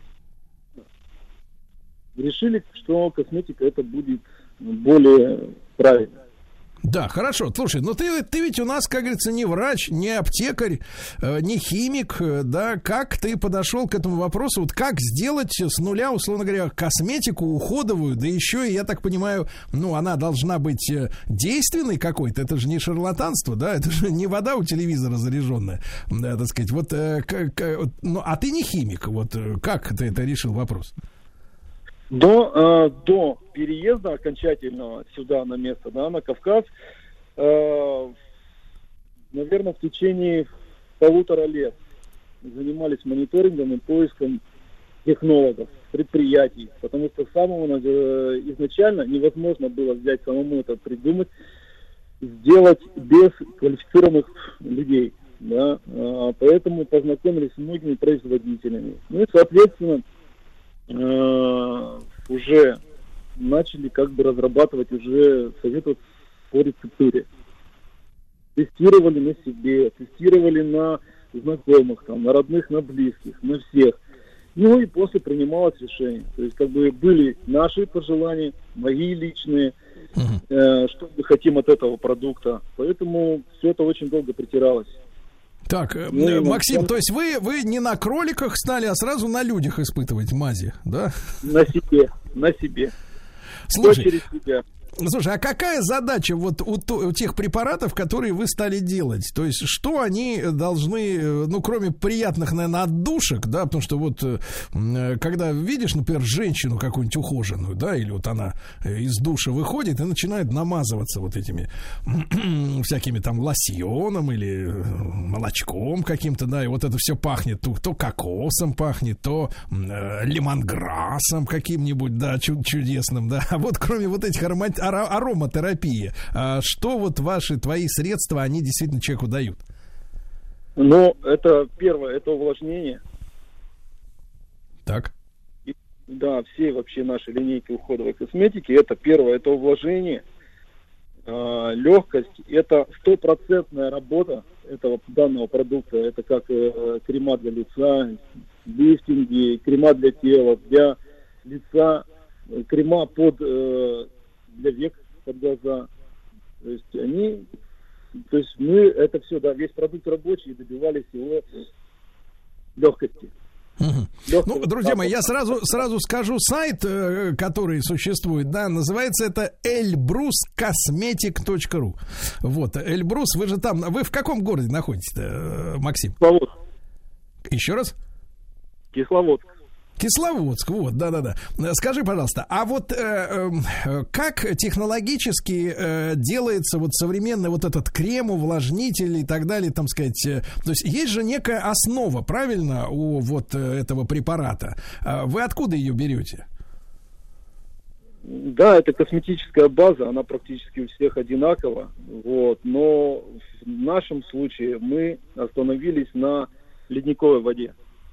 решили, что косметика это будет более правильно. Да, хорошо. Слушай, ну ты ведь у нас, как говорится, не врач, не аптекарь, не химик, да? Как ты подошел к этому вопросу? Вот как сделать с нуля, условно говоря, косметику уходовую, да еще, я так понимаю, ну, она должна быть действенной какой-то, это же не шарлатанство, да? Это же не вода у телевизора заряженная, да, так сказать. Вот, ну, а ты не химик, вот как ты это решил вопрос? До переезда окончательного сюда на место, да, на Кавказ, наверное, в течение 1,5 лет занимались мониторингом и поиском технологов, предприятий, потому что изначально невозможно было взять самому это придумать, сделать без квалифицированных людей, да, поэтому познакомились с многими производителями. Ну и, соответственно, уже начали как бы разрабатывать, уже советовать по рецептуре. Тестировали на себе, тестировали на знакомых, там, на родных, на близких, на всех. Ну и после принималось решение. То есть как бы были наши пожелания, мои личные, что мы хотим от этого продукта. Поэтому все это очень долго притиралось. Так, Максим, то есть вы не на кроликах стали, а сразу на людях испытывать мази, да? На себе. Слушай, через себя. Слушай, а какая задача вот у тех препаратов, которые вы стали делать? То есть, что они должны, ну, кроме приятных, наверное, отдушек, да, потому что вот, когда видишь, например, женщину какую-нибудь ухоженную, да, или вот она из душа выходит и начинает намазываться вот этими всякими там лосьоном или молочком каким-то, да, и вот это все пахнет, то кокосом пахнет, то лемонграссом каким-нибудь, да, чудесным, да, а вот кроме вот этих ароматерапии, что вот твои средства, они действительно человеку дают? Ну, это первое, это увлажнение. Так. Да, все вообще наши линейки уходовой косметики, это первое, это увлажнение, легкость, это 100% работа этого данного продукта, это как крема для лица, лифтинги, крема для тела, для лица, крема для век, под глаза. То есть мы это все, да, весь продукт рабочий, добивались его легкости. Ну, друзья мои, я сразу скажу сайт, который существует, да, называется это elbruscosmetic.ru. Вот, Эльбрус, вы же там, вы в каком городе находитесь-то, Максим? Кисловодск. Еще раз? Кисловодск, вот, да-да-да. Скажи, пожалуйста, а вот как технологически делается вот современный вот этот крем, увлажнитель и так далее, там сказать, то есть есть же некая основа, правильно, у вот этого препарата. Вы откуда ее берете? Да, это косметическая база, она практически у всех одинакова, вот, но в нашем случае мы остановились на ледниковой воде.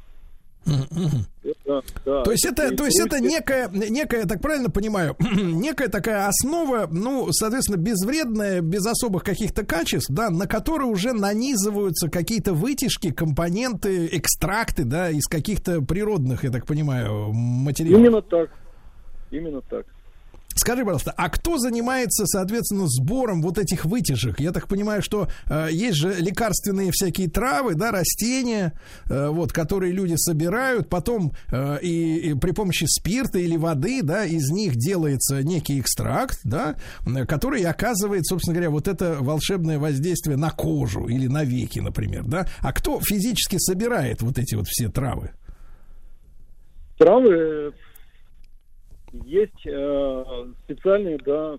Да. То есть это некая, я так правильно понимаю, некая такая основа, ну, соответственно, безвредная, без особых каких-то качеств, да, на которую уже нанизываются какие-то вытяжки, компоненты, экстракты, да, из каких-то природных, я так понимаю, материалов. Именно так. Скажи, пожалуйста, а кто занимается, соответственно, сбором вот этих вытяжек? Я так понимаю, что есть же лекарственные всякие травы, да, растения, вот, которые люди собирают, потом и при помощи спирта или воды, да, из них делается некий экстракт, да, который оказывает, собственно говоря, вот это волшебное воздействие на кожу или на веки, например, да. А кто физически собирает вот эти вот все травы? Травы... Есть специальные, да,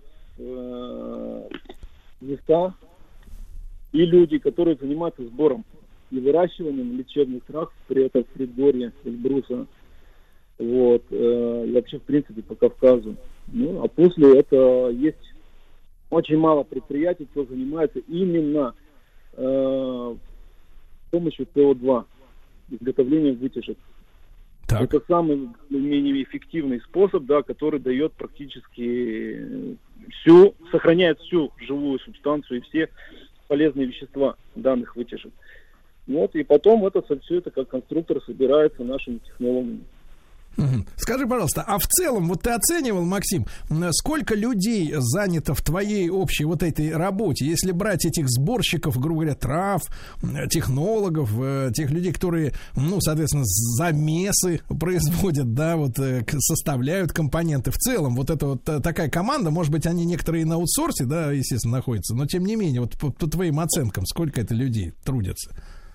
места и люди, которые занимаются сбором и выращиванием лечебных трав при этом в предгорье Эльбруса, вот, и вообще, в принципе, по Кавказу. Ну, а после этого есть очень мало предприятий, кто занимается именно с помощью СО2, изготовлением вытяжек. Так. Это самый менее эффективный способ, да, который дает практически сохраняет всю живую субстанцию и все полезные вещества данных вытяжек. Вот, и потом все это как конструктор собирается нашими технологами. Скажи, пожалуйста, а в целом, вот ты оценивал, Максим, сколько людей занято в твоей общей вот этой работе, если брать этих сборщиков, грубо говоря, трав, технологов, тех людей, которые, ну, соответственно, замесы производят, да, вот составляют компоненты. В целом, вот это вот такая команда, может быть, они некоторые на аутсорсе, да, естественно, находятся, но тем не менее, вот по твоим оценкам, сколько это людей трудятся?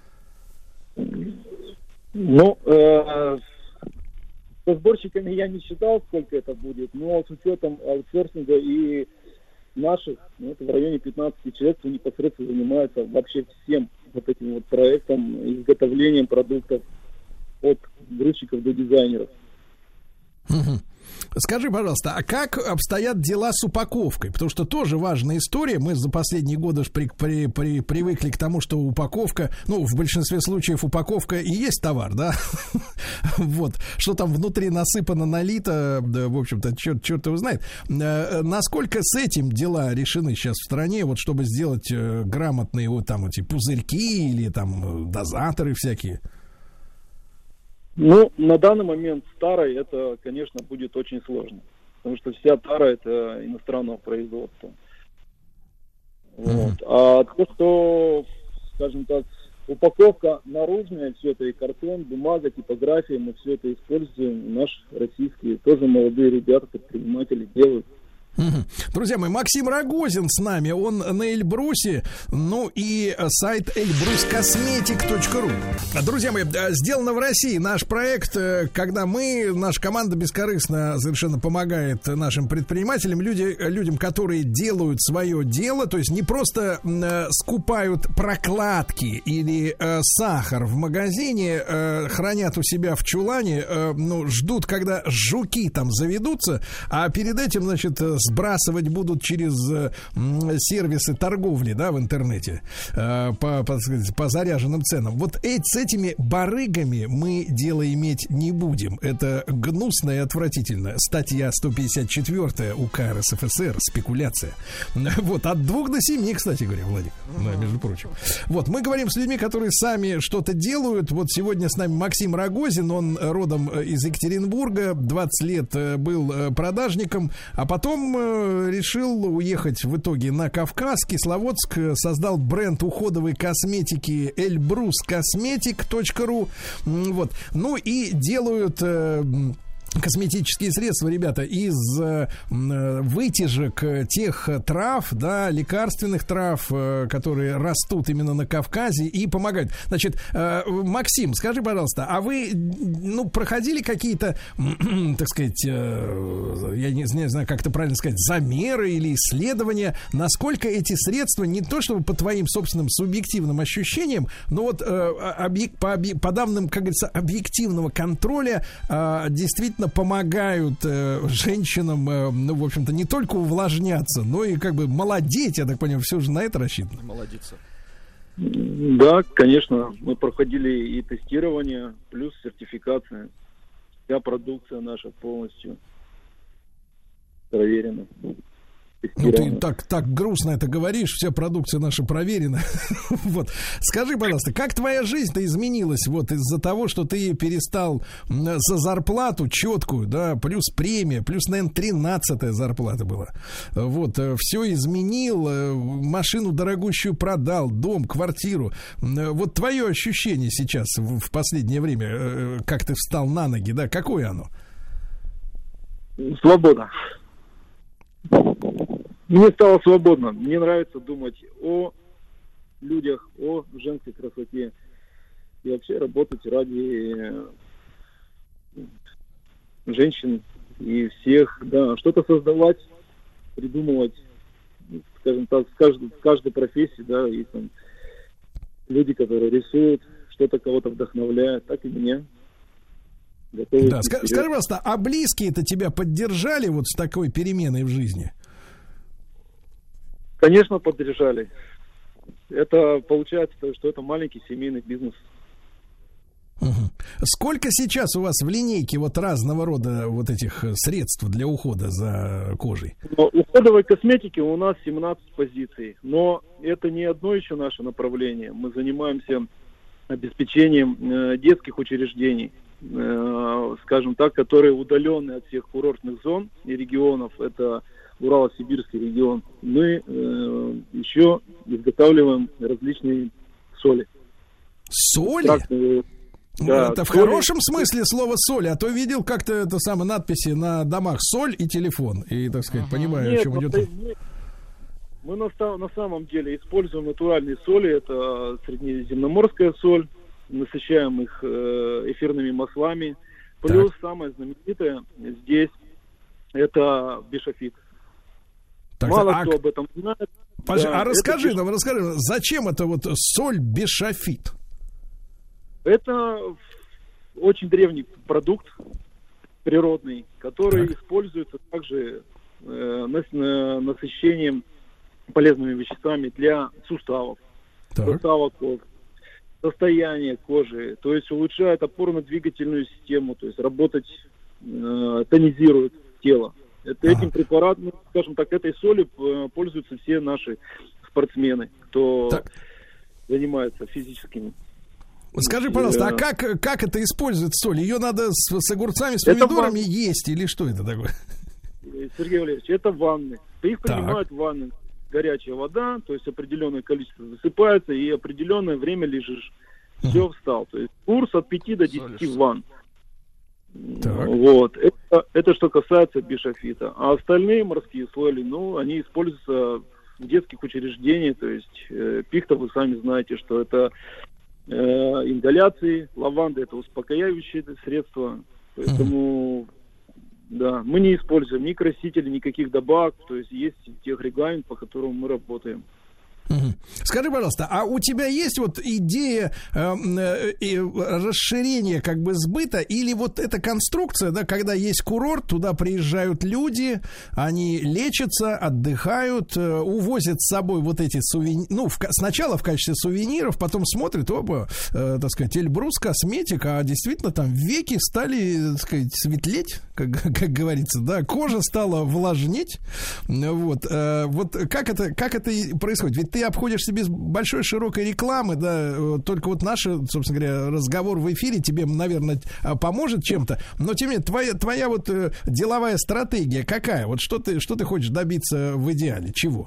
Ну, со сборщиками я не считал, сколько это будет, но с учетом аутсорсинга и наших, ну, это в районе 15 человек, кто непосредственно занимается вообще всем вот этим вот проектом, изготовлением продуктов от грузчиков до дизайнеров. Скажи, пожалуйста, а как обстоят дела с упаковкой? Потому что тоже важная история. Мы за последние годы привыкли к тому, что упаковка, ну, в большинстве случаев упаковка и есть товар, да? Вот. Что там внутри насыпано, налито, да, в общем-то, черт его знает. Насколько с этим дела решены сейчас в стране, вот, чтобы сделать грамотные вот там эти пузырьки или там дозаторы всякие? Ну, на данный момент с тарой это, конечно, будет очень сложно. Потому что вся тара это иностранного производства. Вот. А то, что, скажем так, упаковка наружная, все это и картон, бумага, типография, мы все это используем. Наши российские, тоже молодые ребята, предприниматели делают. Друзья мои, Максим Рогозин с нами, он на Эльбрусе, ну и сайт elbruskosmetic.ru. Друзья мои, сделано в России наш проект, когда наша команда бескорыстно совершенно помогает нашим предпринимателям, людям, которые делают свое дело, то есть не просто скупают прокладки или сахар в магазине, хранят у себя в чулане, ждут, когда жуки там заведутся, а перед этим, значит, сбрасывать будут через сервисы торговли, да, в интернете по заряженным ценам. Вот с этими барыгами мы дело иметь не будем. Это гнусно и отвратительно. Статья 154 УК РСФСР, спекуляция. Вот, от 2 до 7, кстати говоря, Владик, между прочим. Вот, мы говорим с людьми, которые сами что-то делают. Вот сегодня с нами Максим Рогозин, он родом из Екатеринбурга, 20 лет был продажником, а потом решил уехать в итоге на Кавказ, Кисловодск, создал бренд уходовой косметики elbruskosmetic.ru. Вот. Ну и делают косметические средства, ребята, из вытяжек тех трав, да, лекарственных трав, которые растут именно на Кавказе и помогают. Значит, Максим, скажи, пожалуйста, а вы, проходили какие-то, так сказать, я не знаю, как это правильно сказать, замеры или исследования, насколько эти средства, не то чтобы по твоим собственным субъективным ощущениям, но вот по данным, как говорится, объективного контроля, действительно помогают женщинам, в общем-то, не только увлажняться, но и как бы молодеть, я так понимаю, все же на это рассчитано. Молодиться. Да, конечно, мы проходили и тестирование, плюс сертификация. Вся продукция наша полностью проверена. Ну, ты так грустно это говоришь, вся продукция наша проверена. Вот. Скажи, пожалуйста, как твоя жизнь-то изменилась вот из-за того, что ты перестал за зарплату четкую, да, плюс премия, плюс, наверное, 13-я зарплата была. Вот, все изменил, машину дорогущую продал, дом, квартиру. Вот твое ощущение сейчас в последнее время, как ты встал на ноги, да, какое оно? Свобода. Мне стало свободно. Мне нравится думать о людях, о женской красоте. И вообще работать ради женщин и всех, да, что-то создавать, придумывать, скажем так, в каждой профессии, да, и там люди, которые рисуют, что-то кого-то вдохновляет, так и меня. Да, скажи, пожалуйста, а близкие-то тебя поддержали вот с такой переменой в жизни? Конечно, поддержали. Это получается, что это маленький семейный бизнес. Сколько сейчас у вас в линейке вот разного рода вот этих средств для ухода за кожей? Уходовой косметики у нас 17 позиций. Но это не одно еще наше направление. Мы занимаемся обеспечением детских учреждений, скажем так, которые удалены от всех курортных зон и регионов. Это Урало-Сибирский регион. Мы еще изготавливаем различные соли. Соли? Да, это в хорошем смысле слова соли, а то видел как-то это самое надписи на домах: соль и телефон. И, так сказать, понимаю, Нет, о чем идет. Мы на самом деле используем натуральные соли. Это среднеземноморская соль. Насыщаем их эфирными маслами. Плюс самое знаменитое здесь это бешофит. Мало кто об этом знает. Да, расскажи нам, зачем это вот соль бешофит? Это очень древний продукт природный, который используется также насыщением полезными веществами для суставов, сустава кожи, состояние кожи, то есть улучшает опорно-двигательную систему, то есть работать, тонизирует тело. Этим препаратом, скажем так, этой солью пользуются все наши спортсмены, кто занимается физическими. Скажи, пожалуйста, а как это использует соль? Ее надо с огурцами, с помидорами есть или что это такое? Сергей Валерьевич, это ванны. Их принимают в ванны. Горячая вода, то есть определенное количество засыпается, и определенное время лежишь. Все, встал. То есть курс от 5 до 10 ванн. Вот. Это что касается бишофита. А остальные морские соли, они используются в детских учреждениях. То есть пихта, вы сами знаете, что это ингаляции, лаванда — это успокаивающие средства. Поэтому... Да, мы не используем ни красителей, никаких добавок, то есть техрегламент, по которому мы работаем. Скажи, пожалуйста, а у тебя есть вот идея расширения как бы сбыта, или вот эта конструкция, да, когда есть курорт, туда приезжают люди, они лечатся, отдыхают, увозят с собой вот эти сувениры, сначала в качестве сувениров, потом смотрят, так сказать, Эльбрус косметика, а действительно там веки стали, так сказать, светлеть, как говорится, да, кожа стала влажнеть, вот как это происходит? Ведь ты обходишься без большой широкой рекламы, да, только вот наш, собственно говоря, разговор в эфире тебе, наверное, поможет чем-то, но тем не менее, твоя вот деловая стратегия какая? Вот что ты хочешь добиться в идеале? Чего?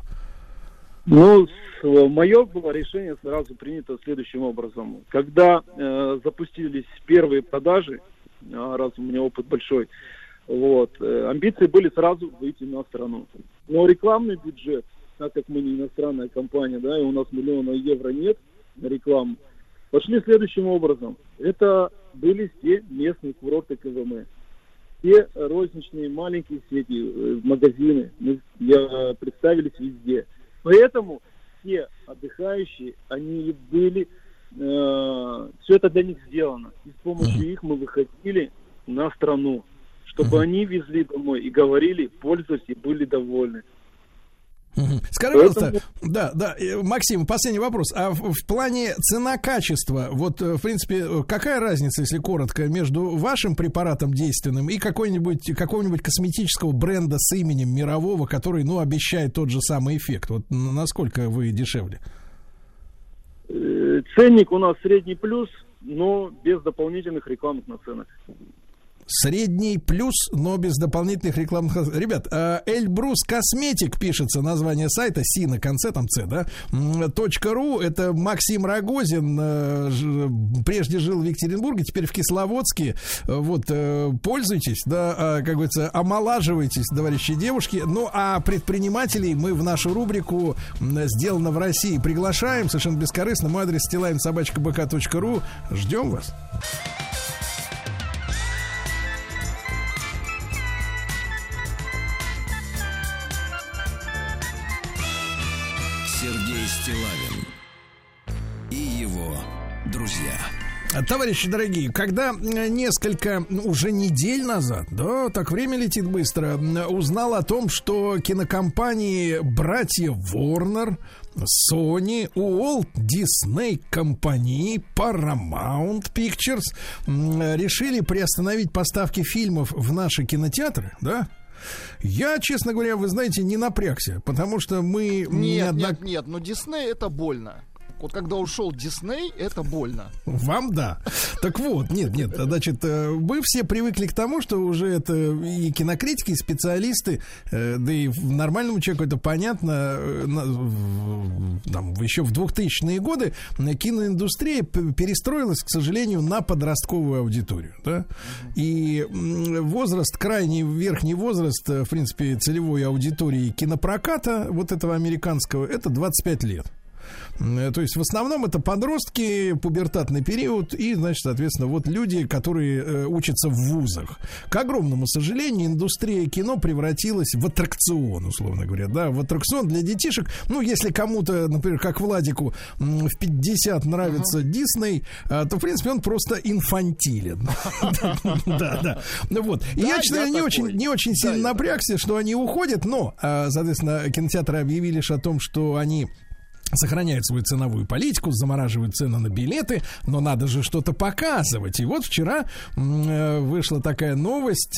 Мое было решение сразу принято следующим образом. Когда запустились первые продажи, раз у меня опыт большой, амбиции были сразу выйти на страну. Но рекламный бюджет, так как мы не иностранная компания, да, и у нас миллиона евро нет на рекламу, пошли следующим образом. Это были все местные курорты КВМ. Все розничные маленькие сети, магазины, представились везде. Поэтому все отдыхающие, они были, все это для них сделано. И с помощью их мы выходили на страну, чтобы они везли домой и говорили, пользуйтесь, и были довольны. Скажи, пожалуйста, да, Максим, последний вопрос. А в плане цена-качество, вот, в принципе, какая разница, если коротко, между вашим препаратом действенным и какого-нибудь косметического бренда с именем мирового, который, обещает тот же самый эффект? Вот насколько вы дешевле? Ценник у нас средний плюс, но без дополнительных рекламных наценок. Средний плюс, но без дополнительных рекламных... Ребят, Эльбрус Косметик пишется, название сайта, Си на конце, там С, да? .ру, это Максим Рогозин, прежде жил в Екатеринбурге, теперь в Кисловодске. Вот, пользуйтесь, да, как говорится, омолаживайтесь, товарищи девушки. Ну, а предпринимателей мы в нашу рубрику «Сделано в России» приглашаем, совершенно бескорыстно. Мой адрес stilain@bk.ru. Ждем вас. Сергей Стиллавин и его друзья. Товарищи дорогие, когда несколько, уже недель назад, да, так время летит быстро, узнал о том, что кинокомпании братья Warner, Sony, Walt Disney Company, Paramount Pictures решили приостановить поставки фильмов в наши кинотеатры, да? Я, честно говоря, вы знаете, не напрягся, потому что мы... Нет, но Дисней это больно. Вот когда ушел Дисней, это больно. Вам да. Так вот, нет, значит, мы все привыкли к тому, что уже это и кинокритики, и специалисты, да и нормальному человеку это понятно, там, еще в 2000-е годы киноиндустрия перестроилась, к сожалению, на подростковую аудиторию, да? И возраст, крайний верхний возраст, в принципе, целевой аудитории кинопроката вот этого американского, это 25 лет. То есть в основном это подростки, пубертатный период и, значит, соответственно, вот люди, которые учатся в вузах. К огромному сожалению, индустрия кино превратилась в аттракцион, условно говоря, да, в аттракцион для детишек. Ну, если кому-то, например, как Владику в 50 нравится Дисней, то, в принципе, он просто инфантилен. Да. Вот. Я, честно, не очень сильно напрягся, что они уходят, но, соответственно, кинотеатры объявили о том, что они сохраняют свою ценовую политику, замораживают цены на билеты, но надо же что-то показывать. И вот вчера вышла такая новость.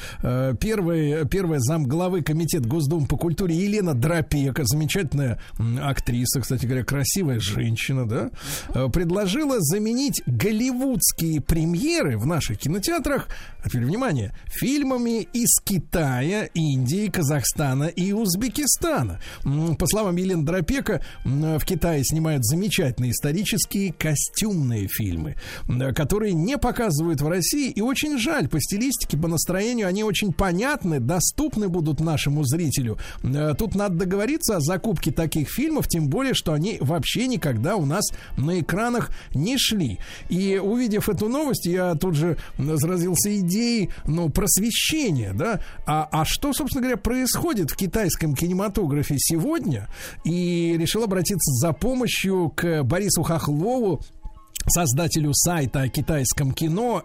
Первая замглавы Комитета Госдумы по культуре Елена Драпека, замечательная актриса, кстати говоря, красивая женщина, да, предложила заменить голливудские премьеры в наших кинотеатрах, а теперь внимание, фильмами из Китая, Индии, Казахстана и Узбекистана. По словам Елены Драпека, в Китае снимают замечательные исторические костюмные фильмы, которые не показывают в России, и очень жаль, по стилистике, по настроению они очень понятны, доступны будут нашему зрителю. Тут надо договориться о закупке таких фильмов, тем более, что они вообще никогда у нас на экранах не шли. И увидев эту новость, я тут же заразился идеей, просвещения, да, а что, собственно говоря, происходит в китайском кинематографе сегодня, и решил обратиться за помощью к Борису Хохлову, создателю сайта о китайском кино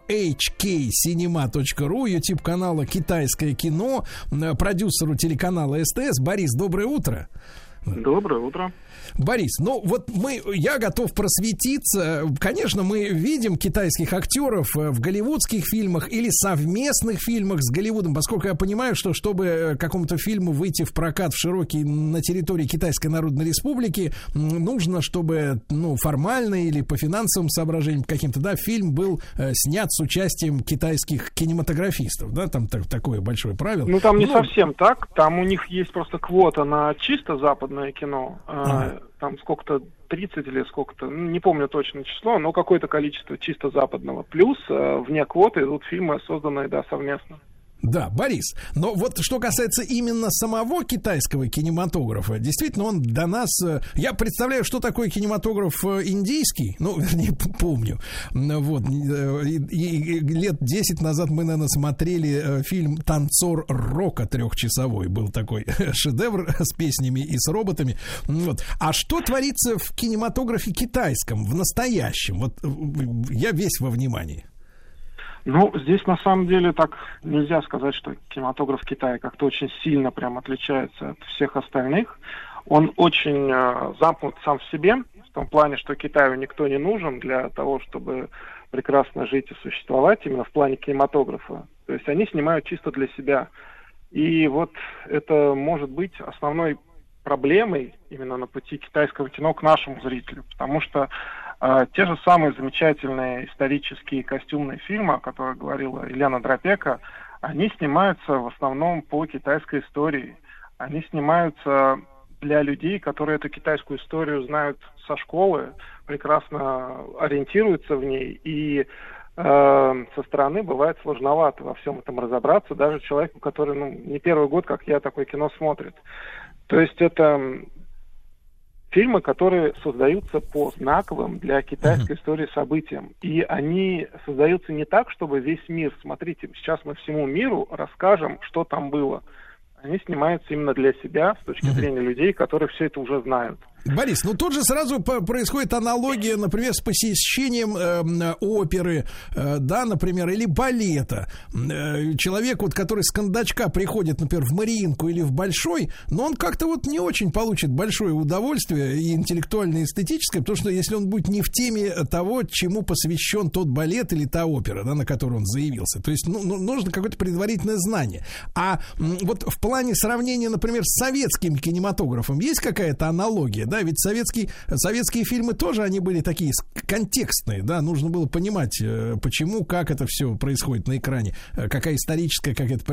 hkcinema.ru, YouTube-канала «Китайское кино», продюсеру телеканала СТС. Борис, доброе утро. Доброе утро. Борис, я готов просветиться. Конечно, мы видим китайских актеров в голливудских фильмах или совместных фильмах с Голливудом, поскольку я понимаю, что чтобы какому-то фильму выйти в прокат в широкий на территории Китайской Народной Республики, нужно, чтобы, формально или по финансовым соображениям каким-то, да, фильм был снят с участием китайских кинематографистов, да, там такое большое правило. Там не совсем так, там у них есть просто квота на чисто западное кино. Там сколько-то 30 или сколько-то, не помню точное число, но какое-то количество чисто западного. Плюс вне квоты идут фильмы, созданные, да, совместно. Да, Борис, но вот что касается именно самого китайского кинематографа, действительно, он до нас... Я представляю, что такое кинематограф индийский, вернее, помню. Вот. И лет 10 назад мы, наверное, смотрели фильм «Танцор рока» 3-часовой. Был такой шедевр с песнями и с роботами. Вот. А что творится в кинематографе китайском, в настоящем? Вот я весь во внимании. Здесь на самом деле так нельзя сказать, что кинематограф Китая как-то очень сильно прям отличается от всех остальных. Он очень замкнут сам в себе, в том плане, что Китаю никто не нужен для того, чтобы прекрасно жить и существовать, именно в плане кинематографа. То есть они снимают чисто для себя. И вот это может быть основной проблемой именно на пути китайского кино к нашему зрителю, потому что те же самые замечательные исторические костюмные фильмы, о которых говорила Елена Драпека, они снимаются в основном по китайской истории. Они снимаются для людей, которые эту китайскую историю знают со школы, прекрасно ориентируются в ней, и со стороны бывает сложновато во всем этом разобраться, даже человеку, который не первый год, как я, такое кино смотрит. То есть это фильмы, которые создаются по знаковым для китайской истории событиям. И они создаются не так, чтобы весь мир, смотрите, сейчас мы всему миру расскажем, что там было. Они снимаются именно для себя, с точки зрения людей, которые все это уже знают. Борис, тут же сразу происходит аналогия, например, с посещением оперы, да, например, или балета. Человек, который с кондачка приходит, например, в Мариинку или в Большой, но он как-то не очень получит большое удовольствие и интеллектуальное, и эстетическое, потому что если он будет не в теме того, чему посвящен тот балет или та опера, да, на которую он заявился. То есть нужно какое-то предварительное знание. А вот в плане сравнения, например, с советским кинематографом есть какая-то аналогия? Да, ведь советские фильмы тоже, они были такие контекстные, да, нужно было понимать, почему, как это все происходит на экране, какая историческая, какая-то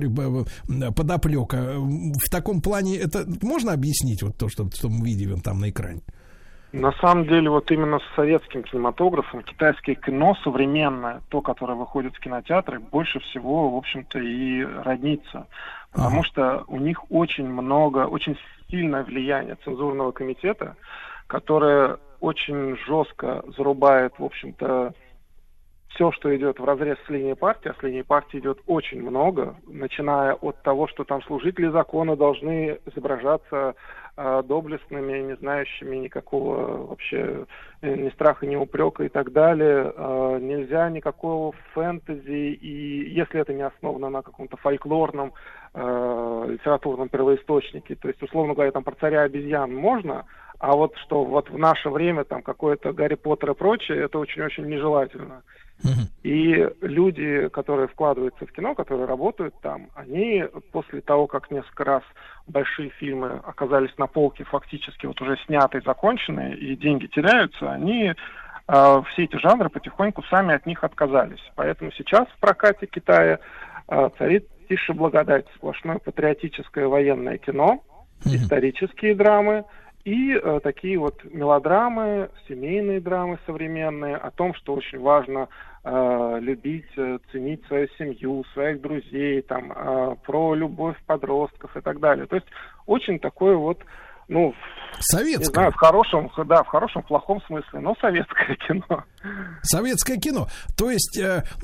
подоплека. В таком плане это можно объяснить, то, что мы видим там на экране? На самом деле, именно с советским кинематографом китайское кино современное, то, которое выходит в кинотеатры, больше всего, в общем-то, и роднится. Потому что у них очень сильное влияние цензурного комитета, которое очень жестко зарубает, в общем-то, все, что идет вразрез с линией партии, а с линии партии идет очень много, начиная от того, что там служители закона должны изображаться доблестными, не знающими никакого вообще ни страха, ни упрека и так далее. Нельзя никакого фэнтези, и если это не основано на каком-то фольклорном литературном первоисточнике, то есть, условно говоря, там про царя обезьян можно, А вот что вот в наше время там какое-то Гарри Поттер и прочее, это очень-очень нежелательно. И люди, которые вкладываются в кино, которые работают там, они после того, как несколько раз большие фильмы оказались на полке, фактически вот уже снятые, законченные, и деньги теряются, они все эти жанры потихоньку сами от них отказались. Поэтому сейчас в прокате Китая царит тише благодать, сплошное патриотическое военное кино, исторические драмы, и такие вот мелодрамы, семейные драмы современные о том, что очень важно любить, ценить свою семью, своих друзей, там, про любовь подростков и так далее. То есть очень такое вот, ну, советское. Не знаю, в хорошем, плохом смысле, но советское кино. Советское кино. То есть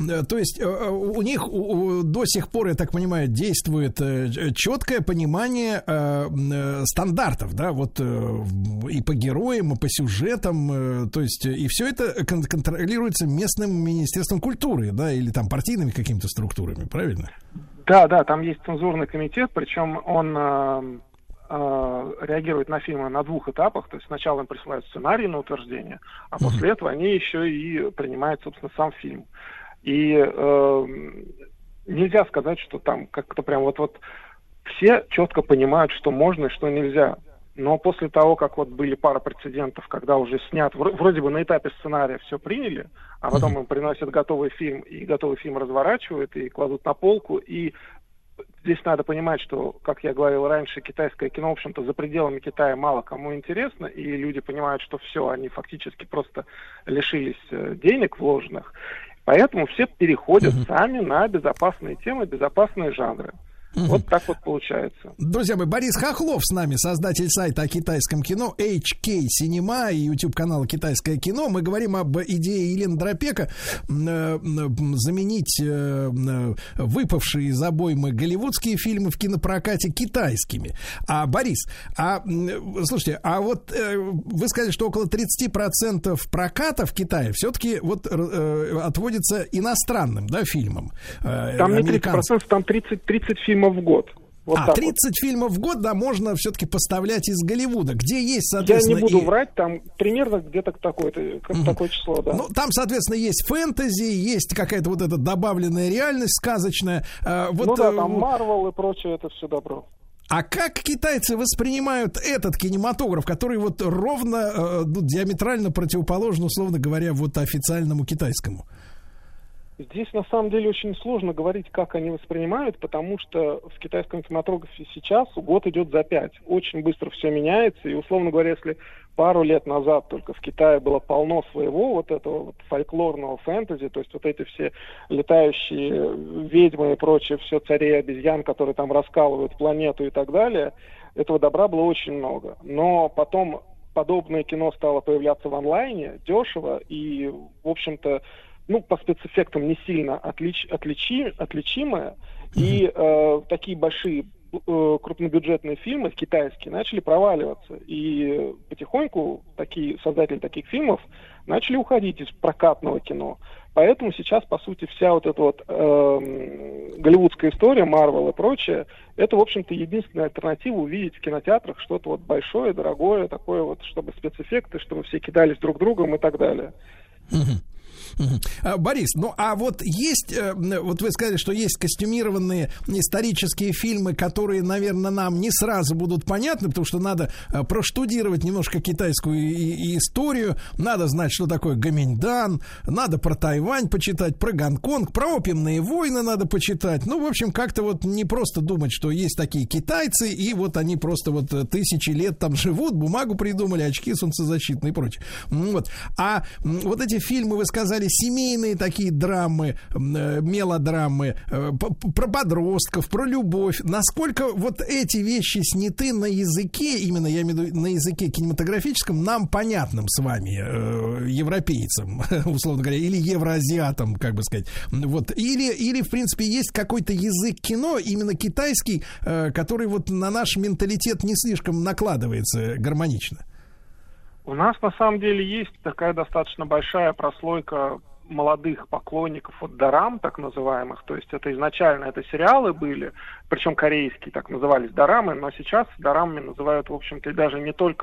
у них до сих пор, я так понимаю, действует четкое понимание стандартов, да, вот и по героям, и по сюжетам, то есть и все это контролируется местным министерством культуры, да, или там партийными какими-то структурами, правильно? Да, там есть цензурный комитет, причем он реагируют на фильмы на двух этапах. То есть сначала им присылают сценарий на утверждение, а после этого они еще и принимают, собственно, сам фильм. И нельзя сказать, что там как-то прям вот все четко понимают, что можно и что нельзя. Но после того, как вот были пара прецедентов, когда уже снят, вроде бы на этапе сценария все приняли, а потом им приносят готовый фильм, и готовый фильм разворачивают и кладут на полку, и здесь надо понимать, что, как я говорил раньше, китайское кино, в общем-то, за пределами Китая мало кому интересно, и люди понимают, что все, они фактически просто лишились денег вложенных. Поэтому все переходят сами на безопасные темы, безопасные жанры. Вот так вот получается. Друзья мои, Борис Хохлов с нами, создатель сайта о китайском кино HK Cinema и YouTube-канала «Китайское кино». Мы говорим об идее Елены Дропека заменить выпавшие из обоймы голливудские фильмы в кинопрокате китайскими. Борис, слушайте, вот вы сказали, что около 30% проката в Китае все-таки вот отводится иностранным, да, фильмам. Там не 30%, там 30 фильмов в год. Вот 30 фильмов в год, да, можно все-таки поставлять из Голливуда, где есть, соответственно... Я не буду врать, там примерно где-то такое число, да. Ну, там, соответственно, есть фэнтези, есть какая-то вот эта добавленная реальность сказочная. Там Марвел и прочее, это все добро. А как китайцы воспринимают этот кинематограф, который вот ровно, диаметрально противоположен, условно говоря, вот официальному китайскому? Здесь, на самом деле, очень сложно говорить, как они воспринимают, потому что в китайском кинематографе сейчас год идет за 5. Очень быстро все меняется, и, условно говоря, если пару лет назад только в Китае было полно своего вот этого вот фольклорного фэнтези, то есть вот эти все летающие ведьмы и прочее, все цари и обезьян, которые там раскалывают планету и так далее, этого добра было очень много. Но потом подобное кино стало появляться в онлайне, дешево, и, в общем-то, по спецэффектам не сильно отличимое, и такие большие крупнобюджетные фильмы китайские начали проваливаться, и потихоньку создатели таких фильмов начали уходить из прокатного кино. Поэтому сейчас, по сути, вся вот эта вот голливудская история, Марвел и прочее, это, в общем-то, единственная альтернатива увидеть в кинотеатрах что-то вот большое, дорогое, такое вот, чтобы спецэффекты, чтобы все кидались друг другом и так далее. Борис, вот есть, вот вы сказали, что есть костюмированные исторические фильмы, которые, наверное, нам не сразу будут понятны, потому что надо проштудировать немножко китайскую историю, надо знать, что такое Гоминьдан, надо про Тайвань почитать, про Гонконг, про опиумные войны надо почитать. В общем, как-то вот не просто думать, что есть такие китайцы, и вот они просто вот тысячи лет там живут, бумагу придумали, очки солнцезащитные и прочее. А вот эти фильмы, вы сказали, семейные такие драмы, мелодрамы, про подростков, про любовь. Насколько вот эти вещи сняты на языке, именно я имею в виду на языке кинематографическом, нам понятным с вами, европейцам, условно говоря, или евроазиатам, как бы сказать. Или, в принципе, есть какой-то язык кино, именно китайский, который вот на наш менталитет не слишком накладывается гармонично. У нас, на самом деле, есть такая достаточно большая прослойка молодых поклонников дорам, так называемых. То есть это изначально сериалы были, причем корейские так назывались дорамы, но сейчас дорамами называют, в общем-то, даже не только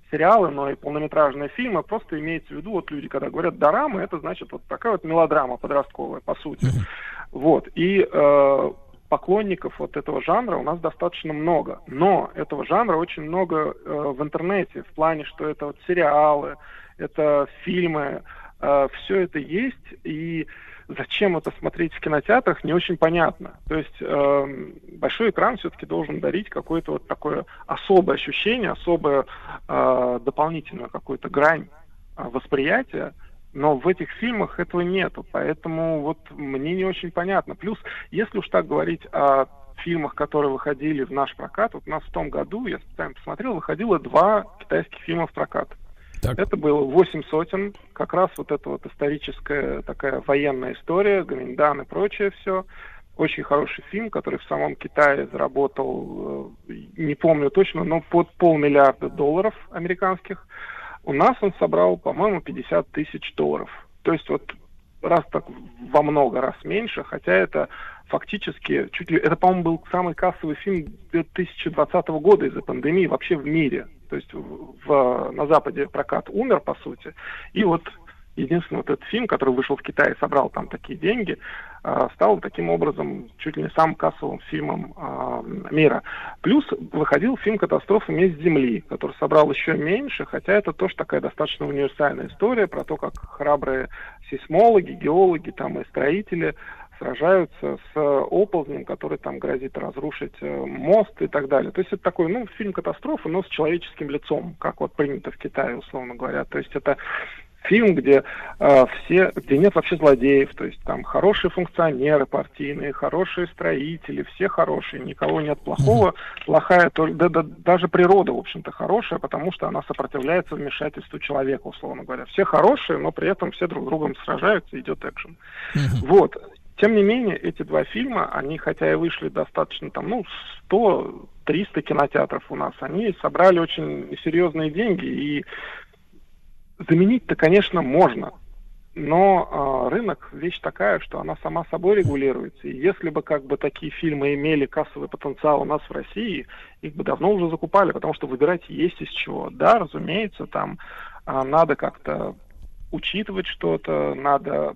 сериалы, но и полнометражные фильмы. Просто имеется в виду, вот люди, когда говорят дорама, это значит вот такая вот мелодрама подростковая, по сути. Вот. И поклонников вот этого жанра у нас достаточно много. Но этого жанра очень много в интернете, в плане, что это вот сериалы, это фильмы, все это есть, и зачем это смотреть в кинотеатрах, не очень понятно. То есть большой экран все-таки должен дарить какое-то вот такое особое ощущение, особое дополнительную какую-то грань восприятия, но в этих фильмах этого нету, поэтому вот мне не очень понятно. Плюс, если уж так говорить о фильмах, которые выходили в наш прокат, вот у нас в том году, я специально посмотрел, выходило 2 китайских фильма в прокат. Так. Это было «Восемь сотен», как раз вот эта вот историческая такая военная история, Гоминьдан и прочее все. Очень хороший фильм, который в самом Китае заработал, не помню точно, но под $500 миллиарда американских. У нас он собрал, по-моему, $50 тысяч. То есть вот раз так во много раз меньше, хотя это фактически чуть ли... Это, по-моему, был самый кассовый фильм 2020 года из-за пандемии вообще в мире. То есть на Западе прокат умер, по сути. И вот единственный вот этот фильм, который вышел в Китае и собрал там такие деньги, стал таким образом чуть ли не самым кассовым фильмом мира. Плюс выходил фильм «Катастрофа. Месть Земли», который собрал еще меньше, хотя это тоже такая достаточно универсальная история про то, как храбрые сейсмологи, геологи там, и строители сражаются с оползнем, который там грозит разрушить мост и так далее. То есть это такой, фильм «Катастрофа», но с человеческим лицом, как вот принято в Китае, условно говоря. То есть это фильм, где где нет вообще злодеев, то есть там хорошие функционеры партийные, хорошие строители, все хорошие, никого нет плохого, плохая, даже природа, в общем-то, хорошая, потому что она сопротивляется вмешательству человека, условно говоря. Все хорошие, но при этом все друг с другом сражаются, идет экшен. Вот. Тем не менее, эти 2 фильма, они, хотя и вышли достаточно, 100-300 кинотеатров у нас, они собрали очень серьезные деньги, и заменить-то, конечно, можно, но рынок вещь такая, что она сама собой регулируется, и если бы такие фильмы имели кассовый потенциал у нас в России, их бы давно уже закупали, потому что выбирать есть из чего. Да, разумеется, там надо как-то учитывать что-то, надо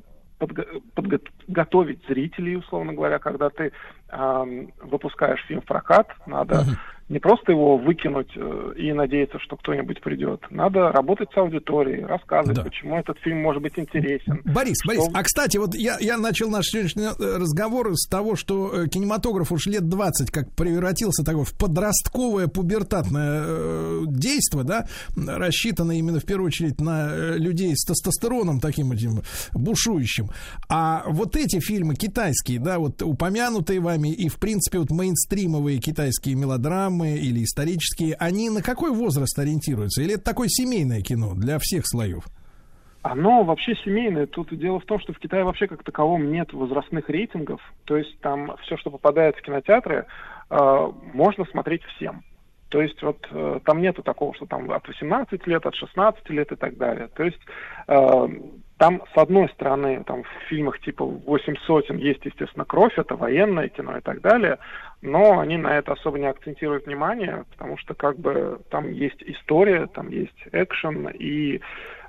подготовить зрителей, условно говоря, когда ты выпускаешь фильм в прокат, надо не просто его выкинуть и надеяться, что кто-нибудь придет. Надо работать с аудиторией, рассказывать, почему этот фильм может быть интересен. Борис, а кстати, вот я начал наш сегодняшний разговор с того, что кинематограф уж лет 20 как превратился в подростковое пубертатное действо, да, рассчитанное именно в первую очередь на людей с тестостероном таким этим бушующим. А вот эти фильмы китайские, да, вот упомянутые вами и в принципе вот мейнстримовые китайские мелодрамы или исторические, они на какой возраст ориентируются? Или это такое семейное кино для всех слоев? Оно вообще семейное. Тут дело в том, что в Китае вообще как таковом нет возрастных рейтингов. То есть там все, что попадает в кинотеатры, можно смотреть всем. То есть вот там нету такого, что там от 18 лет, от 16 лет и так далее. То есть там, с одной стороны, там в фильмах типа «Восемь сотен» есть, естественно, кровь, это военное кино и так далее, но они на это особо не акцентируют внимание, потому что там есть история, там есть экшен, и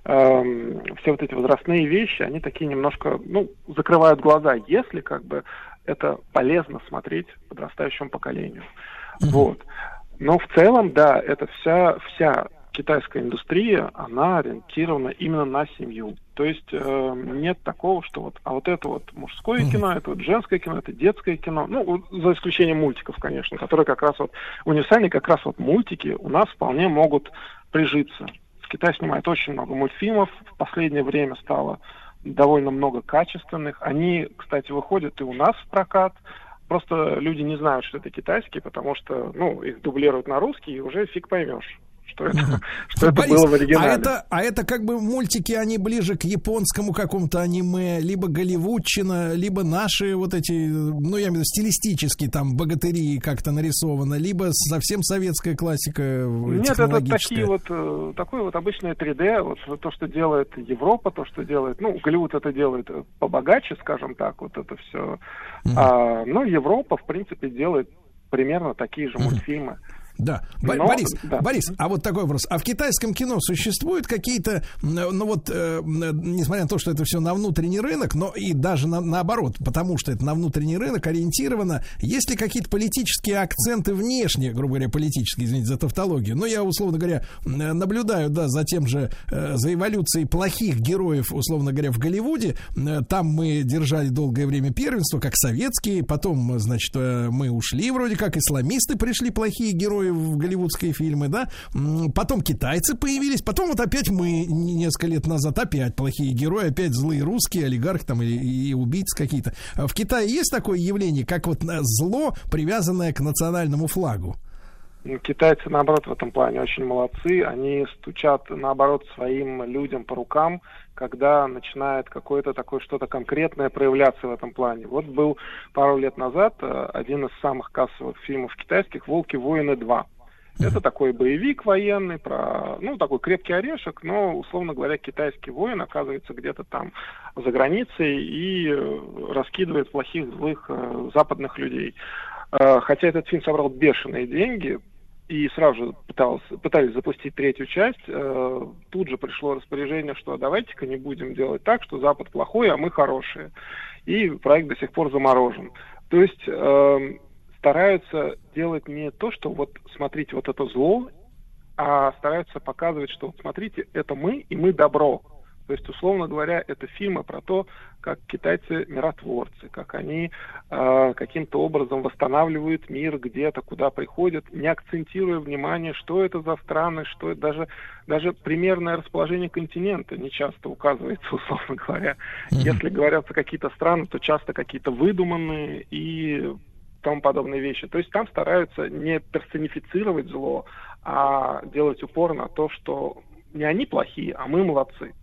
все вот эти возрастные вещи, они такие немножко, закрывают глаза, если это полезно смотреть подрастающему поколению. Вот. Но в целом, да, это вся китайская индустрия, она ориентирована именно на семью. То есть нет такого, что вот это вот мужское кино, это вот женское кино, это детское кино. За исключением мультиков, конечно, которые как раз универсальные, как раз мультики у нас вполне могут прижиться. В Китае снимают очень много мультфильмов, в последнее время стало довольно много качественных. Они, кстати, выходят и у нас в прокат. Просто люди не знают, что это китайские, потому что, их дублируют на русский, и уже фиг поймешь, что это Борис, было в оригинале. А это мультики, они ближе к японскому какому-то аниме, либо голливудчина, либо наши вот эти, я имею в виду стилистические, там, богатыри как-то нарисовано, либо совсем советская классика технологическая. Нет, это такое обычное 3D, то, что делает Европа, то, что делает, Голливуд это делает побогаче, скажем так, вот это все. Но Европа, в принципе, делает примерно такие же мультфильмы. Да. Борис, а вот такой вопрос. А в китайском кино существуют какие-то, несмотря на то, что это все на внутренний рынок, но и даже наоборот, потому что это на внутренний рынок ориентировано, есть ли какие-то политические акценты внешние, грубо говоря, политические, извините за тавтологию, но я, условно говоря, наблюдаю, да, за тем же, за эволюцией плохих героев, условно говоря, в Голливуде. Там мы держали долгое время первенство, как советские, потом, значит, мы ушли, вроде как исламисты пришли, плохие герои в голливудские фильмы, да, потом китайцы появились, потом вот опять мы несколько лет назад опять плохие герои, опять злые русские, олигархи там и убийцы какие-то. В Китае есть такое явление, как вот зло, привязанное к национальному флагу? Китайцы, наоборот, в этом плане очень молодцы. Они стучат, наоборот, своим людям по рукам, когда начинает какое-то такое что-то конкретное проявляться в этом плане. Вот был пару лет назад один из самых кассовых фильмов китайских «Волки-воины 2». Это такой боевик военный, такой крепкий орешек, но, условно говоря, китайский воин оказывается где-то там за границей и раскидывает плохих, злых западных людей. Хотя этот фильм собрал бешеные деньги, и сразу же пытались запустить третью часть, тут же пришло распоряжение, что давайте-ка не будем делать так, что Запад плохой, а мы хорошие. И проект до сих пор заморожен. То есть стараются делать не то, что вот смотрите, вот это зло, а стараются показывать, что вот смотрите, это мы, и мы добро. То есть, условно говоря, это фильмы про то, как китайцы миротворцы, как они каким-то образом восстанавливают мир где-то, куда приходят, не акцентируя внимание, что это за страны, что это даже примерное расположение континента не часто указывается, условно говоря. Если говорятся какие-то страны, то часто какие-то выдуманные и тому подобные вещи. То есть там стараются не персонифицировать зло, а делать упор на то, что не они плохие, а мы молодцы.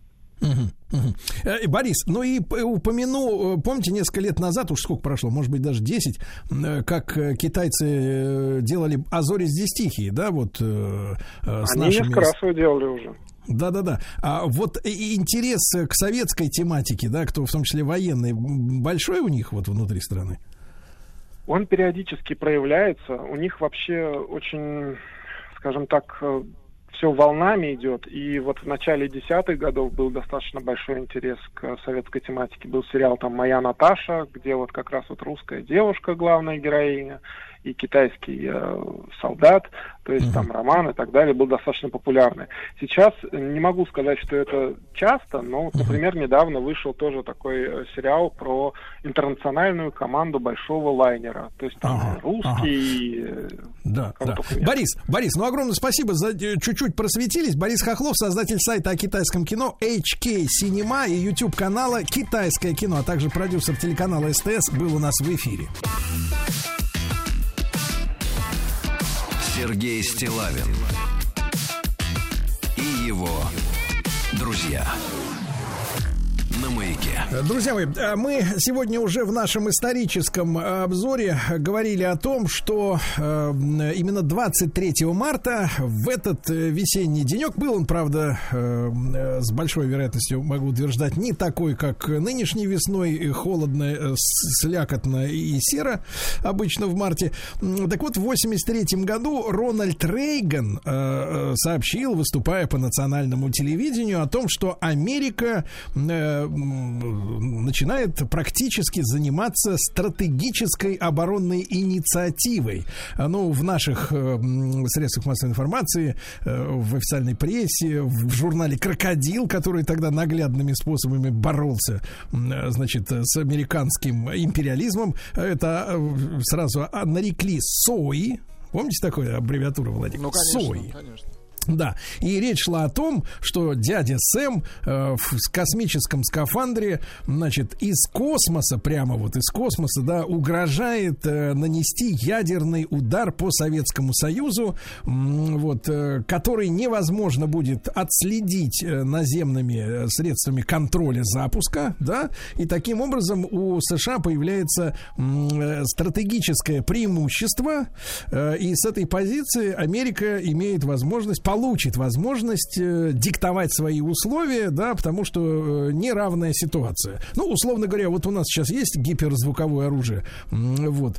Борис, ну и упомяну, помните, несколько лет назад, уж сколько прошло, может быть, даже 10, как китайцы делали «А зори здесь тихие», да, вот с они нашими... несколько раз его делали уже. Да. А вот интерес к советской тематике, да, кто в том числе военный, большой у них вот внутри страны? Он периодически проявляется. У них вообще очень, скажем так, все волнами идет. И вот в начале 10-х годов был достаточно большой интерес к советской тематике. Был сериал там «Моя Наташа», где вот как раз вот русская девушка, главная героиня, и китайский солдат, то есть там роман и так далее, был достаточно популярный. Сейчас не могу сказать, что это часто, но, вот, например, недавно вышел тоже такой сериал про интернациональную команду большого лайнера. То есть там русский... Да. Борис, ну огромное спасибо, за чуть-чуть просветились. Борис Хохлов, создатель сайта о китайском кино HK Cinema и YouTube-канала «Китайское кино», а также продюсер телеканала СТС, был у нас в эфире. Сергей Стиллавин и его друзья на Маяке. Друзья мои, мы сегодня уже в нашем историческом обзоре говорили о том, что именно 23 марта в этот весенний денек, был он, правда, с большой вероятностью, могу утверждать, не такой, как нынешней весной, холодно, слякотно и серо обычно в марте. Так вот, в 1983 году Рональд Рейган сообщил, выступая по национальному телевидению, о том, что Америка начинает практически заниматься стратегической оборонной инициативой. Ну, в наших средствах массовой информации, в официальной прессе, в журнале «Крокодил», который тогда наглядными способами боролся, значит, с американским империализмом, это сразу нарекли СОИ. Помните такую аббревиатуру, Владимир? Ну, конечно, СОИ. Конечно. Да, и речь шла о том, что дядя Сэм в космическом скафандре, значит, из космоса, прямо вот из космоса, да, угрожает нанести ядерный удар по Советскому Союзу, вот, который невозможно будет отследить наземными средствами контроля запуска, да, и таким образом у США появляется стратегическое преимущество, и с этой позиции Америка имеет возможность получит возможность диктовать свои условия, да, потому что неравная ситуация. Ну, условно говоря, вот у нас сейчас есть гиперзвуковое оружие, вот,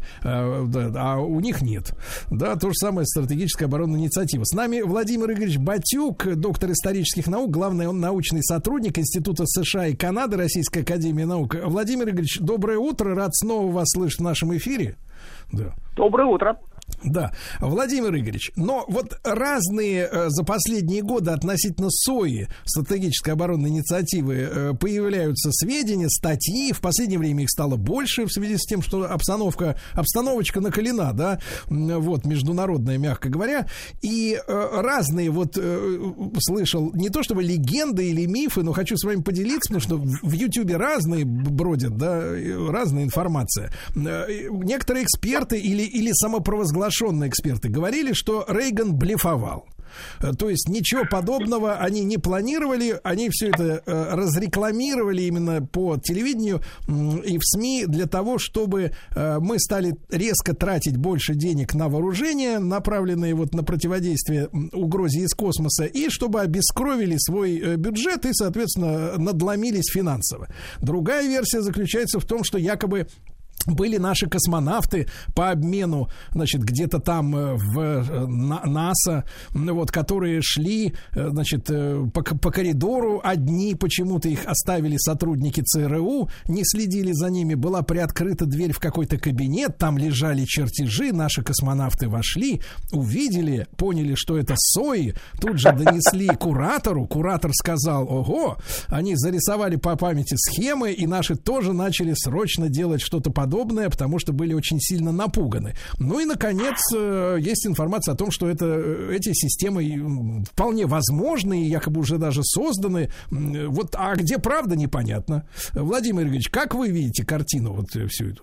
а у них нет. Да, то же самое стратегическая оборонная инициатива. С нами Владимир Игоревич Батюк, доктор исторических наук, главный научный сотрудник Института США и Канады Российской академии наук. Владимир Игоревич, доброе утро, рад снова вас слышать в нашем эфире. Да. Доброе утро. Да, Владимир Игоревич, но вот разные за последние годы относительно СОИ, стратегической оборонной инициативы, появляются сведения, статьи. В последнее время их стало больше в связи с тем, что обстановочка накалена, да, вот, международная, мягко говоря. И разные, вот, слышал, не то чтобы легенды или мифы, но хочу с вами поделиться, потому что в Ютьюбе разные бродят, да, разная информация. Некоторые эксперты или самопровозглашенные эксперты говорили, что Рейган блефовал. То есть ничего подобного они не планировали, они все это разрекламировали именно по телевидению и в СМИ для того, чтобы мы стали резко тратить больше денег на вооружение, направленные вот на противодействие угрозе из космоса, и чтобы обескровили свой бюджет и, соответственно, надломились финансово. Другая версия заключается в том, что якобы были наши космонавты по обмену, значит, где-то там в НАСА, вот, которые шли, значит, по коридору одни, почему-то их оставили сотрудники ЦРУ, не следили за ними, была приоткрыта дверь в какой-то кабинет, там лежали чертежи, наши космонавты вошли, увидели, поняли, что это СОИ, тут же донесли куратору, куратор сказал: ого, они зарисовали по памяти схемы, и наши тоже начали срочно делать что-то подобное, потому что были очень сильно напуганы. Ну и, наконец, есть информация о том, что эти системы вполне возможны и якобы уже даже созданы. Вот, а где правда, непонятно. Владимир Игоревич, как вы видите картину вот всю эту?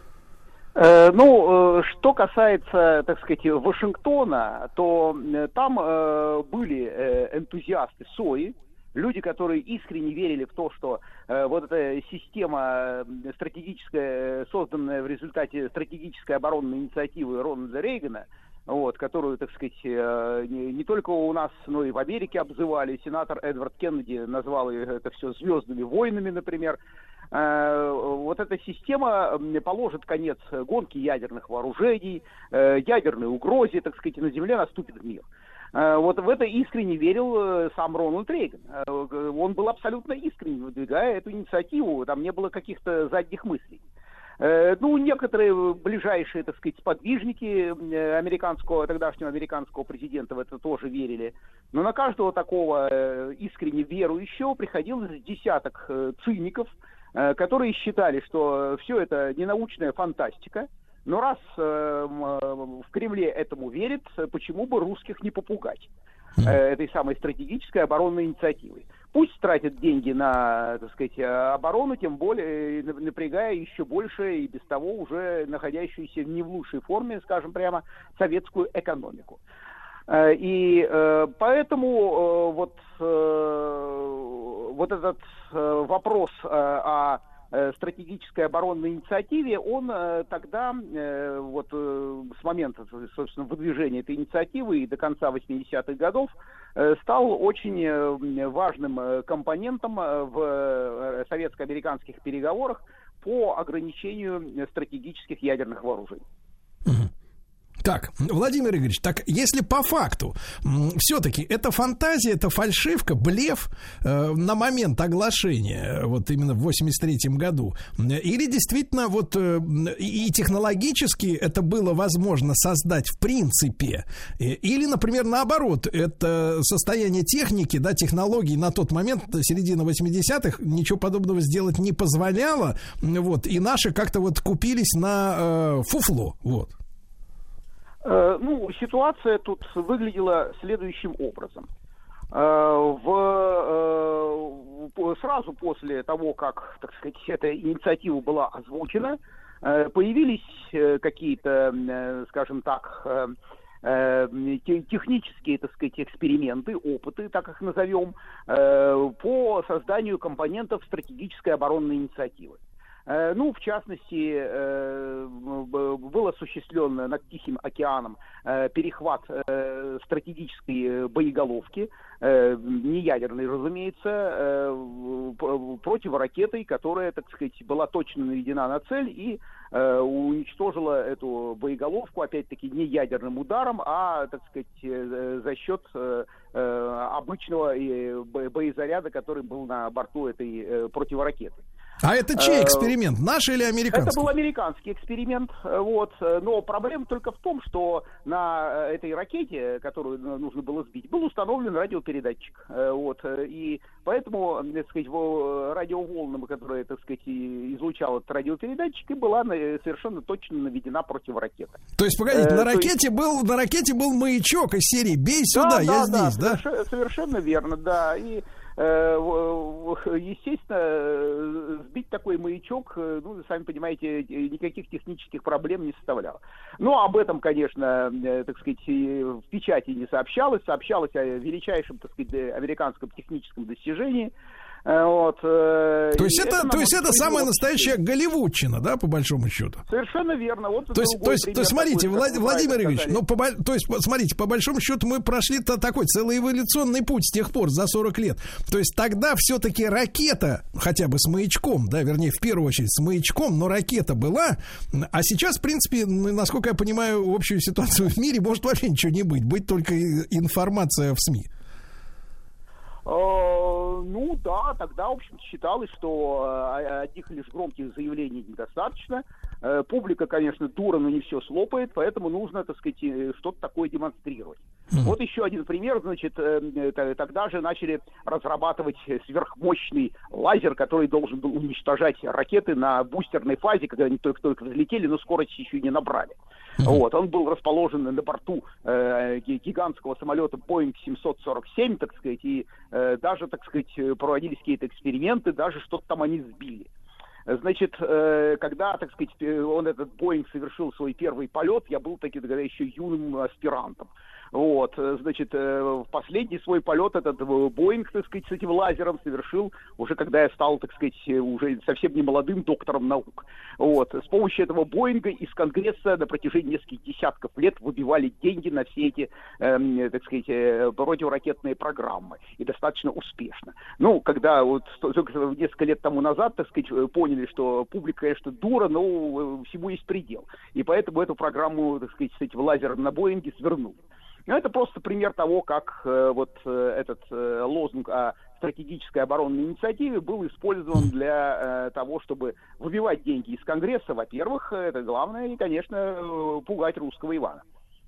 Ну, что касается, так сказать, Вашингтона, то там были энтузиасты СОИ, люди, которые искренне верили в то, что вот эта система стратегическая, созданная в результате стратегической оборонной инициативы Рональда Рейгана, вот, которую, так сказать, не только у нас, но и в Америке обзывали. Сенатор Эдвард Кеннеди назвал это все звездными войнами, например. Вот эта система положит конец гонке ядерных вооружений, ядерной угрозе, так сказать, и на Земле наступит мир. Вот в это искренне верил сам Рональд Рейган. Он был абсолютно искренне, выдвигая эту инициативу, там не было каких-то задних мыслей. Ну, некоторые ближайшие, так сказать, сподвижники тогдашнего американского президента в это тоже верили. Но на каждого такого искренне верующего приходилось десяток циников, которые считали, что все это ненаучная фантастика. Но раз в Кремле этому верят, почему бы русских не попугать этой самой стратегической оборонной инициативой? Пусть тратят деньги на, так сказать, оборону, тем более напрягая еще больше и без того уже находящуюся не в лучшей форме, скажем прямо, советскую экономику. И поэтому вот этот вопрос о стратегической оборонной инициативе, он тогда, вот с момента, собственно, выдвижения этой инициативы и до конца 80-х годов, стал очень важным компонентом в советско-американских переговорах по ограничению стратегических ядерных вооружений. Так, Владимир Игоревич, так если по факту все-таки это фантазия, это фальшивка, блеф на момент оглашения, вот именно в 83-м году, или действительно вот и технологически это было возможно создать в принципе, или, например, наоборот, это состояние техники, да, технологий на тот момент, середина 80-х, ничего подобного сделать не позволяло, вот, и наши как-то вот купились на фуфло, вот. Ну, ситуация тут выглядела следующим образом. Сразу после того, как, так сказать, эта инициатива была озвучена, появились какие-то, скажем так, технические, так сказать, эксперименты, опыты, так их назовем, по созданию компонентов стратегической оборонной инициативы. Ну, в частности, был осуществлен над Тихим океаном перехват стратегической боеголовки, не ядерной, разумеется, противоракетой, которая, так сказать, была точно наведена на цель и уничтожила эту боеголовку, опять-таки, не ядерным ударом, а, так сказать, за счет обычного боезаряда, который был на борту этой противоракеты. А это чей эксперимент? Наш или американский? Это был американский эксперимент. Вот. Но проблема только в том, что на этой ракете, которую нужно было сбить, был установлен радиопередатчик. Вот. И поэтому, так сказать, радиоволнами, которые, так сказать, излучал этот радиопередатчик, и была совершенно точно наведена противоракета. То есть, погодите, на ракете был маячок из серии «Бей сюда, я здесь», да? Совершенно верно, да. И естественно, сбить такой маячок, ну, сами понимаете, никаких технических проблем не составляло. Но об этом, конечно, так сказать, в печати не сообщалось. Сообщалось о величайшем, так сказать, американском техническом достижении. Вот. То есть это самая настоящая голливудчина, да, по большому счету? Совершенно верно. Вот то есть смотрите, Владимир Игоревич, смотрите, по большому счету мы прошли такой целый эволюционный путь с тех пор, за 40 лет. То есть тогда все-таки ракета, хотя бы с маячком, да, вернее, в первую очередь с маячком, но ракета была, а сейчас, в принципе, насколько я понимаю, общую ситуацию в мире может вообще ничего не быть только информация в СМИ. Ну да, тогда, в общем, считалось, что одних лишь громких заявлений недостаточно. Публика, конечно, дура, но не все слопает, поэтому нужно, так сказать, что-то такое демонстрировать. Вот еще один пример, значит, тогда же начали разрабатывать сверхмощный лазер, который должен был уничтожать ракеты на бустерной фазе, когда они только взлетели, но скорость еще и не набрали. Вот, он был расположен на борту гигантского самолета Boeing 747, так сказать, и даже, так сказать, проводились какие-то эксперименты, даже что-то там они сбили. Значит, когда, так сказать, этот Боинг совершил свой первый полет, я был таки тогда еще юным аспирантом. Вот, значит, в последний свой полет этот Боинг, так сказать, с этим лазером совершил уже когда я стал, так сказать, уже совсем не молодым доктором наук. Вот, с помощью этого Боинга из Конгресса на протяжении нескольких десятков лет выбивали деньги на все эти, так сказать, противоракетные программы. И достаточно успешно. Ну, когда вот только несколько лет тому назад, так сказать, поняли, что публика, конечно, дура, но всему есть предел. И поэтому эту программу, так сказать, с этим лазером на Боинге свернули. Но это просто пример того, как вот этот лозунг о стратегической оборонной инициативе был использован для того, чтобы выбивать деньги из Конгресса, во-первых, это главное, и, конечно, пугать русского Ивана.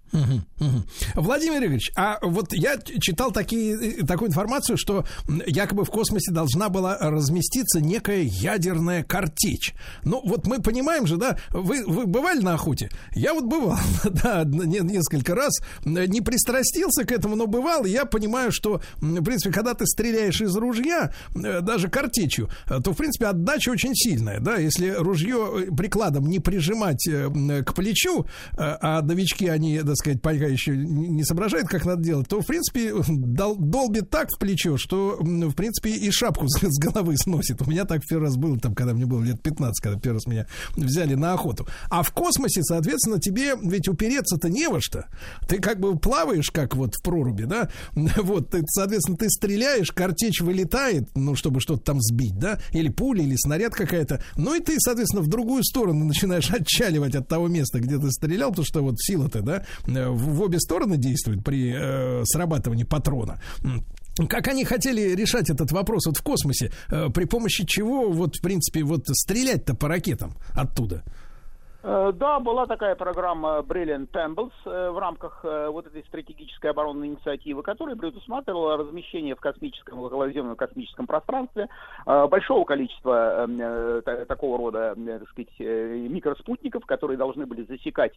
Владимир Игоревич, а вот я читал такую информацию, что якобы в космосе должна была разместиться некая ядерная картечь. Ну, вот мы понимаем же, да, вы бывали на охоте? Я вот бывал, да, несколько раз, не пристрастился к этому, но бывал, и я понимаю, что, в принципе, когда ты стреляешь из ружья, даже картечью, то, в принципе, отдача очень сильная, да, если ружье прикладом не прижимать к плечу, а новички, они, так сказать, пока еще не соображает, как надо делать, то, в принципе, долбит так в плечо, что, в принципе, и шапку с головы сносит. У меня так первый раз было, там, когда мне было лет 15, когда первый раз меня взяли на охоту. А в космосе, соответственно, тебе ведь упереться-то не во что. Ты как бы плаваешь, как вот в проруби, да? Вот, соответственно, ты стреляешь, картечь вылетает, ну, чтобы что-то там сбить, да? Или пуля, или снаряд какая-то. Ну, и ты, соответственно, в другую сторону начинаешь отчаливать от того места, где ты стрелял, потому что вот сила-то, да, в обе стороны действует при срабатывании патрона. Как они хотели решать этот вопрос вот в космосе? При помощи чего, вот, в принципе, вот стрелять-то по ракетам оттуда? Да, была такая программа Brilliant Tumbles в рамках вот этой стратегической оборонной инициативы, которая предусматривала размещение в космическом, околоземном космическом пространстве большого количества такого рода, так сказать, микроспутников, которые должны были засекать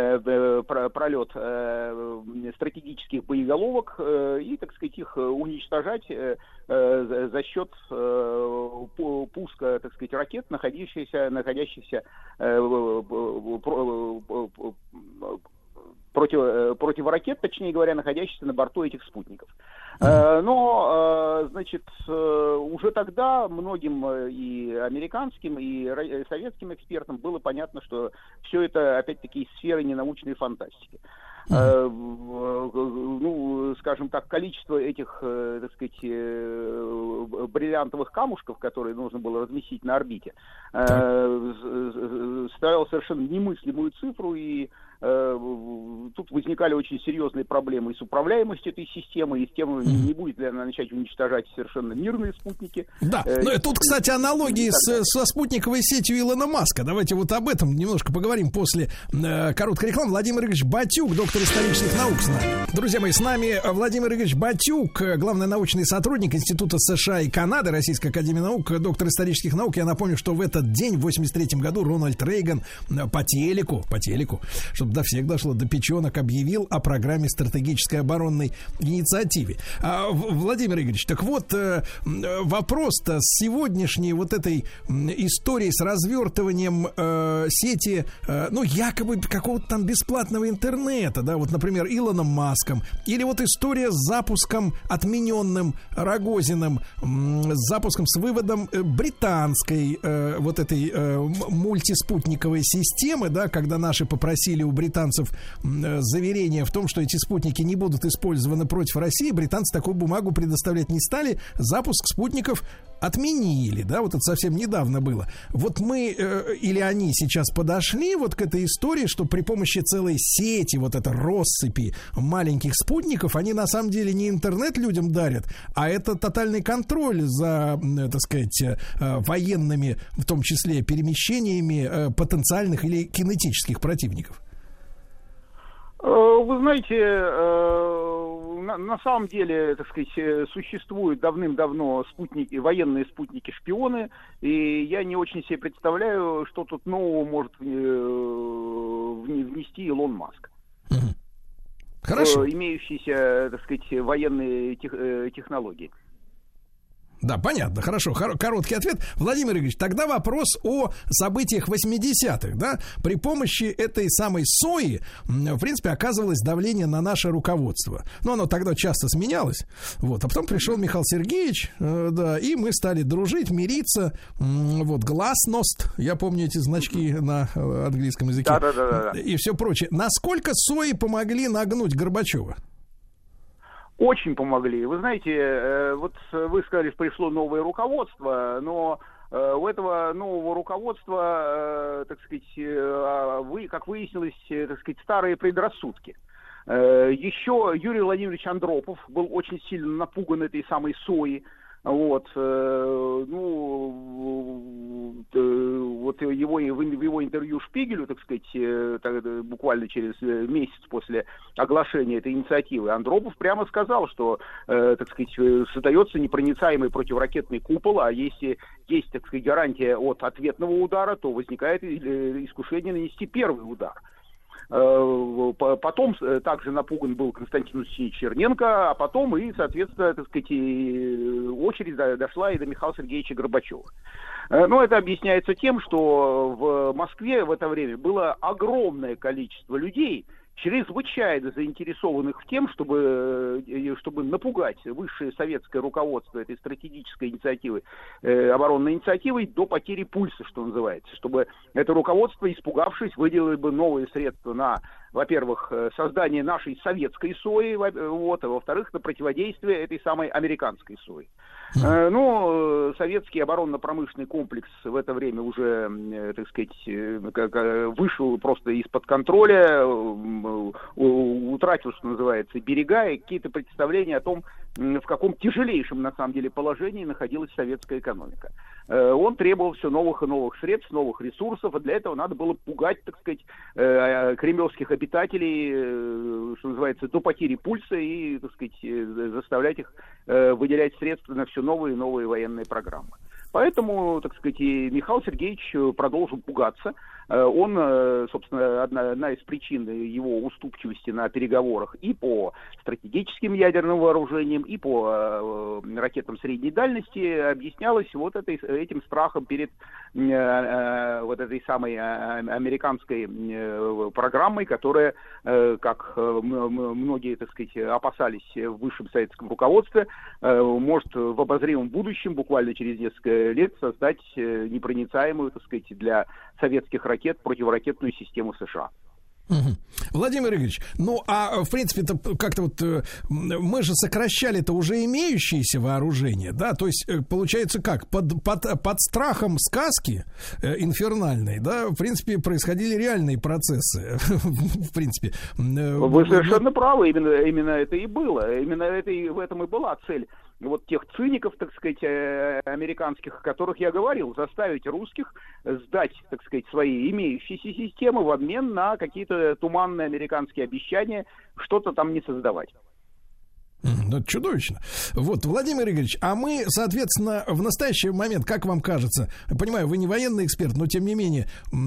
пролет стратегических боеголовок и, так сказать, их уничтожать за счет пуска, так сказать, ракет, находящихся противоракет, точнее говоря, находящихся на борту этих спутников. Но, значит, уже тогда многим и американским, и советским экспертам было понятно, что все это, опять-таки, из сферы ненаучной фантастики. Ну, скажем так, количество этих, так сказать, бриллиантовых камушков, которые нужно было разместить на орбите, ставил совершенно немыслимую цифру, и тут возникали очень серьезные проблемы и с управляемостью этой системы, и с тем, не будет ли она начать уничтожать совершенно мирные спутники. Да, ну и тут, кстати, аналогии со спутниковой сетью Илона Маска. Давайте вот об этом немножко поговорим после короткой рекламы. Владимир Игоревич Батюк, доктор исторических наук, с нами. Друзья мои, с нами Владимир Игоревич Батюк, главный научный сотрудник Института США и Канады, Российской академии наук, доктор исторических наук. Я напомню, что в этот день, в 1983 году, Рональд Рейган по телеку, чтобы до всех дошло, до печенок, объявил о программе стратегической оборонной инициативе. Владимир Игоревич, так вот, вопрос-то с сегодняшней вот этой историей с развертыванием сети, ну, якобы какого-то там бесплатного интернета, да, вот, например, Илоном Маском, или вот история с запуском отмененным Рогозиным, с запуском, с выводом британской вот этой мультиспутниковой системы, да, когда наши попросили у британцев заверение в том, что эти спутники не будут использованы против России, британцы такую бумагу предоставлять не стали, запуск спутников отменили, да, вот это совсем недавно было. Вот мы или они сейчас подошли вот к этой истории, что при помощи целой сети, вот этой россыпи маленьких спутников, они на самом деле не интернет людям дарят, а это тотальный контроль за, так сказать, военными, в том числе перемещениями потенциальных или кинетических противников. Вы знаете, на самом деле, так сказать, существуют давным-давно военные спутники-шпионы, и я не очень себе представляю, что тут нового может внести Илон Маск. Хорошо. Имеющиеся, так сказать, военные технологии. Да, понятно, хорошо, короткий ответ. Владимир Игоревич, тогда вопрос о событиях 80-х, да? При помощи этой самой СОИ, в принципе, оказывалось давление на наше руководство. Но оно тогда часто сменялось. Вот, а потом пришел Михаил Сергеевич, да, и мы стали дружить, мириться. Вот, гласност, я помню эти значки на английском языке. Да. И все прочее. Насколько СОИ помогли нагнуть Горбачева? Очень помогли. Вы знаете, вот вы сказали, что пришло новое руководство, но у этого нового руководства, так сказать, как выяснилось, так сказать, старые предрассудки. Еще Юрий Владимирович Андропов был очень сильно напуган этой самой СОИ. Вот, вот в его интервью Шпигелю, так сказать, буквально через месяц после оглашения этой инициативы, Андропов прямо сказал, что, так сказать, создается непроницаемый противоракетный купол, а если есть, так сказать, гарантия от ответного удара, то возникает искушение нанести первый удар. Потом также напуган был Константин Васильевич Черненко, а потом и, соответственно, так сказать, очередь дошла и до Михаила Сергеевича Горбачева. Но это объясняется тем, что в Москве в это время было огромное количество людей, чрезвычайно заинтересованных в тем, чтобы напугать высшее советское руководство этой стратегической инициативы, оборонной инициативой, до потери пульса, что называется, чтобы это руководство, испугавшись, выделило бы новые средства на, во-первых, создание нашей советской СОИ, вот, а во-вторых, на противодействие этой самой американской СОИ. Ну, советский оборонно-промышленный комплекс в это время уже, так сказать, вышел просто из-под контроля, утратил, что называется, берега и какие-то представления о том, в каком тяжелейшем, на самом деле, положении находилась советская экономика. Он требовал все новых и новых средств, новых ресурсов, а для этого надо было пугать, так сказать, кремлевских обитателей, что называется, до потери пульса и, так сказать, заставлять их выделять средства на все новые и новые военные программы. Поэтому, так сказать, и Михаил Сергеевич продолжил пугаться. Он, собственно, одна из причин его уступчивости на переговорах и по стратегическим ядерным вооружениям, и по ракетам средней дальности объяснялась вот этим страхом перед вот этой самой американской программой, которая, как многие, так сказать, опасались в высшем советском руководстве, может в обозримом будущем, буквально через несколько лет, создать непроницаемую, так сказать, для советских ракет противоракетную систему США. Владимир Игоревич, ну а в принципе-то как-то вот мы же сокращали-то уже имеющиеся вооружения, да, то есть получается как, под страхом сказки инфернальной, да, в принципе происходили реальные процессы, в принципе. Вы совершенно правы, именно это и было, именно это и в этом и была цель вот тех циников, так сказать, американских, о которых я говорил, заставить русских сдать, так сказать, свои имеющиеся системы в обмен на какие-то туманные американские обещания что-то там не создавать. Ну, это чудовищно. Вот, Владимир Игоревич, а мы, соответственно, в настоящий момент, как вам кажется, понимаю, вы не военный эксперт, но тем не менее,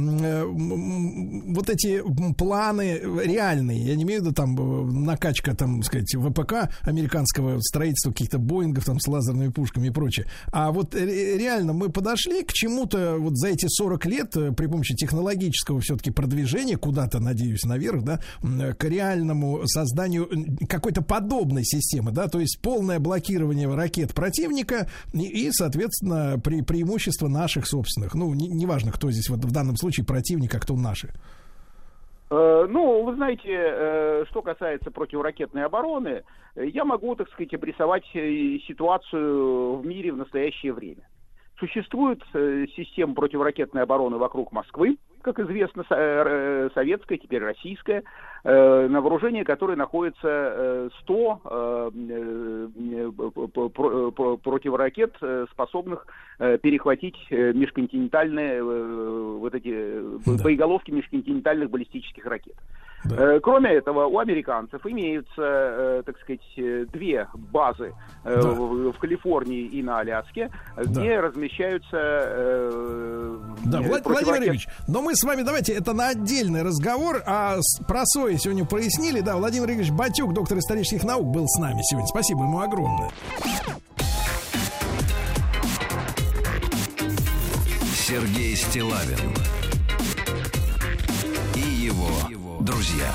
вот эти планы реальные, я не имею в виду там накачка, там, сказать, ВПК американского строительства каких-то Боингов там с лазерными пушками и прочее, а вот реально мы подошли к чему-то вот за эти 40 лет при помощи технологического все-таки продвижения куда-то, надеюсь, наверх, да, к реальному созданию какой-то подобной системы, да, то есть полное блокирование ракет противника и соответственно, преимущество наших собственных. Ну, неважно, кто здесь вот в данном случае противник, а кто наши. Ну, вы знаете, что касается противоракетной обороны, я могу, так сказать, обрисовать ситуацию в мире в настоящее время. Существует система противоракетной обороны вокруг Москвы, как известно, советская, теперь российская, на вооружении которой находится 100 противоракет, способных перехватить межконтинентальные вот эти боеголовки межконтинентальных баллистических ракет. Да. Кроме этого, у американцев имеются, так сказать, две базы в Калифорнии и на Аляске, где размещаются... Владимир Игоревич, но мы с вами давайте это на отдельный разговор, а про СОИ сегодня прояснили. Да, Владимир Игоревич Батюк, доктор исторических наук, был с нами сегодня. Спасибо ему огромное. Сергей Стиллавин и его друзья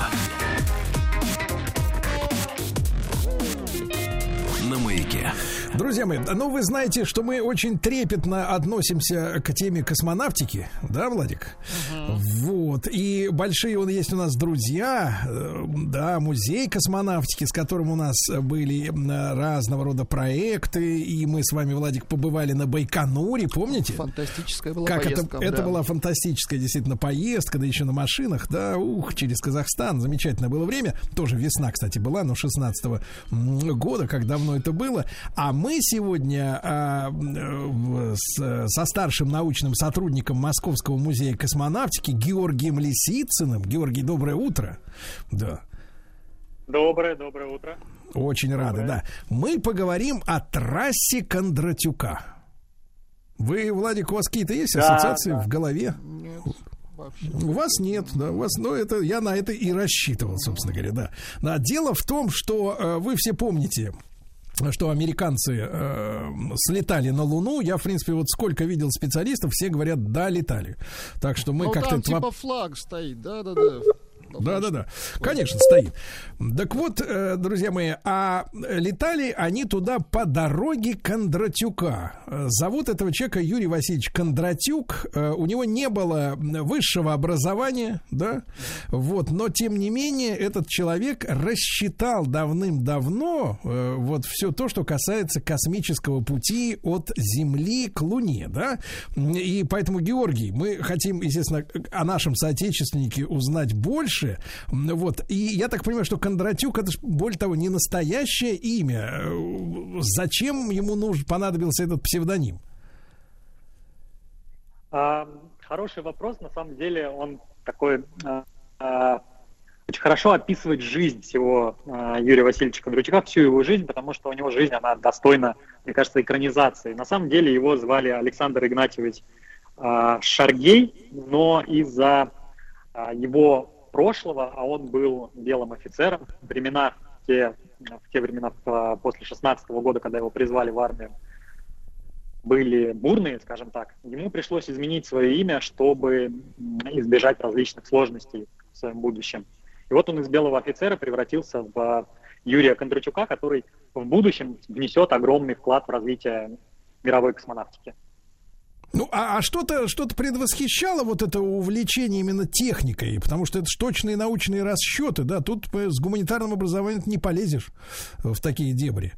на Маяке. Друзья мои, ну вы знаете, что мы очень трепетно относимся к теме космонавтики, да, Владик? Вот, и большие есть у нас друзья, да, музей космонавтики, с которым у нас были разного рода проекты, и мы с вами, Владик, побывали на Байконуре, помните? Фантастическая была поездка. Это была фантастическая действительно поездка, да еще на машинах, да, через Казахстан, замечательное было время, тоже весна, кстати, была, но 16-го года, как давно это было, а мы сегодня со старшим научным сотрудником Московского музея космонавтики Георгием Лисицыным. Георгий, доброе утро. Да. Доброе утро. Очень рады, да. Мы поговорим о трассе Кондратюка. Вы, Владик, у вас какие-то есть ассоциации в голове? Нет. Вообще. У вас нет, да, у вас, это я на это и рассчитывал, собственно говоря, да. Но дело в том, что вы все помните, что американцы слетали на Луну. Я, в принципе, вот сколько видел специалистов, все говорят, да, летали. Так что мы как-то... там типа флаг стоит, да-да-да. Да, конечно, стоит. Так вот, друзья мои, а летали они туда по дороге Кондратюка. Зовут этого человека Юрий Васильевич Кондратюк. У него не было высшего образования, да, вот, но тем не менее этот человек рассчитал давным-давно вот все то, что касается космического пути от Земли к Луне, да, и поэтому, Георгий, мы хотим, естественно, о нашем соотечественнике узнать больше. Вот. И я так понимаю, что Кондратюк, это, более того, не настоящее имя. Зачем ему понадобился этот псевдоним? Хороший вопрос. На самом деле он такой очень хорошо описывать жизнь всего Юрия Васильевича Кондратюка, всю его жизнь, потому что у него жизнь, она достойна, мне кажется, экранизации. На самом деле его звали Александр Игнатьевич Шаргей, но из-за его прошлого, а он был белым офицером в те времена после 16-го года, когда его призвали в армию, были бурные, скажем так, ему пришлось изменить свое имя, чтобы избежать различных сложностей в своем будущем. И вот он из белого офицера превратился в Юрия Кондратюка, который в будущем внесет огромный вклад в развитие мировой космонавтики. Ну, а что-то предвосхищало вот это увлечение именно техникой, потому что это ж точные научные расчеты, да, тут с гуманитарным образованием не полезешь в такие дебри.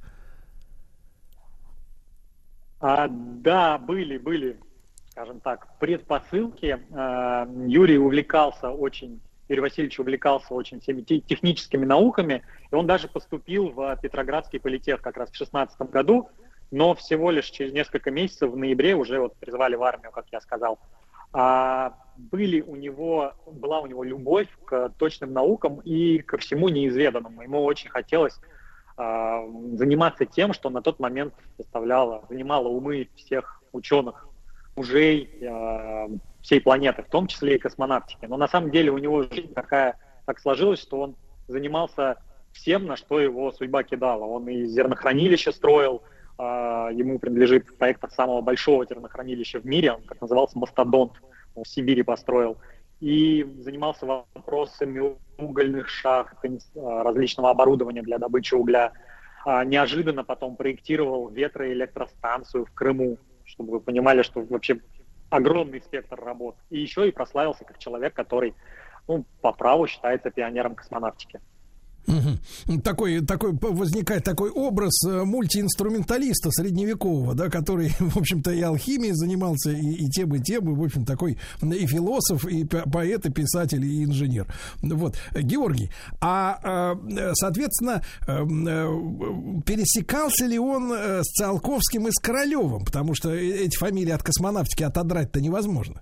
Да, были, скажем так, предпосылки. Юрий Васильевич увлекался очень всеми техническими науками, и он даже поступил в Петроградский политех как раз в 16 году, но всего лишь через несколько месяцев в ноябре уже вот призвали в армию, как я сказал. Была у него любовь к точным наукам и ко всему неизведанному. Ему очень хотелось заниматься тем, что на тот момент занимало умы всех ученых, мужей всей планеты, в том числе и космонавтики. Но на самом деле у него жизнь так сложилась, что он занимался всем, на что его судьба кидала. Он и зернохранилище строил, ему принадлежит проект самого большого зернохранилища в мире, он как назывался «Мастодонт», он в Сибири построил, и занимался вопросами угольных шахт, различного оборудования для добычи угля. Неожиданно потом проектировал ветроэлектростанцию в Крыму, чтобы вы понимали, что вообще огромный спектр работ. И еще и прославился как человек, который, по праву считается пионером космонавтики. Такой возникает такой образ мультиинструменталиста средневекового, да, который, в общем-то, и алхимией занимался, и тем, в общем, такой и философ, и поэт, и писатель, и инженер. Вот, Георгий, соответственно, пересекался ли он с Циолковским и с Королевым? Потому что эти фамилии от космонавтики отодрать-то невозможно.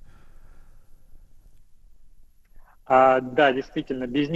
Да, действительно, без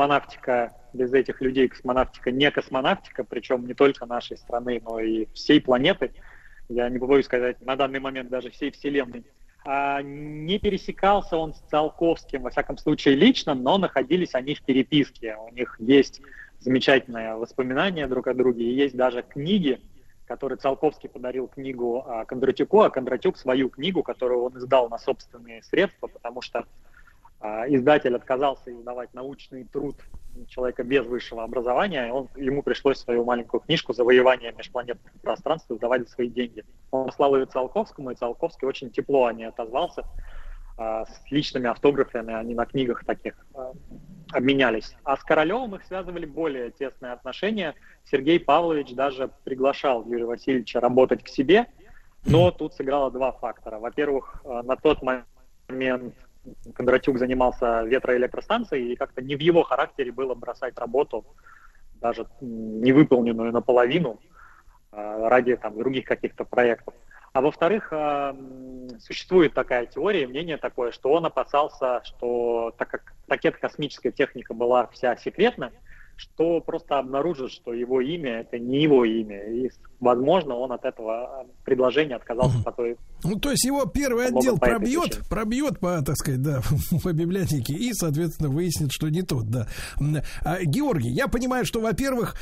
этих людей космонавтика не космонавтика, причем не только нашей страны, но и всей планеты, я не побоюсь сказать, на данный момент даже всей Вселенной. Не пересекался он с Циолковским, во всяком случае, лично, но находились они в переписке. У них есть замечательные воспоминания друг о друге, и есть даже книги, которые Циолковский подарил книгу Кондратюку, а Кондратюк свою книгу, которую он издал на собственные средства, потому что издатель отказался издавать научный труд человека без высшего образования, ему пришлось свою маленькую книжку «Завоевание межпланетных пространств» издавать за свои деньги. Он послал ее Циолковскому, и Циолковский очень тепло о ней отозвался, с личными автографами, они на книгах таких обменялись. А с Королевым их связывали более тесные отношения. Сергей Павлович даже приглашал Юрия Васильевича работать к себе, но тут сыграло два фактора. Во-первых, на тот момент Кондратюк занимался ветроэлектростанцией, и как-то не в его характере было бросать работу, даже невыполненную наполовину, ради других каких-то проектов. А во-вторых, существует такая теория, мнение такое, что он опасался, что так как ракетно-космическая техника была вся секретна, что просто обнаружит, что его имя — это не его имя. И, возможно, он от этого предложения отказался по той... то есть его первый отдел пробьет по, так сказать, да, по библиотеке и, соответственно, выяснит, что не тот, да. Георгий, я понимаю, что, во-первых,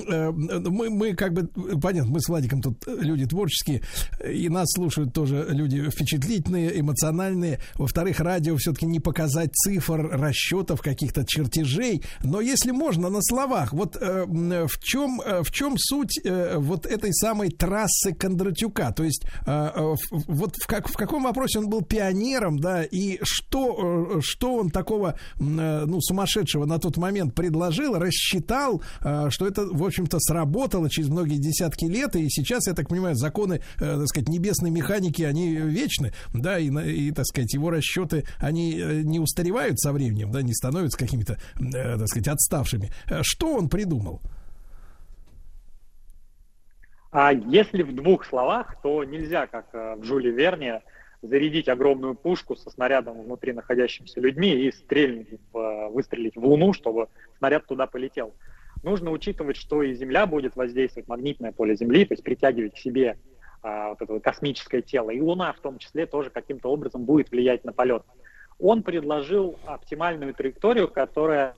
мы как бы, понятно, мы с Владиком тут люди творческие, и нас слушают тоже люди впечатлительные, эмоциональные. Во-вторых, радио все-таки не показать цифр, расчетов, каких-то чертежей. Но если можно, на словах, вот в чем суть вот этой самой трассы Кондратюка? То есть вот в каком вопросе он был пионером, да, и что он такого, сумасшедшего на тот момент предложил, рассчитал, что это, в общем-то, сработало через многие десятки лет, и сейчас, я так понимаю, законы, так сказать, небесной механики, они вечны, да, и так сказать, его расчеты, они не устаревают со временем, да, не становятся какими-то, так сказать, отставшими. Что он придумал? А если в двух словах, то нельзя, как в Жюле Верне, зарядить огромную пушку со снарядом внутри находящимися людьми и выстрелить в Луну, чтобы снаряд туда полетел. Нужно учитывать, что и Земля будет воздействовать, магнитное поле Земли, то есть притягивать к себе вот это космическое тело. И Луна в том числе тоже каким-то образом будет влиять на полет. Он предложил оптимальную траекторию, которая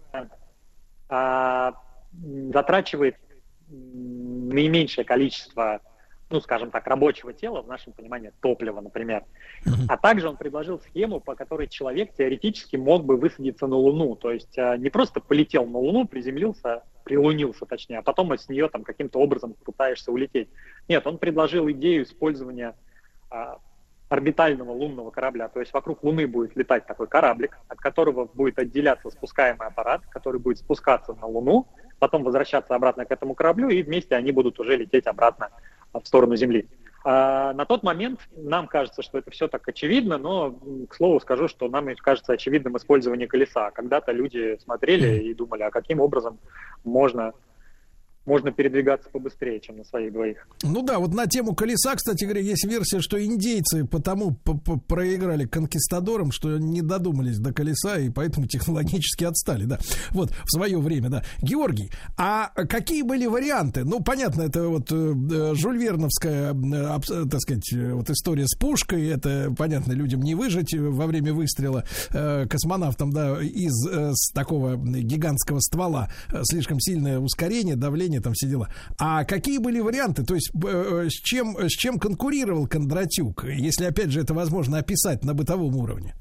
затрачивает наименьшее количество, ну, скажем так, рабочего тела, в нашем понимании топлива, например. А также он предложил схему, по которой человек теоретически мог бы высадиться на Луну. То есть не просто полетел на Луну, прилунился, точнее, а потом с нее там каким-то образом пытаешься улететь. Нет, он предложил идею использования орбитального лунного корабля. То есть вокруг Луны будет летать такой кораблик, от которого будет отделяться спускаемый аппарат, который будет спускаться на Луну, потом возвращаться обратно к этому кораблю, и вместе они будут уже лететь обратно в сторону Земли. На тот момент нам кажется, что это все так очевидно, но, к слову скажу, что нам кажется очевидным использование колеса. Когда-то люди смотрели и думали, а каким образом можно передвигаться побыстрее, чем на своих двоих. Ну да, вот на тему колеса, кстати говоря, есть версия, что индейцы потому проиграли конкистадорам, что не додумались до колеса и поэтому технологически отстали, да. Вот, в свое время, да. Георгий, а какие были варианты? Ну, понятно, это вот Жюль Верновская, так сказать, вот история с пушкой, это, понятно, людям не выжить во время выстрела космонавтам, да, с такого гигантского ствола, слишком сильное ускорение, давление, там все дела. А какие были варианты? То есть с чем конкурировал Кондратюк, если, опять же, это возможно описать на бытовом уровне?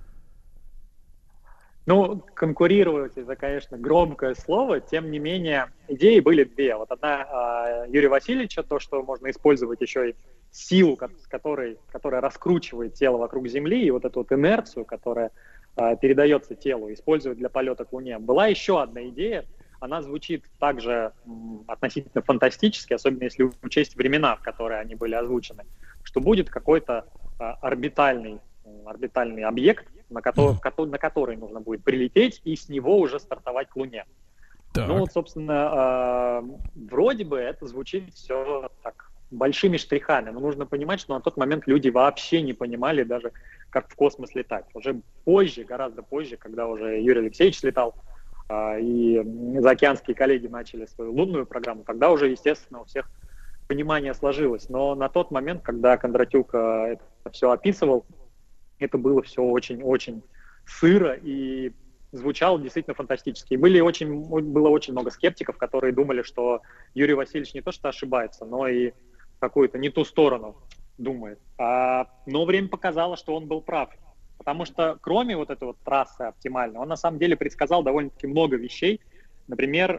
Ну, конкурировать — это, конечно, громкое слово, тем не менее, идеи были две. Вот одна Юрия Васильевича, то, что можно использовать еще и силу, которая раскручивает тело вокруг Земли, и вот эту вот инерцию, которая передается телу, использовать для полета к Луне. Была еще одна идея. Она звучит также относительно фантастически, особенно если учесть времена, в которые они были озвучены, что будет какой-то орбитальный объект, на который нужно будет прилететь и с него уже стартовать к Луне. Так. Ну вот, собственно, вроде бы это звучит все так большими штрихами, но нужно понимать, что на тот момент люди вообще не понимали даже, как в космос летать. Уже позже, гораздо позже, когда уже Юрий Алексеевич летал, и заокеанские коллеги начали свою лунную программу, тогда уже, естественно, у всех понимание сложилось. Но на тот момент, когда Кондратюк это все описывал, это было все очень-очень сыро и звучало действительно фантастически. И было очень много скептиков, которые думали, что Юрий Васильевич не то что ошибается, но и какую-то не ту сторону думает. Но время показало, что он был прав. Потому что кроме вот этой вот трассы оптимальной, он на самом деле предсказал довольно-таки много вещей. Например,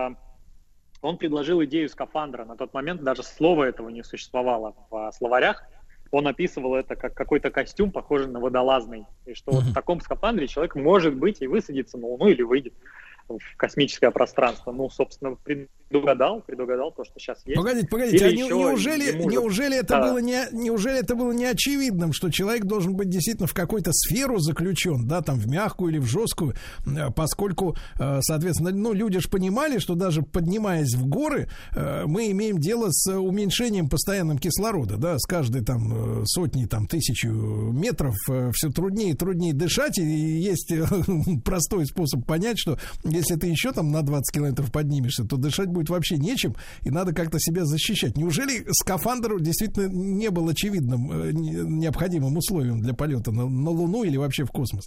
он предложил идею скафандра. На тот момент даже слова этого не существовало в словарях. Он описывал это как какой-то костюм, похожий на водолазный. И что вот в таком скафандре человек может быть и высадится на Луну или выйдет в космическое пространство. Ну, собственно, предугадал то, что сейчас есть. Погодите, а неужели это было не очевидным, что человек должен быть действительно в какую-то сферу заключен, да, там в мягкую или в жесткую, поскольку, соответственно, люди же понимали, что даже поднимаясь в горы, мы имеем дело с уменьшением постоянным кислорода, да, с каждой там сотни, там, тысячу метров все труднее и труднее дышать, и есть простой способ понять, что если ты еще там на 20 километров поднимешься, то дышать будет вообще нечем, и надо как-то себя защищать. Неужели скафандр действительно не был очевидным, необходимым условием для полета на Луну или вообще в космос?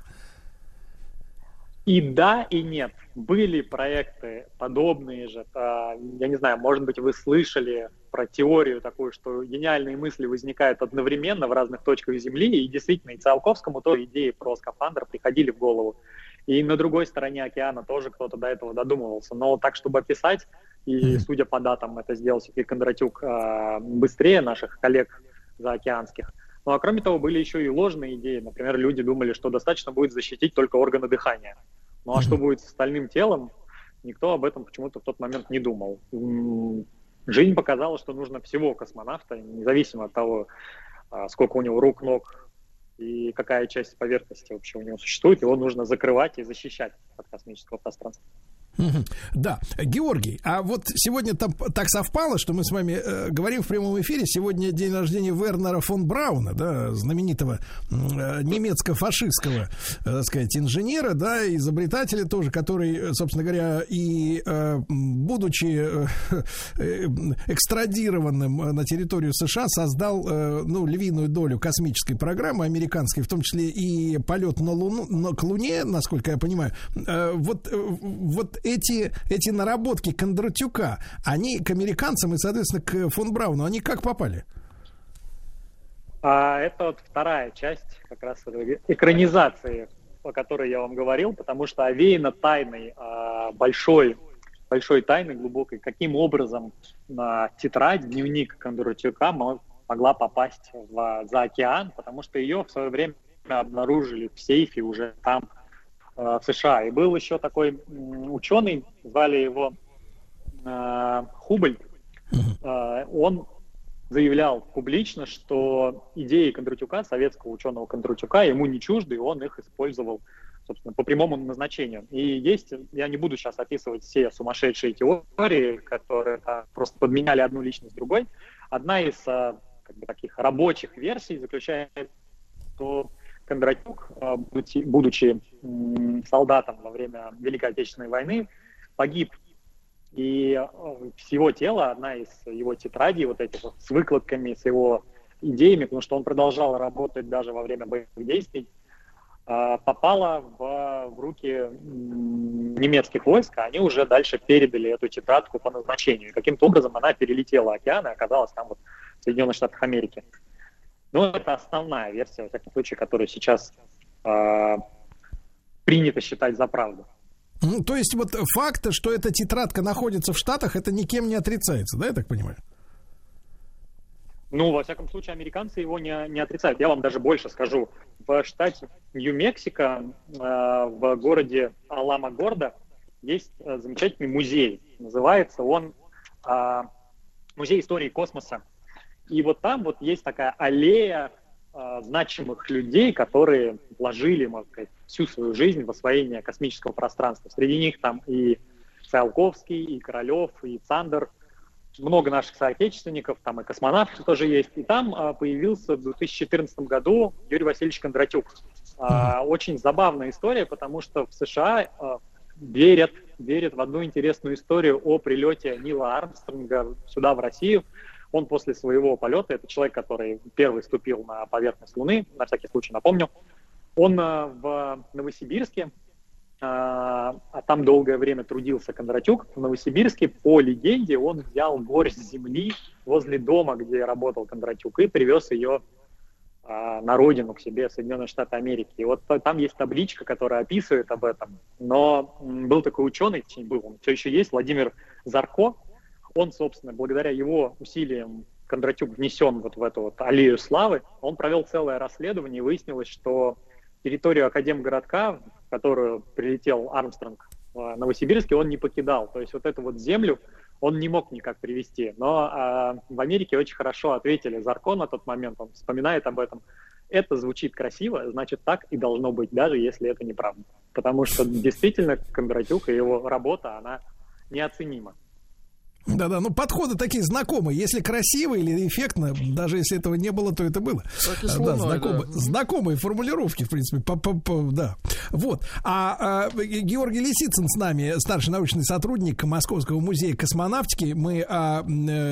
И да, и нет. Были проекты подобные же. Я не знаю, может быть, вы слышали про теорию такую, что гениальные мысли возникают одновременно в разных точках Земли, и действительно, и Циолковскому тоже идеи про скафандр приходили в голову. И на другой стороне океана тоже кто-то до этого додумывался. Но так, чтобы описать, и, судя по датам, это сделал все-таки Кондратюк быстрее наших коллег заокеанских. Ну, а кроме того, были еще и ложные идеи. Например, люди думали, что достаточно будет защитить только органы дыхания. Ну, а что будет с остальным телом, никто об этом почему-то в тот момент не думал. Жизнь показала, что нужно всего космонавта, независимо от того, сколько у него рук, ног, и какая часть поверхности вообще у него существует, его нужно закрывать и защищать от космического пространства. Да, Георгий, а вот сегодня там так совпало, что мы с вами говорим в прямом эфире. Сегодня день рождения Вернера фон Брауна, да, знаменитого немецко-фашистского, так сказать, инженера, да, изобретателя тоже, который, собственно говоря, и будучи экстрадированным на территорию США, создал, львиную долю космической программы американской, в том числе и полет к Луне, насколько я понимаю. Вот эти наработки Кондратюка, они к американцам и, соответственно, к фон Брауну, они как попали? Это вот вторая часть как раз экранизации, о которой я вам говорил, потому что овеяна тайной, большой тайной, глубокой, каким образом тетрадь, дневник Кондратюка могла попасть за океан, потому что ее в свое время обнаружили в сейфе уже там, в США. И был еще такой ученый, звали его Хуббельд. Он заявлял публично, что идеи Кондратюка, советского ученого Кондратюка, ему не чужды, и он их использовал, собственно, по прямому назначению. И есть, я не буду сейчас описывать все сумасшедшие теории, которые просто подменяли одну личность другой. Одна из таких рабочих версий заключается, что Кондратюк, будучи солдатом во время Великой Отечественной войны, погиб. И с его тела, одна из его тетрадей, вот этих вот с выкладками, с его идеями, потому что он продолжал работать даже во время боевых действий, попала в руки немецких войск, а они уже дальше передали эту тетрадку по назначению. И каким-то образом она перелетела океан и оказалась там вот в Соединенных Штатах Америки. Но это основная версия, во всяком случае, которую сейчас принято считать за правду. То есть вот факт, что эта тетрадка находится в Штатах, это никем не отрицается, да, я так понимаю? Во всяком случае, американцы его не отрицают. Я вам даже больше скажу. В штате Нью-Мексико, в городе Аламогордо, есть замечательный музей. Называется он Музей истории космоса. И вот там вот есть такая аллея значимых людей, которые вложили, можно сказать, всю свою жизнь в освоение космического пространства. Среди них там и Циолковский, и Королев, и Цандер. Много наших соотечественников, там и космонавты тоже есть. И там появился в 2014 году Юрий Васильевич Кондратюк. Очень забавная история, потому что в США верят в одну интересную историю о прилете Нила Армстронга сюда, в Россию. Он после своего полета, это человек, который первый ступил на поверхность Луны, на всякий случай напомню, он в Новосибирске, а там долгое время трудился Кондратюк, в Новосибирске, по легенде, он взял горсть земли возле дома, где работал Кондратюк, и привез ее на родину к себе, в Соединенные Штаты Америки. И вот там есть табличка, которая описывает об этом. Но был такой ученый, он все еще есть, Владимир Зарко. Он, собственно, благодаря его усилиям, Кондратюк внесен вот в эту вот аллею славы. Он провел целое расследование, и выяснилось, что территорию Академгородка, в которую прилетел Армстронг в Новосибирске, он не покидал. То есть вот эту вот землю он не мог никак привезти. Но в Америке очень хорошо ответили Зарко на тот момент, он вспоминает об этом. Это звучит красиво, значит, так и должно быть, даже если это неправда. Потому что действительно Кондратюк и его работа, она неоценима. Да-да, подходы такие знакомые. Если красиво или эффектно, даже если этого не было, то это было. Знакомые формулировки, в принципе. Да. Вот. Георгий Лисицын с нами, старший научный сотрудник Московского музея космонавтики. Мы о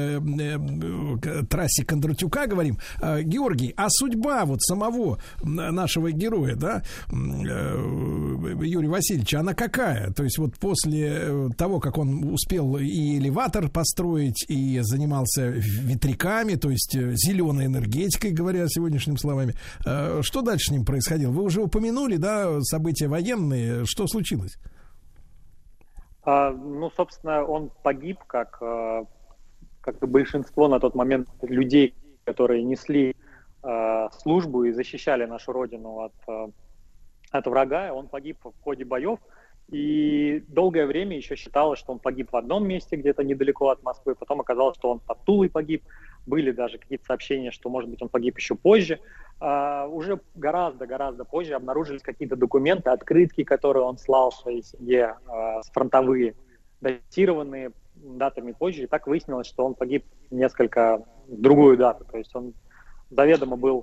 трассе Кондратюка говорим. Георгий, а судьба вот самого нашего героя, да, Юрия Васильевича, она какая? То есть вот после того, как он успел и элеватор построить, и занимался ветряками, то есть зеленой энергетикой, говоря сегодняшними словами. Что дальше с ним происходило? Вы уже упомянули, да, события военные. Что случилось? Собственно, он погиб, как и большинство на тот момент людей, которые несли службу и защищали нашу родину от врага. Он погиб в ходе боев. И долгое время еще считалось, что он погиб в одном месте, где-то недалеко от Москвы. Потом оказалось, что он под Тулой погиб. Были даже какие-то сообщения, что, может быть, он погиб еще позже. Уже гораздо позже обнаружились какие-то документы, открытки, которые он слал своей семье, фронтовые. датированные датами позже, и так выяснилось, что он погиб несколько в другую дату, то есть он заведомо был,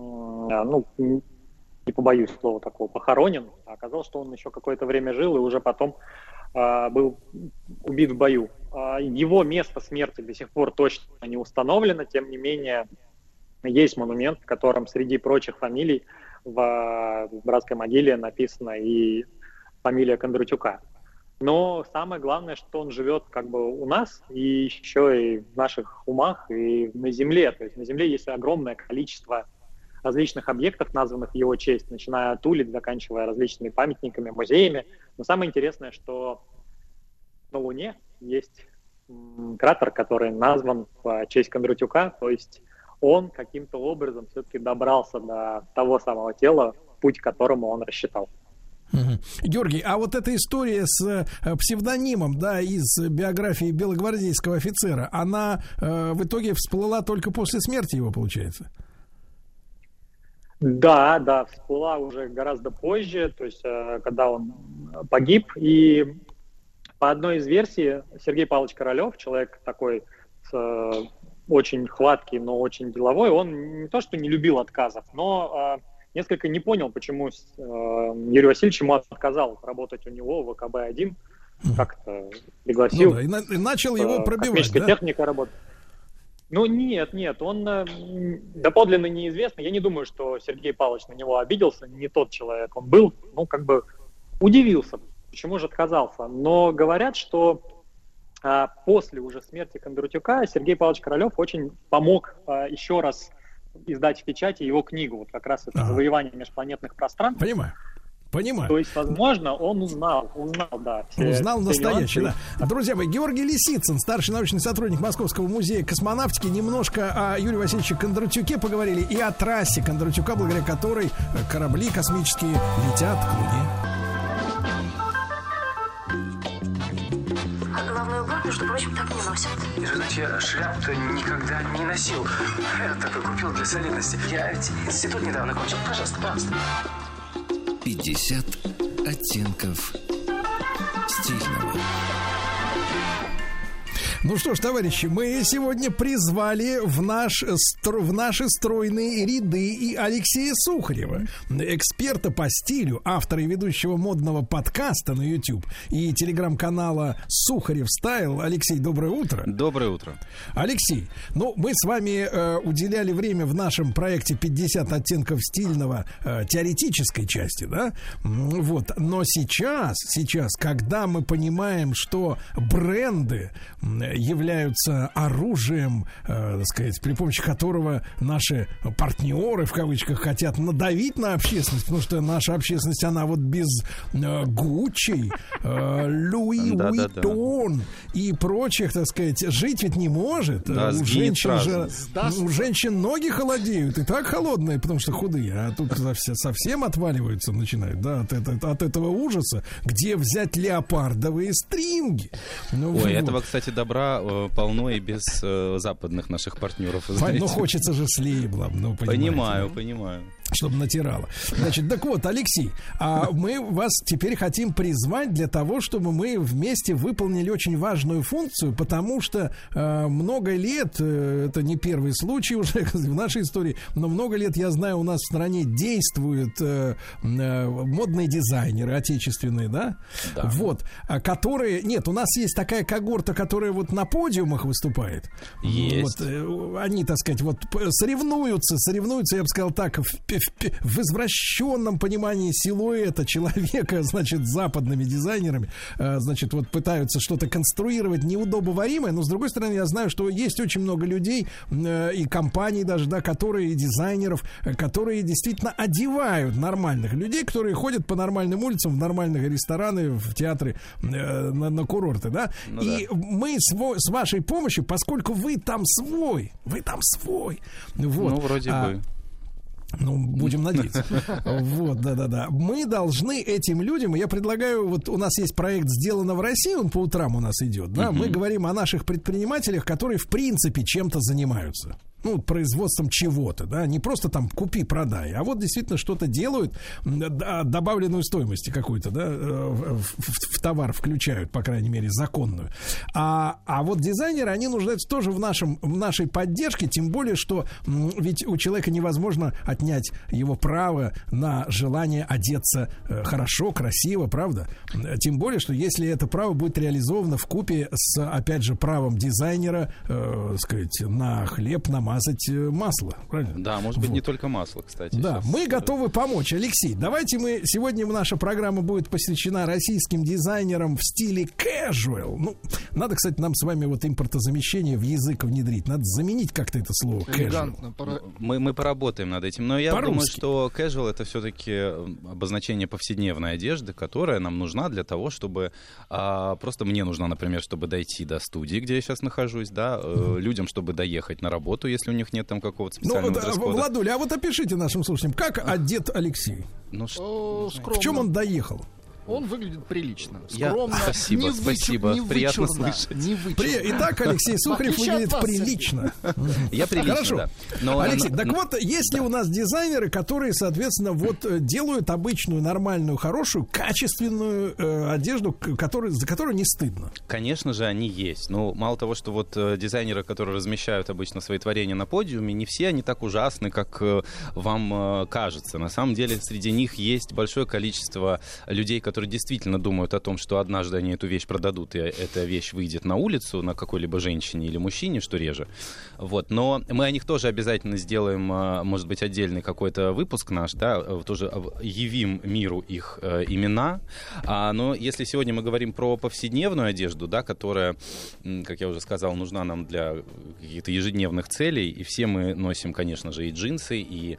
не побоюсь слова такого, похоронен, а оказалось, что он еще какое-то время жил и уже потом был убит в бою. Его место смерти до сих пор точно не установлено, тем не менее есть монумент, в котором среди прочих фамилий в братской могиле написана и фамилия Кондратюка. Но самое главное, что он живет как бы у нас, и еще и в наших умах, и на Земле. То есть на Земле есть огромное количество различных объектов, названных в его честь, начиная от улиц, заканчивая различными памятниками, музеями. Но самое интересное, что на Луне есть кратер, который назван в честь Кондратюка, то есть он каким-то образом все-таки добрался до того самого тела, путь к которому он рассчитал. Георгий, а вот эта история с псевдонимом, да, из биографии белогвардейского офицера, она в итоге всплыла только после смерти его, получается? Да, всплыла уже гораздо позже, то есть когда он погиб, и по одной из версий Сергей Павлович Королёв, человек такой очень хваткий, но очень деловой, он не то что не любил отказов, но несколько не понял, почему Юрий Васильевич ему отказал работать у него в ВКБ-1, как-то пригласил. Ну да, и начал его пробивать, да? Техника работает. Ну нет, он доподлинно неизвестно. Я не думаю, что Сергей Павлович на него обиделся, не тот человек он был, как бы удивился, почему же отказался. Но говорят, что после уже смерти Кондратюка Сергей Павлович Королёв очень помог еще раз издать в печати его книгу, вот как раз это «Завоевание межпланетных пространств». Понимаю. То есть, возможно, он узнал, да. Узнал настоящее, да. Друзья мои, Георгий Лисицын, старший научный сотрудник Московского музея космонавтики. Немножко о Юрии Васильевиче Кондратюке поговорили и о трассе Кондратюка, благодаря которой корабли космические летят к Луне. Головную уборку, между прочим, так не носят. Знаете, я шляп-то никогда не носил. Я такой купил для солидности. Я ведь институт недавно кончил. Пожалуйста. 50 оттенков стильного. Ну что ж, товарищи, мы сегодня призвали в наши стройные ряды и Алексея Сухарева, эксперта по стилю, автора и ведущего модного подкаста на YouTube и телеграм-канала Сухарев Стайл. Алексей, доброе утро. Доброе утро. Алексей, мы с вами уделяли время в нашем проекте 50 оттенков стильного теоретической части, да? Вот. Но сейчас, когда мы понимаем, что бренды являются оружием, так сказать, при помощи которого наши партнеры, в кавычках, хотят надавить на общественность, потому что наша общественность, она вот без Гуччи, Луи Уиттон и прочих, так сказать, жить ведь не может. Да, у женщин ноги холодеют, и так холодные, потому что худые, а тут совсем отваливаются начинают, да, от этого ужаса. Где взять леопардовые стринги? Этого, кстати, добра полно и без западных наших партнеров. Ну, хочется же с лейблом. Понимаю. Чтобы натирало. Значит, так вот, Алексей, мы вас теперь хотим призвать для того, чтобы мы вместе выполнили очень важную функцию, потому что много лет, это не первый случай уже в нашей истории, но много лет, я знаю, у нас в стране действуют модные дизайнеры отечественные, да? Вот, которые... Нет, у нас есть такая когорта, которая вот на подиумах выступает. Есть. Вот, они, так сказать, вот соревнуются, я бы сказал так, в извращенном понимании силуэта человека, значит, с западными дизайнерами, значит, вот пытаются что-то конструировать неудобоваримое, но, с другой стороны, я знаю, что есть очень много людей и компаний даже, да, которые, и дизайнеров, которые действительно одевают нормальных людей, которые ходят по нормальным улицам, в нормальные рестораны, в театры, на курорты, да, и мы с вашей помощью, поскольку вы там свой, вот. Ну, вроде бы. Ну, будем надеяться. Вот, да. Мы должны этим людям, я предлагаю, вот у нас есть проект «Сделано в России», он по утрам у нас идет, да, мы говорим о наших предпринимателях, которые, в принципе, чем-то занимаются. производством чего-то, да, не просто там купи-продай, а вот действительно что-то делают, добавленную стоимость какую-то, да, в товар включают, по крайней мере, законную. А вот дизайнеры, они нуждаются тоже в нашей поддержке, тем более, что ведь у человека невозможно отнять его право на желание одеться хорошо, красиво, правда? Тем более, что если это право будет реализовано вкупе с, опять же, правом дизайнера, сказать, на хлеб намазать масло, правильно? Да, может быть, не только масло, кстати. Да, мы готовы помочь. Алексей, давайте сегодня наша программа будет посвящена российским дизайнерам в стиле casual. Ну, надо, кстати, нам с вами вот импортозамещение в язык внедрить. Надо заменить как-то это слово casual. Мы поработаем над этим. Но я думаю, что casual — это все-таки обозначение повседневной одежды, которая нам нужна для того, чтобы... просто мне нужна, например, чтобы дойти до студии, где я сейчас нахожусь, да, людям, чтобы доехать на работу, если у них нет там какого-то специального дресс-кода. Владуля, а вот опишите нашим слушателям, как одет Алексей? В чем он доехал? Он выглядит прилично, скромно, спасибо, приятно слышать. Итак, Алексей Сухарев выглядит прилично. Я прилично, хорошо. Да. Алексей, так вот, есть ли у нас дизайнеры, которые, соответственно, вот делают обычную, нормальную, хорошую, качественную одежду, за которую не стыдно? Конечно же, они есть. Но мало того, что вот дизайнеры, которые размещают обычно свои творения на подиуме, не все они так ужасны, как вам кажется. На самом деле, среди них есть большое количество людей, которые действительно думают о том, что однажды они эту вещь продадут, и эта вещь выйдет на улицу на какой-либо женщине или мужчине, что реже. Вот. Но мы о них тоже обязательно сделаем, может быть, отдельный какой-то выпуск наш, да, тоже явим миру их имена. Но если сегодня мы говорим про повседневную одежду, да, которая, как я уже сказал, нужна нам для каких-то ежедневных целей, и все мы носим, конечно же, и джинсы, и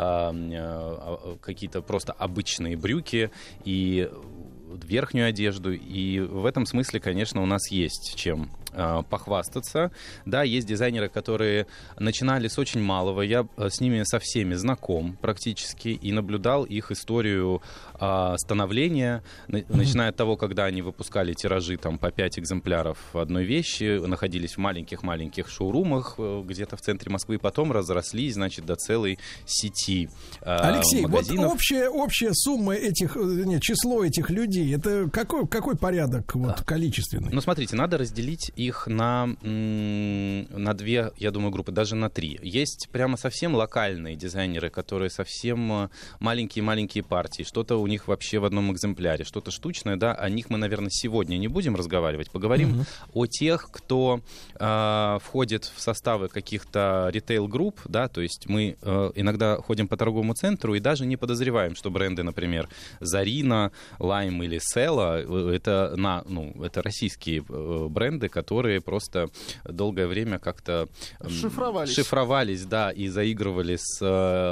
какие-то просто обычные брюки, и верхнюю одежду, и в этом смысле, конечно, у нас есть чем похвастаться. Да, есть дизайнеры, которые начинали с очень малого. Я с ними со всеми знаком практически и наблюдал их историю становления, начиная от того, когда они выпускали тиражи там по 5 экземпляров одной вещи, находились в маленьких-маленьких шоурумах где-то в центре Москвы, и потом разрослись, значит, до целой сети Алексей, магазинов. Вот общая сумма число этих людей, это какой порядок вот, количественный? Ну, смотрите, надо разделить их на 2, я думаю, группы, даже на 3. Есть прямо совсем локальные дизайнеры, которые совсем маленькие партии, что-то у них вообще в одном экземпляре, что-то штучное, да, о них мы, наверное, сегодня не будем разговаривать, поговорим о тех, кто входит в составы каких-то ритейл-групп, да, то есть мы иногда ходим по торговому центру и даже не подозреваем, что бренды, например, Зарина, Лайм или Села, это российские бренды, которые просто долгое время как-то шифровались, да, и заигрывали с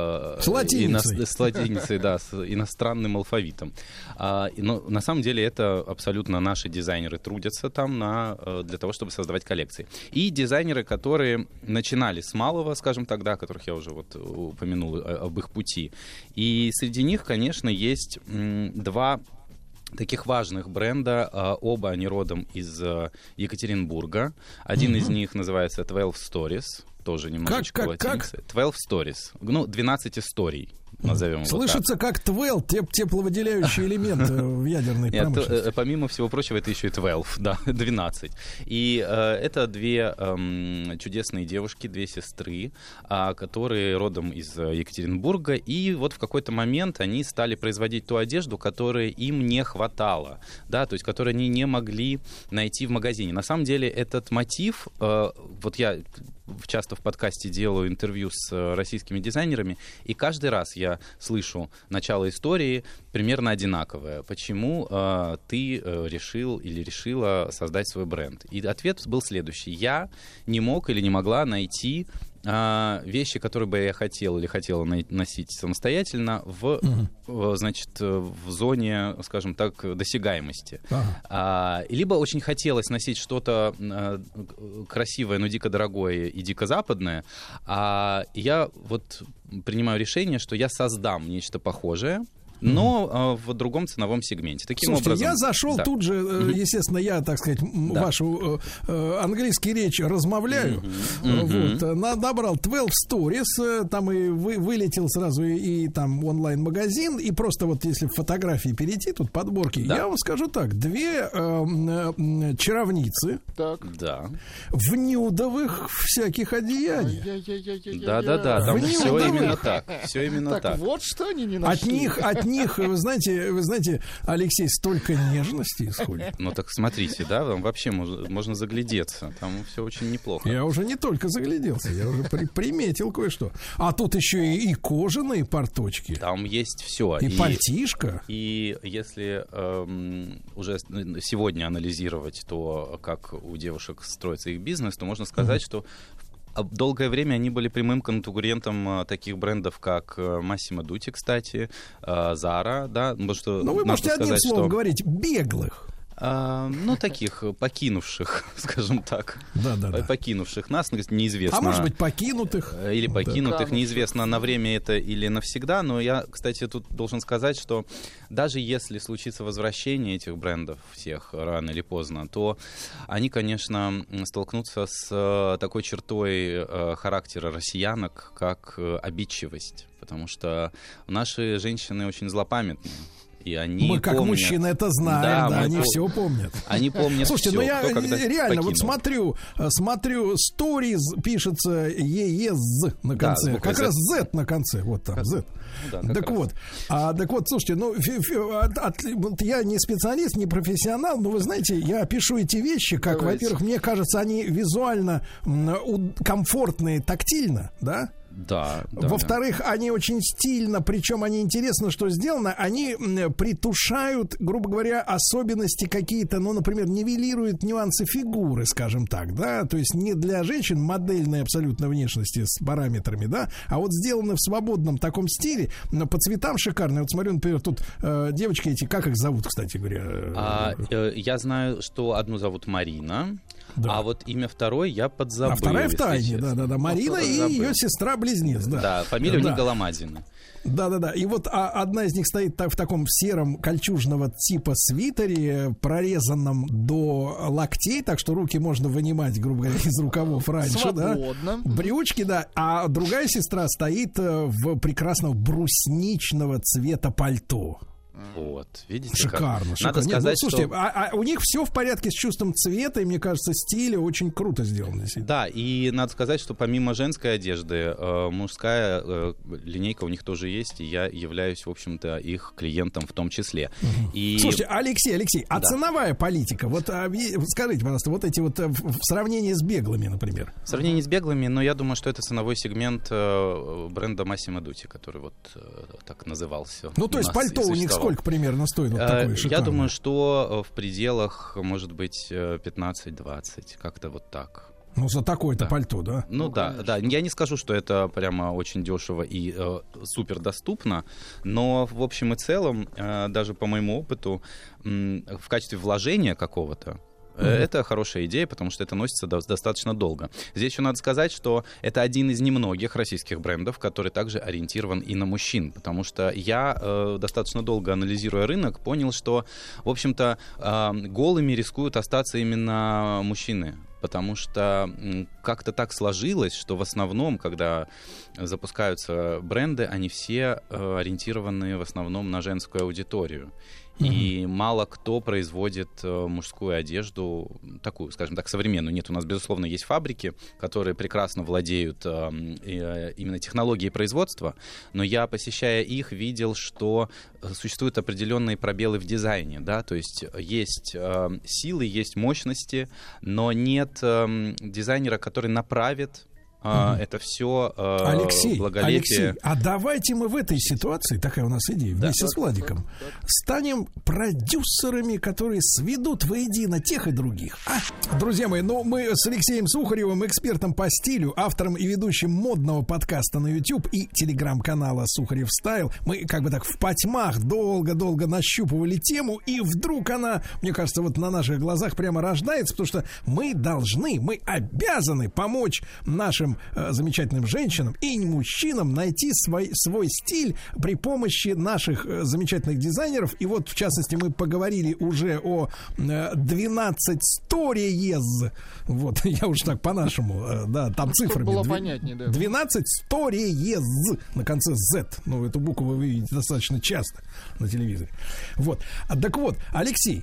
латиницей, да, с иностранным алфавитом. Но на самом деле это абсолютно наши дизайнеры трудятся там для того, чтобы создавать коллекции. И дизайнеры, которые начинали с малого, скажем так, да, которых я уже вот упомянул об их пути. И среди них, конечно, есть 2 таких важных бренда, оба они родом из Екатеринбурга. Один из них называется 12 Stories, тоже немножечко латиница. 12 Stories, 12 историй. Назовем слышится вот как 12, тепловыделяющий элемент в ядерной промышленности. Помимо всего прочего, это еще и 12, да, 12. И это 2 чудесные девушки, 2 сестры, которые родом из Екатеринбурга. И вот в какой-то момент они стали производить ту одежду, которой им не хватало, да, то есть которую они не могли найти в магазине. На самом деле этот мотив, вот я часто в подкасте делаю интервью с российскими дизайнерами, и каждый раз я слышу начало истории примерно одинаковое. Почему ты решил или решила создать свой бренд? И ответ был следующий. Я не мог или не могла найти вещи, которые бы я хотел или хотела носить самостоятельно в зоне, скажем так, досягаемости. Либо очень хотелось носить что-то красивое, но дико дорогое и дико западное, я вот принимаю решение, что я создам нечто похожее, но в другом ценовом сегменте. Таким Слушайте, образом, я зашел тут же, естественно, я, так сказать, вашу английский речь размовляю. Вот, набрал 12 Stories, там и вылетел сразу и там онлайн-магазин, и просто вот если в фотографии перейти, тут подборки, я вам скажу так, 2 чаровницы в нюдовых всяких одеяниях. Да, там все именно так. Все именно так. Вот что они не нашли. От них, вы знаете, Алексей, столько нежности исходит. Ну так смотрите, да, вам вообще можно заглядеться. Там все очень неплохо. Я уже не только загляделся, я уже приметил кое-что. А тут еще и кожаные порточки. Там есть все. И пальтишко. И если уже сегодня анализировать то, как у девушек строится их бизнес, то можно сказать, что долгое время они были прямым конкурентом таких брендов, как Massimo Dutti, кстати, Zara, да. Но вы можете одним словом говорить беглых. Ну, таких покинувших, скажем так. Да. Покинувших нас, неизвестно. А может быть, покинутых. Или покинутых, неизвестно, на время это или навсегда. Но я, кстати, тут должен сказать, что даже если случится возвращение этих брендов всех рано или поздно, то они, конечно, столкнутся с такой чертой характера россиянок, как обидчивость. Потому что наши женщины очень злопамятные. И они мы как помнят, мужчины это знаем, да, они все помнят. Они помнят. Слушайте, все, ну я реально покинул. вот смотрю, stories пишется ЕЕЗ на конце, да, как раз Z на конце, вот там Z. Да, так вот, слушайте, ну я не специалист, не профессионал, но вы знаете, я пишу эти вещи, как, во-первых, мне кажется, они визуально комфортные, тактильно, да. Да. Во-вторых, они очень стильно, причем они интересно, что сделано, они притушают, грубо говоря, особенности какие-то, ну, например, нивелируют нюансы фигуры, скажем так, да, то есть не для женщин модельной абсолютно внешности с параметрами, да, а вот сделаны в свободном таком стиле, но по цветам шикарные. Вот смотрю, например, тут девочки эти, как их зовут, кстати говоря? Я знаю, что одну зовут Марина. Да. А вот имя второй я подзабыл. А вторая в тайне, да. Марина и ее сестра-близнец, да. Да, фамилия у них Голомадина. Да. И вот одна из них стоит в таком сером кольчужного типа свитере, прорезанном до локтей, так что руки можно вынимать, грубо говоря, из рукавов раньше. Свободно. Да. Брючки, да. А другая сестра стоит в прекрасного брусничного цвета пальто. Вот, видите, шикарно. Надо сказать, слушайте, что... у них все в порядке с чувством цвета, и, мне кажется, стиля очень круто сделано. Да, и надо сказать, что помимо женской одежды, мужская линейка у них тоже есть, и я являюсь, в общем-то, их клиентом в том числе. И... Слушайте, Алексей, а ценовая политика, вот скажите, пожалуйста, вот эти вот в сравнении с беглыми, например. В сравнении с беглыми, но я думаю, что это ценовой сегмент бренда Massimo Dutti, который вот так назывался. Ну, то есть пальто у них сколько примерно стоит? Вот такое шикарное? Я думаю, что в пределах, может быть, 15-20, как-то вот так. Ну, за такое-то пальто, да? Ну да. Я не скажу, что это прямо очень дешево и супер доступно, но в общем и целом, даже по моему опыту, в качестве вложения какого-то, это хорошая идея, потому что это носится достаточно долго. Здесь еще надо сказать, что это один из немногих российских брендов, который также ориентирован и на мужчин, потому что я, достаточно долго анализируя рынок, понял, что, в общем-то, голыми рискуют остаться именно мужчины. Потому что как-то так сложилось, что в основном, когда запускаются бренды, они все ориентированы в основном на женскую аудиторию. И мало кто производит мужскую одежду, такую, скажем так, современную. Нет, у нас, безусловно, есть фабрики, которые прекрасно владеют именно технологией производства, но я, посещая их, видел, что существуют определенные пробелы в дизайне, да, то есть есть силы, есть мощности, но нет дизайнера, который направит это все благолепие. Алексей, а давайте мы в этой ситуации, такая у нас идея, вместе с Владиком, станем продюсерами, которые сведут воедино тех и других. Друзья мои, мы с Алексеем Сухаревым, экспертом по стилю, автором и ведущим модного подкаста на YouTube и телеграм-канала Сухарев Стайл, мы как бы так в потьмах долго-долго нащупывали тему, и вдруг она, мне кажется, вот на наших глазах прямо рождается, потому что мы обязаны помочь нашим нашим замечательным женщинам и мужчинам найти свой стиль при помощи наших замечательных дизайнеров. И вот, в частности, мы поговорили уже о 12 stories. Вот, я уж так по-нашему, да, там цифрами. Было понятнее, да. 12 stories на конце Z. Ну, эту букву вы видите достаточно часто на телевизоре. Вот. Так вот, Алексей,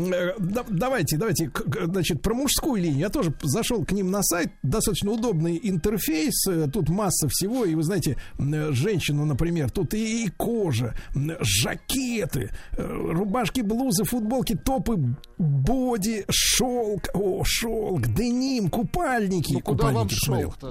давайте, значит, про мужскую линию. Я тоже зашел к ним на сайт. Достаточно удобный интерфейс. Тут масса всего. И вы знаете, женщину, например, тут и кожа, жакеты, рубашки, блузы, футболки, топы, боди, шелк, деним, купальники. Ну, куда вам шелк-то?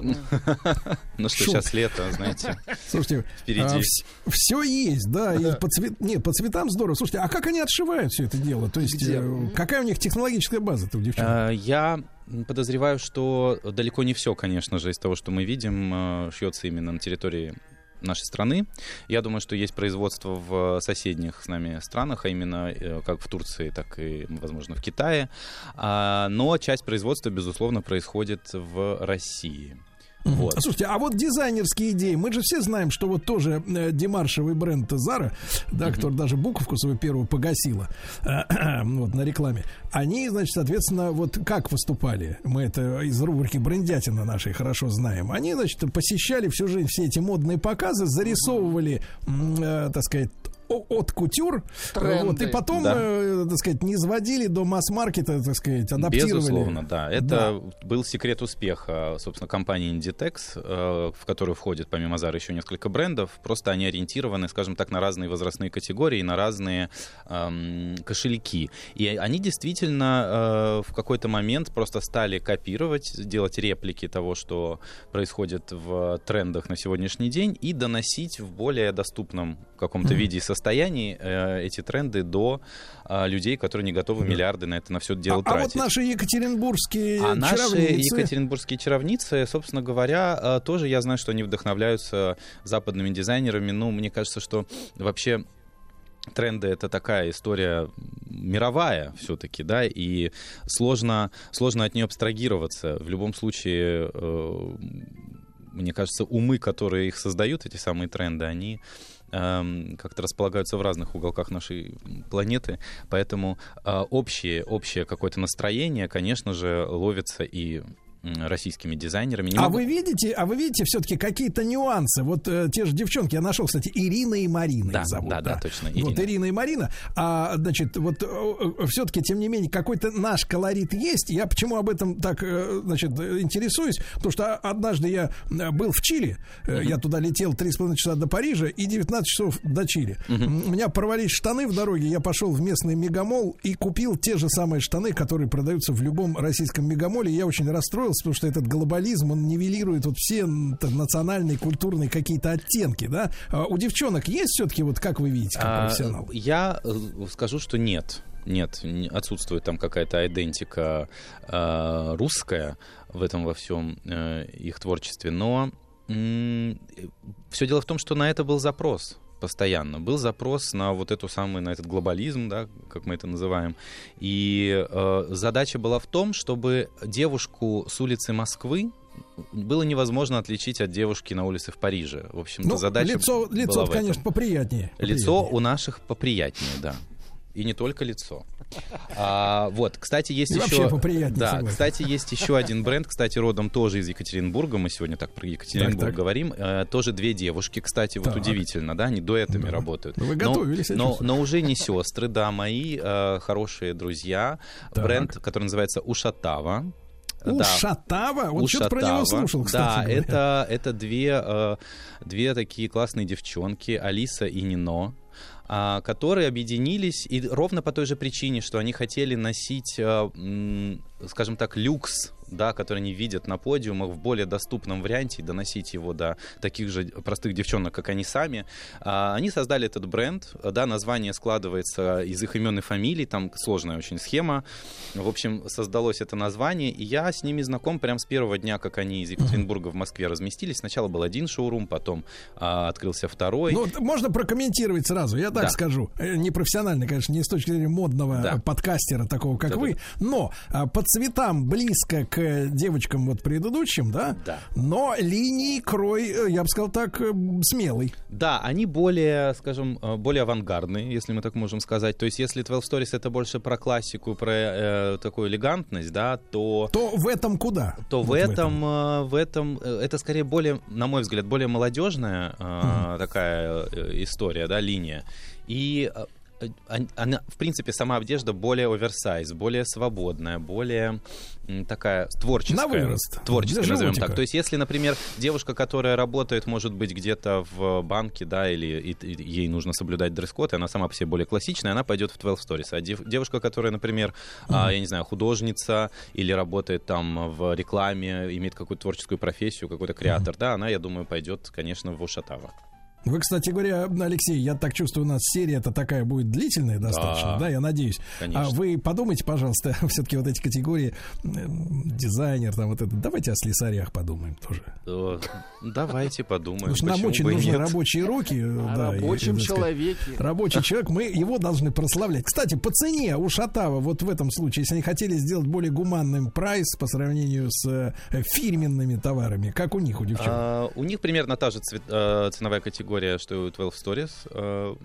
Ну что, сейчас лето, знаете. Слушайте, впереди. Все есть, да. И по цветам здорово. Слушайте, а как они отшивают все это дело? То есть, какая у них технологическая база-то у девчонок? Я подозреваю, что далеко не все, конечно же, из того, что мы видим, шьется именно на территории нашей страны. Я думаю, что есть производство в соседних с нами странах, а именно как в Турции, так и, возможно, в Китае. Но часть производства, безусловно, происходит в России. Вот. Слушайте, а вот дизайнерские идеи, мы же все знаем, что вот тоже демаршевый бренд Zara, да, который даже буковку свою первую погасила вот на рекламе, они, значит, соответственно, вот как выступали, мы это из рубрики брендятина нашей хорошо знаем, они, значит, посещали всю жизнь все эти модные показы, зарисовывали, так сказать, от кутюр, вот, и потом, так сказать, не сводили до масс-маркета, так сказать, адаптировали. Безусловно, да. Это был секрет успеха, собственно, компании Inditex, в которую входит, помимо Zara, еще несколько брендов. Просто они ориентированы, скажем так, на разные возрастные категории, на разные кошельки. И они действительно в какой-то момент просто стали копировать, делать реплики того, что происходит в трендах на сегодняшний день, и доносить в более доступном каком-то виде и состоянии эти тренды до людей, которые не готовы миллиарды на все дело тратить. А вот наши екатеринбургские чаровницы... наши екатеринбургские чаровницы, собственно говоря, тоже я знаю, что они вдохновляются западными дизайнерами. Ну, мне кажется, что вообще тренды — это такая история мировая все-таки, да, и сложно от нее абстрагироваться. В любом случае, мне кажется, умы, которые их создают, эти самые тренды, они как-то располагаются в разных уголках нашей планеты, поэтому общее какое-то настроение, конечно же, ловится и российскими дизайнерами. Вы видите все-таки какие-то нюансы? Вот те же девчонки, я нашел, кстати, Ирина и Марина их зовут. Да, точно. Вот Ирина и Марина. Значит, вот все-таки, тем не менее, какой-то наш колорит есть. Я почему об этом так, значит, интересуюсь? Потому что однажды я был в Чили, я туда летел 3,5 часа до Парижа и 19 часов до Чили. У меня порвались штаны в дороге, я пошел в местный мегамолл и купил те же самые штаны, которые продаются в любом российском мегамолле. Я очень расстроился, потому что этот глобализм, он нивелирует вот все национальные, культурные какие-то оттенки, да? У девчонок есть все-таки, вот как вы видите, как профессионал? Я скажу, что нет. Нет, отсутствует там какая-то идентика русская в этом во всем их творчестве, но все дело в том, что на это был запрос. Постоянно был запрос на вот эту самую, на этот глобализм, да, как мы это называем. И задача была в том, чтобы девушку с улицы Москвы было невозможно отличить от девушки на улице в Париже. В общем-то, задача лицо, была конечно, поприятнее. Лицо у наших поприятнее, да. И не только лицо. Вот, кстати, есть еще... Да, кстати, есть еще один бренд, кстати, родом тоже из Екатеринбурга. Мы сегодня так про Екатеринбург говорим. Тоже две девушки, кстати, вот удивительно, да, они дуэтами работают. Вы готовились, но уже не сестры, да, мои хорошие друзья. Бренд, который называется Ушатава. Ушатава? Вот что-то про него слушал, кстати. Да, это две такие классные девчонки, Алиса и Нино, которые объединились и ровно по той же причине, что они хотели носить, скажем так, люкс, да, который они видят на подиумах в более доступном варианте и доносить его до таких же простых девчонок, как они сами. Они создали этот бренд, да, название складывается из их имен и фамилий, там сложная очень схема. В общем, создалось это название, и я с ними знаком прямо с первого дня, как они из Екатеринбурга в Москве разместились. Сначала был один шоурум, потом открылся второй. Ну, можно прокомментировать сразу, я так скажу. Непрофессионально, конечно, не с точки зрения модного подкастера, такого, как вы, но по цветам близко к к девочкам вот предыдущим, да? Да. Но линии крой, я бы сказал так, смелый. Да, они более, скажем, более авангардные, если мы так можем сказать. То есть, если 12 Stories это больше про классику, про такую элегантность, да, то в этом куда? То вот в этом это скорее более, на мой взгляд, более молодежная такая история, да, линия. И она, в принципе, сама одежда более оверсайз, более свободная, более такая творческая. На вырост. Творческая, назовем так. То есть, если, например, девушка, которая работает, может быть, где-то в банке, да, или ей нужно соблюдать дресс-код, и она сама по себе более классичная, она пойдет в 12 Stories. А девушка, которая, например, я не знаю, художница или работает там в рекламе, имеет какую-то творческую профессию, какой-то креатор, да, она, я думаю, пойдет, конечно, в Ушатава. Вы, кстати говоря, Алексей, я так чувствую, у нас серия-то такая будет длительная достаточно, да, я надеюсь. Конечно. А вы подумайте, пожалуйста, все-таки вот эти категории дизайнер, там вот это, давайте о слесарях подумаем тоже. Давайте подумаем. Потому что нам очень нужны рабочие руки. О рабочем человеке. Рабочий человек, мы его должны прославлять. Кстати, по цене у Шатава, вот в этом случае, если они хотели сделать более гуманным прайс по сравнению с фирменными товарами, как у них, у девчонок? У них примерно та же ценовая категория, что и у 12 Stories.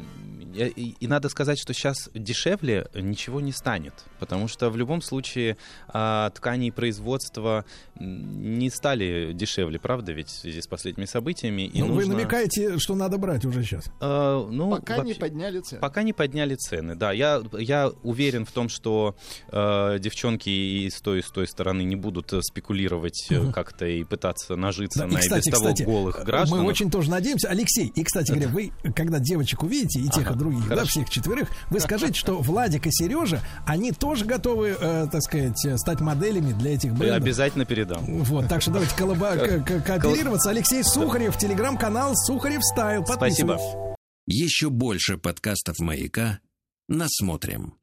И надо сказать, что сейчас дешевле ничего не станет, потому что в любом случае ткани и производства не стали дешевле, правда, ведь в связи с последними событиями. И вы намекаете, что надо брать уже сейчас? Пока не подняли цены. Пока не подняли цены, да. Я уверен в том, что девчонки и с той стороны не будут спекулировать как-то и пытаться нажиться на и без того голых граждан. Мы очень тоже надеемся. Алексей, и, кстати говоря, вы, когда девочек увидите, и тех, и других, да, всех четверых, вы скажите, что Владик и Сережа, они тоже готовы, так сказать, стать моделями для этих брендов. Обязательно передам. Вот, так что давайте кооперироваться. Алексей Сухарев, телеграм-канал Сухарев Стайл. Спасибо. Еще больше подкастов «Маяка» насмотрим.